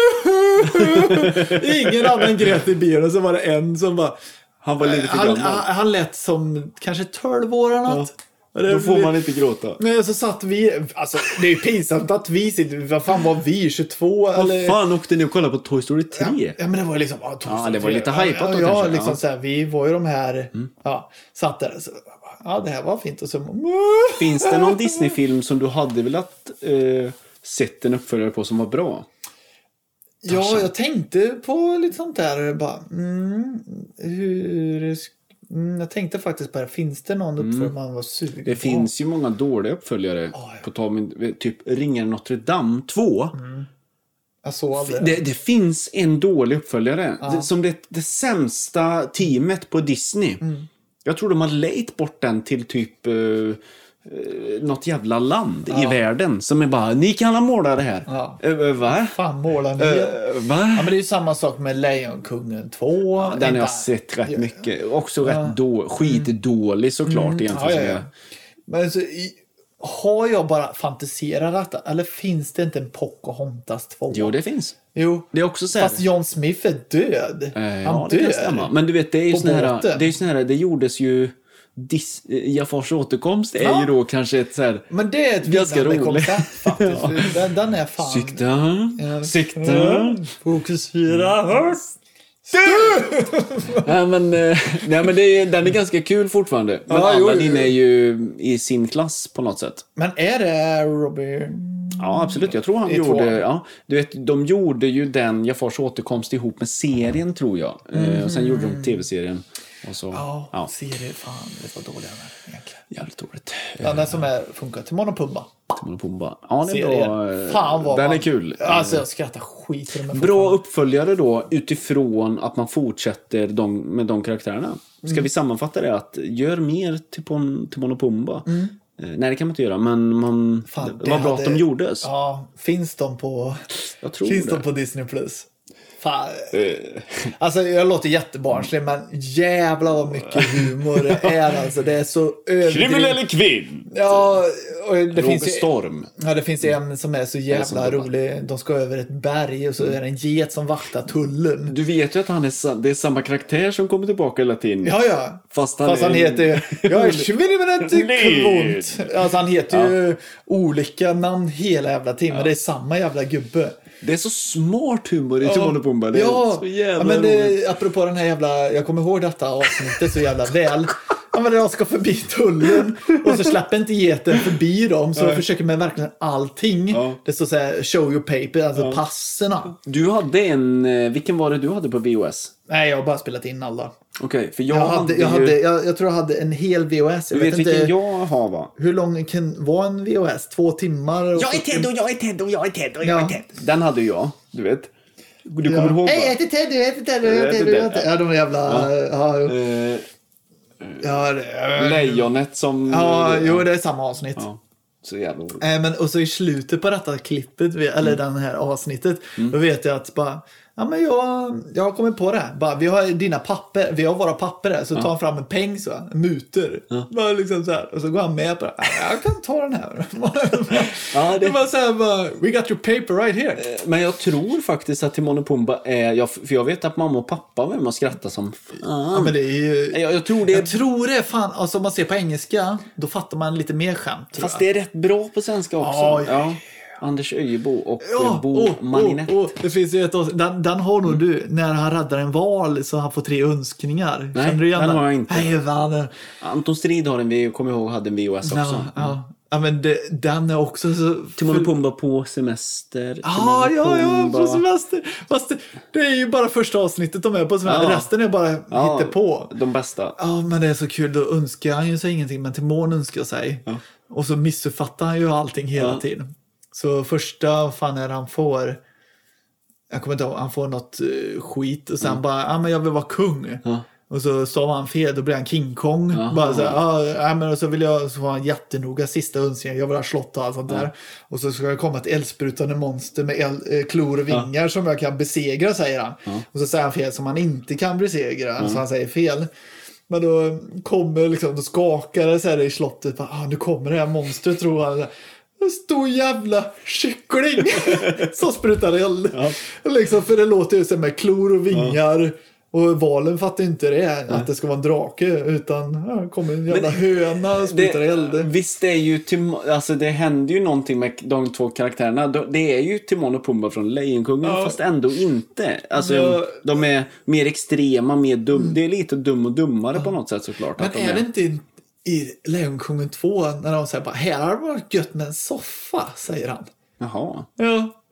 Ingen annan grät i bilen. Så var det en som bara... Han var lite för han, gammal. Han, han lät som kanske tolv år eller något. Ja. Då får man inte gråta. Nej, så satt vi... Alltså, det är ju pinsamt att vi sitter... Vad fan var vi? tjugotvå? Vad eller? fan åkte ni och kollade på Toy Story tre? Ja, ja men det var liksom... Ja, ja det var lite hypat då ja, kanske. Ja, liksom ja. så här, vi var ju de här... Mm. Ja, satt där så... Ja, det här var fint. Och så... Finns det någon Disney-film som du hade velat eh, sett en uppföljare på som var bra? Ja, jag tänkte på lite sånt där. Bara, mm, hur... Mm, jag tänkte faktiskt på det. Finns det någon uppföljare mm. man var sugen Det på? finns ju många dåliga uppföljare. Oh, ja. På tal om typ Ringaren Notre Dame två. Mm. Jag såg aldrig det. Det finns en dålig uppföljare. Ja. Det, som det, det sämsta teamet på Disney. Mm. Jag tror de har lejt bort den till typ... Uh, något jävla land ja. i världen som är bara, ni kan måla det här. Ja. Uh, va? Fan, måla ni. Uh, va? Ja, men det är ju samma sak med Lejonkungen två. Ja, den har jag sett rätt mycket. Också ja. rätt då, skitdålig såklart mm. egentligen. Ja, ja, ja. Men så, i, har jag bara fantiserat detta? Eller finns det inte en Pocahontas två? Jo, det finns. Jo. Det är också så här. Fast John Smith är död. Uh, Han ja, död. Det kan stämma. Men du vet, det är ju sån här, det är ju sån här, det gjordes ju Dis- Jafars återkomst är ja. ju då kanske ett så här men det är ett ganska roligt koncept faktiskt. ja. den, den är fan Sikta ja. Sikta Fokusera högt ja, men, nej, men det är, den är ganska kul fortfarande. Men ja, Aladdin är ju i sin klass på något sätt. Men är det Robert? Ja, absolut. Jag tror han gjorde... Ja, du vet, de gjorde ju den Jafars återkomst ihop med serien, tror jag. Mm. Och sen gjorde de tv-serien. Och så, ja, ja. Serier, fan, det var dåliga där egentligen. Jävligt dåligt. Ja, den som är, funkar. Timon och Pumba. Timon och Pumba. Ja, det är bra. Fan vad den man, är kul. Alltså, jag skrattar skit för dem. Bra uppföljare då, utifrån att man fortsätter de, med de karaktärerna. Ska mm. vi sammanfatta det? Att gör mer Timon, Timon och Pumba. Mm. Nej, det kan man inte göra, men man, fan, det var bra hade, att de gjordes. Ja, finns de på, jag tror finns det. de på Disney Plus? Fan. Uh. Alltså, jag låter jättebarnslig, men jävla vad mycket humor det är. Alltså, det är så överdrivet. Kriminell kvinn! Ja, och det Roger finns ju, Storm. Ja, det finns en som är så jävla rolig. De ska över ett berg och så är det en get som vaktar tullen. Du vet ju att han är, det är samma karaktär som kommer tillbaka hela tiden. Ja, ja. Fast han, Fast han är... heter... Jag är kvont. Alltså, han heter ja. ju olika namn hela jävla tiden. Ja. Men det är samma jävla gubbe. Det är så smart humor i Timon och Pumba. Det är ja, så jävla ja, men det, apropå den här jävla... Jag kommer ihåg detta avsnittet så jävla väl. Ja, men de ska förbi tullen och så släpper inte geten förbi dem. Så de försöker med verkligen allting. Ja. Det står så här, show your paper, alltså ja. passerna. Du hade en... Vilken var det du hade på V H S? Nej, jag har bara spelat in alla. Okej, okay, för jag, jag hade... Jag, hade jag, jag tror jag hade en hel V H S. Jag du vet, vet vilken inte, jag har, va? Hur lång kan vara en V H S? Två timmar? Och jag är Ted och jag är Ted och jag är Ted och jag är Ted. Den hade jag, du vet. Du ja. kommer ihåg, va? Hej, jag heter Ted, jag heter Ted, jag heter Ted, jag heter Ted. Ja, de jävla... Ja, ja. Uh, ja det, Lejonet som... Ja, jo, det är samma avsnitt. Ja. Så jävla roligt. Äh, men, och så i slutet på detta klippet, eller mm. den här avsnittet, mm. då vet jag att bara... Ja, men jag, jag har kommit på det här. Bara, vi har dina papper, vi har våra papper här. Så ja. tar han fram en peng så, muter. Ja. Bara liksom så här. Och så går han med på det. Jag kan ta den här. ja, det var så här bara, we got your paper right here. Men jag tror faktiskt att Timon och Pumba är, jag, för jag vet att mamma och pappa var med och skrattade som fan. Ja, men det är ju, jag, jag tror det är, jag tror det är fan, alltså om man ser på engelska, då fattar man lite mer skämt. Fast det är rätt bra på svenska också. Ja, ja. Anders Öjebo och ja, Bo oh, Maninett. Oh, oh. Det finns ju ett den, den har nog du när han räddar en val så han får tre önskningar. Nej, du den har jag inte. Nej, vad Anton Strid har en, vi kommer ihåg, hade en V H S också. Ja, ja. ja men det, den är också så... Timon och Pumba på semester. Ah, ja, ja, på semester. Fast det, det är ju bara första avsnittet de är på semester. Ja. Resten är bara ja, hitta på. De bästa. Ja, men det är så kul. Då önskar han ju sig ingenting, men Timon önskar sig. Ja. Och så missuppfattar han ju allting hela ja. tiden. Så första fan är han får, jag kommer inte ihåg, han får något uh, skit och sen mm. bara, ja ah, men jag vill vara kung. Ja. Och så sa han fel, då blir han King Kong. Aha. Bara så här, ja ah, men och så vill jag, så får han jättenoga sista önskningen, jag vill ha slott och allt sånt ja. där. Och så ska det komma ett eldsprutande monster med el, eh, klor och vingar ja. som jag kan besegra, säger han. Ja. Och så säger han fel som han inte kan besegra, ja. så han säger fel. Men då kommer liksom, då skakar det så här i slottet, bara, ah, nu kommer det här monstret, tror han. En stor jävla kyckling som sprutar eld. Ja. Liksom, för det låter ju som med klor och vingar. Ja. Och valen fattar inte det, ja. att det ska vara en drake. Utan ja, kommer en jävla men, höna och sprutar eld. Visst, det är ju Tim- alltså, det händer ju någonting med de två karaktärerna. Det är ju Timon och Pumba från Lejonkungen, ja. fast ändå inte. Alltså, ja. de är mer extrema, mer dum. Mm. Det är lite dum och dummare ja. på något sätt, såklart. Men att de är är det inte... I Lejonkungen två, när de säger bara, här har det varit gött med en soffa, säger han. Jaha. Ja.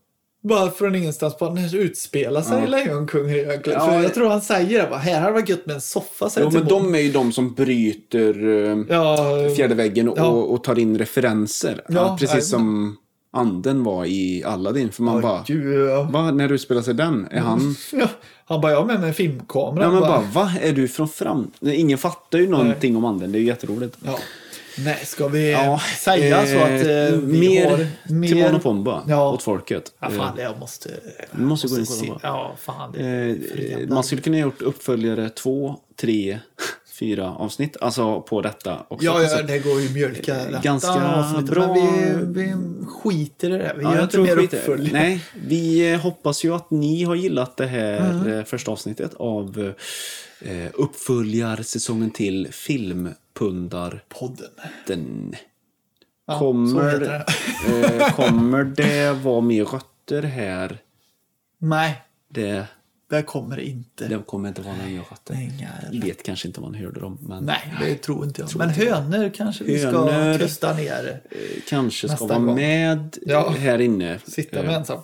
bara från ingenstans på när det utspelar sig ja. Lejonkungen egentligen. Ja, för jag tror han säger det bara, här hade det varit gött med en soffa. Jo, men de är ju de som bryter ja, fjärde väggen och, ja. och tar in referenser. Ja, ja, precis nej, som anden var i Aladdin. För man ja, bara, ju, ja. va, när du spelar sig den, är han... Ja, han bara, jag med med en filmkamera. Ja, men bara, bara va, är du från fram... Ingen fattar ju någonting nej. om anden, det är ju jätteroligt. Ja. Nej, ska vi ja, säga eh, så att eh, vi mer, har mer... till monopon bara, ja. åt folket. Ja, fan, jag måste... Du måste gå in och kolla bara. Ja, fan. Det eh, man skulle kunna ha gjort uppföljare två, tre, fyra avsnitt. Alltså på detta också. Ja, ja det går ju mjölka detta ganska avsnitt, bra. Men vi, vi skiter i det. Vi ja, gör inte mer uppföljare. Nej, vi hoppas ju att ni har gillat det här mm. första avsnittet av eh, uppföljarsäsongen till Filmpundarpodden. Den. Ja, kommer, det. eh, kommer det vara mer rötter här? Nej. Det... Det kommer inte. Det kommer inte vara några rötter. Jag vet kanske inte vad ni hörde dem. Men... Nej, det tror inte jag. Tror men inte hönor jag. kanske vi ska hönor, trösta ner. Kanske ska vara gång. med ja. här inne. Sitta med en sån.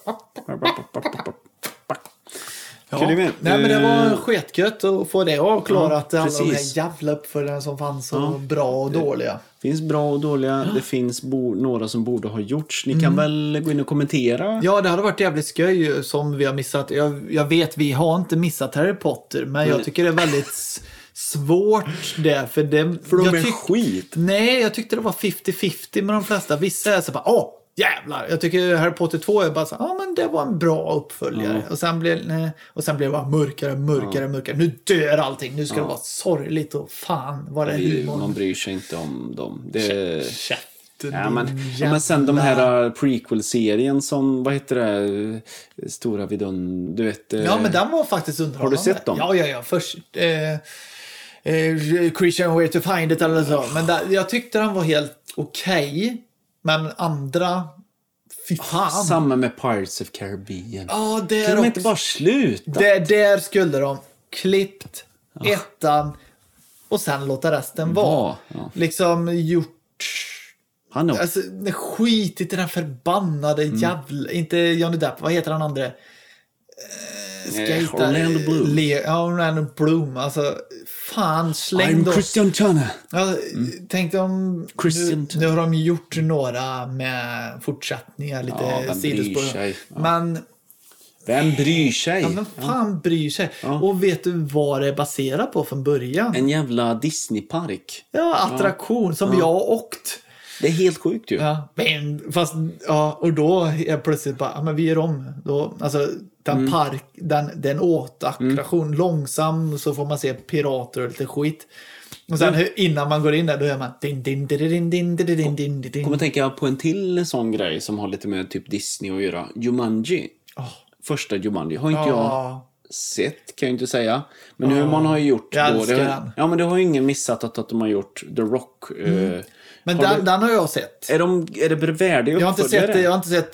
Ja. Nej, men det var sketgött att få det avklarat. Ja, alla de här jävla uppföljarna som fanns så ja. bra och dåliga. Det finns bra och dåliga. Ja. Det finns bo- några som borde ha gjorts. Ni mm. kan väl gå in och kommentera? Ja, det hade varit jävligt skoj som vi har missat. Jag, jag vet, vi har inte missat Harry Potter. Men, men... jag tycker det är väldigt svårt det. För, det, för de jag är tyck- skit. Nej, jag tyckte det var femtio femtio med de flesta. Vissa är så bara, åh! Jävlar, jag tycker Harry Potter två är bara så, ja ah, men det var en bra uppföljare. Ja. Och sen blev nej, och sen blev det bara mörkare, mörkare, ja. mörkare. Nu dör allting. Nu ska ja. det vara sorgligt och fan vad det är humor. Man bryr sig inte om dem. Det Käften, ja, men, ja, men sen de här prequel-serien som, vad heter det? Stora vidon, du vet. Ja, men den var faktiskt underhållande. Har du sett dem? Ja, ja, ja. Först eh, eh, Christian Where to Find It eller så. Men där, jag tyckte den var helt okej. Okay. Men andra... Fy fan. Oh, samma med Pirates of Caribbean. Ja, det kan de inte bara sluta? Det, där skulle de klippt oh. ettan och sen låta resten vara. Ja. Liksom gjort... Han är... Alltså, skitit i den förbannade mm. jävla... Inte Johnny Depp, vad heter han andra? Eh, Skejta... Orlando Bloom. Le- ja, Orlando Bloom. Alltså... Fan, släng då. I'm Christian Chana. Ja, mm. Tänkte om nu, nu har de gjort några med fortsättningar lite ja, sidospår. Ja. Men vem bryr sig? Ja, men fan bryr sig. Ja. Och vet du vad det är baserat på från början? En jävla Disneypark. Ja, attraktion ja. som ja. jag har åkt. Det är helt sjukt ju. Ja, men fast ja, och då är plötsligt bara, ja, men vi är om då alltså den mm. park den den åtattraktion mm. långsam så får man se pirater och lite skit. Och sen mm. innan man går in där då är man din din din din din din din din. Kommer tänka på en till sån grej som har lite med typ Disney att göra. Jumanji. Oh. Första Jumanji har inte oh. jag sett kan jag inte säga. Men oh. hur man har gjort jag då det, ja men det har ju ingen missat att, att de har gjort The Rock. Mm. Eh, men den, du, den har jag sett. Är de är det värdiga Jag har inte sett det, jag har inte sett.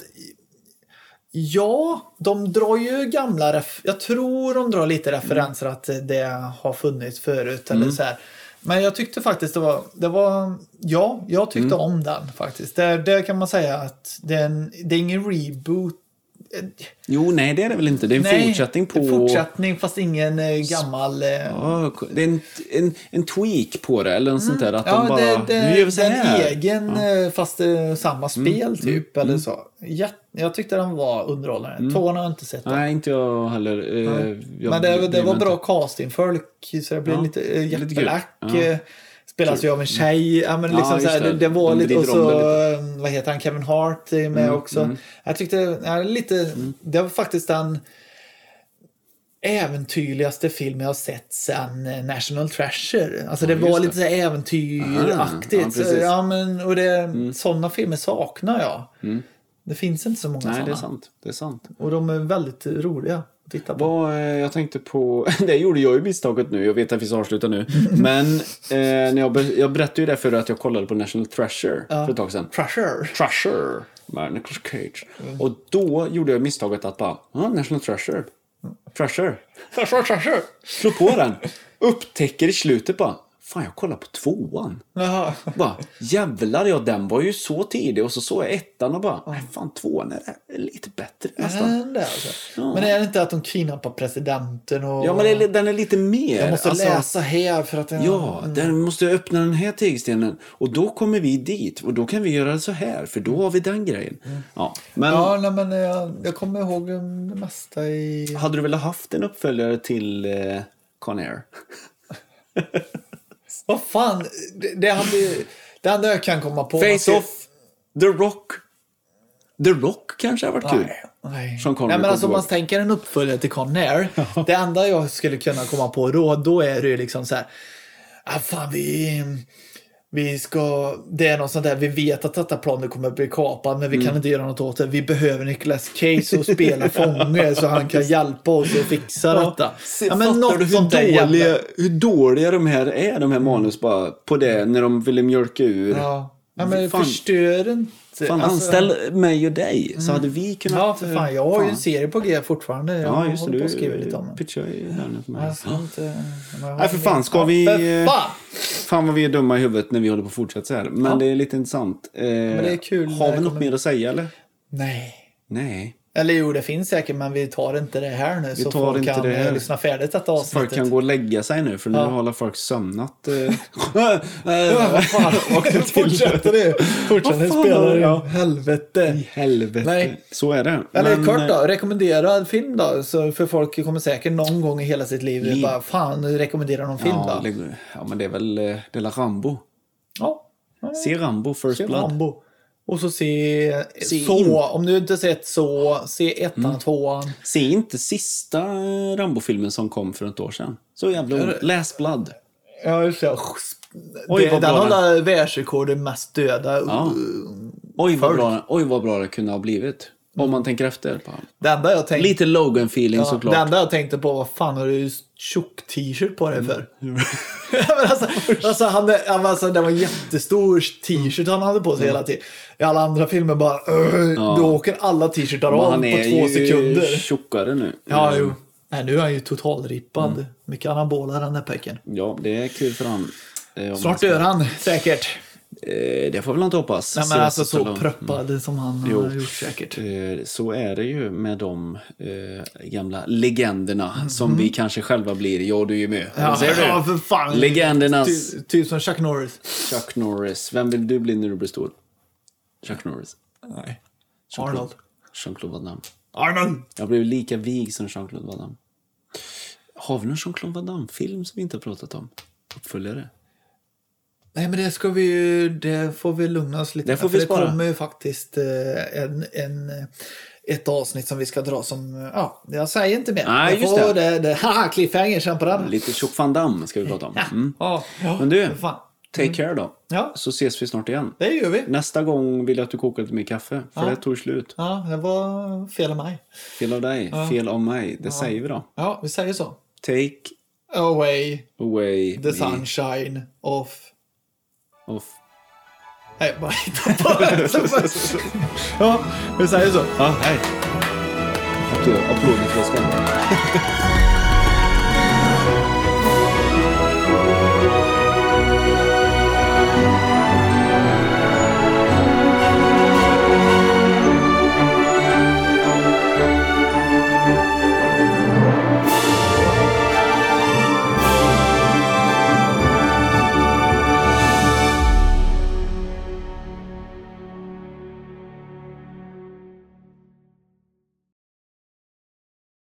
Ja, de drar ju gamla ref- jag tror de drar lite referenser mm. att det har funnits förut eller mm. så här. Men jag tyckte faktiskt det var det var ja, jag tyckte mm. om den faktiskt. Det det kan man säga att det är en, det är ingen reboot. Jo, nej det är det väl inte. Det är en nej, fortsättning på... En fortsättning fast ingen eh, gammal... Eh... Ja, det är en, en, en tweak på det eller något mm. sånt där. Att ja, de bara, det, det, nu gör vi så här. En egen, ja. fast eh, samma spel mm. typ. Mm. Eller så. Ja, jag tyckte den var underhållande. Mm. Tvåan har jag inte sett. Den. Nej, inte jag heller. Mm. Jag, Men det, det var bra inte. casting. Folk, så det blev ja. lite eh, Jack Black. Ja. Spelas ju av en tjej. Ja, men liksom ja, så här, det. Det, det var de lite... Och så, lite. Vad heter han? Kevin Hart är med mm, också. Mm. Jag tyckte ja, lite... Mm. Det var faktiskt den äventyrligaste film jag har sett sedan National Treasure. Alltså ja, det var lite så här äventyraktigt. Ja, så, ja, men, och det, mm. sådana filmer saknar jag. Mm. Det finns inte så många sådana. Nej, det är sant. Det är sant. Och de är väldigt roliga. Vad, jag tänkte på det gjorde jag ju misstaget nu. Jag vet att vi ska avsluta nu. Men eh, när jag, jag berättade ju det för att jag kollade på National Treasure ja. för ett tag sedan. Treasure. Treasure med Nicolas Cage. Mm. Och då gjorde jag misstaget att bara ah, National Treasure. Treasure. Treasure, treasure. Slå på den. Upptäcker i slutet bara fan jag kollar på tvåan. Jaha. Bara, jävlar ja, den var ju så tidig. Och så såg jag ettan och bara, nej fan tvåan är lite bättre nästan. Det alltså. Ja. Men är det inte att de kidnappar presidenten? Och... Ja, men det är, den är lite mer. Jag måste alltså, läsa här för att... Den... Ja, den måste öppna den här tegelstenen. Och då kommer vi dit. Och då kan vi göra det så här. För då har vi den grejen. Mm. Ja, men, ja nej, men jag, jag kommer ihåg det mesta i... Hade du velat haft en uppföljare till eh, Con Air? Vad fan? Det, det, hade, det enda jag kan komma på... Face Off, The Rock. The Rock kanske har varit kul. Nej, Sean Connery nej men alltså om kommer man tänker en uppföljare till Con Air. Det enda jag skulle kunna komma på då, då är det ju liksom så här. Ah, fan vi... Vi ska... Det är något sånt där. Vi vet att detta planet kommer att bli kapad, men vi Mm. kan inte göra något åt det. Vi behöver Nicolas Cage och spela fånge så han kan hjälpa oss att fixa detta. Ja, men något du hur, sånt dåliga, jävla... hur dåliga de här är, de här manus bara på det, när de ville mjölka ur. Ja, ja men fan, förstör inte. Fan, alltså, anställ mig och dig, så mm. hade vi kunnat... Ja, för fan, jag har fan. ju en serie på G fortfarande. Jag ja, just det, du skriver lite om pitchar ju här nu för mig. Ja, inte, nej, för fan, ska vi... För fan! Fan vad vi är dumma i huvudet när vi håller på att fortsätta så här. Men ja. Det är lite intressant. Eh, men det är kul. Har vi något kommer... mer att säga, eller? Nej. Nej. Eller jo, det finns säkert, men vi tar inte det här nu. Vi så folk inte kan det här. lyssna färdigt detta avsnittet. Så folk kan gå och lägga sig nu, för nu ja. håller folk sömnat. ja, vad fan. Fortsätter det. Fortsätter spela det. Ja. Helvete. I helvete. Nej. Så är det. Eller men... kort då, rekommenderad film då. Så för folk kommer säkert någon gång i hela sitt liv liv. bara, fan, rekommendera någon film ja, då. Ja, men det är väl det är la Rambo. Ja. Se Rambo, First se Blood. Rambo. Och så se, se så, in. Om du inte sett så, se ettan, mm. tvåan. Se inte sista Rambo-filmen som kom för ett år sedan. Så jävla ont. Last Blood. Ja, just det. Oj, det, den håller världsrekord, det mest döda. Ja. Oj, vad bra, oj, vad bra det kunde ha blivit. Mm. Om man tänker efter. Det enda jag tänkte, lite Logan-feeling ja, såklart. Det enda jag tänkte på, vad fan har du tjock t-shirt på dig för? Mm. men alltså, alltså, han, alltså, det var en jättestor t-shirt han hade på sig mm. hela tiden. I alla andra filmer bara, ja. då åker alla t-shirtar av på två sekunder. Han är ju tjockare nu. Ja, jo. Nej, nu är han ju totalrippad. Mm. Mycket anabola den där pecken. Ja, det är kul för han. Snart dör han, säkert. Eh, det får väl inte hoppas. Nej, men alltså så pröppade mm. som han jo. har gjort säkert. Eh, så är det ju med de eh, gamla legenderna mm. som vi kanske själva blir. Ja, du är ju med. Ja, ser du? Ja, för fan. Legendernas... Ty, typ som Chuck Norris. Chuck Norris. Vem vill du bli när du blir stor? Chuck Norris. Nej. Jean-Claude. Arnold. Jean-Claude Van Damme. Arnold! Jag blev lika vig som Jean-Claude Van Damme. Har vi någon Jean-Claude Van Damme-film som vi inte har pratat om? Uppföljare? Nej, men det ska vi ju, det får vi lugna oss lite. Det får vi spara. Det kommer ju faktiskt en, en, ett avsnitt som vi ska dra som, ja, jag säger inte mer. Nej, just det. det, det haha, cliffhanger, känn på den. Lite Tjock Van Damme ska vi prata om. Mm. Ja. Ja. Men du, fan. take care då. Ja. Så ses vi snart igen. Det gör vi. Nästa gång vill jag att du kokar lite mer kaffe. För ja. det tog slut. Ja, det var fel av mig. Fel av dig, ja. fel av mig. Det ja. säger vi då. Ja, vi säger så. Take away, away the me. sunshine of... Off. Nej, bara hitta på det. Ja, vi säger så. Ja, hej. Applåd, applåd i flaskan.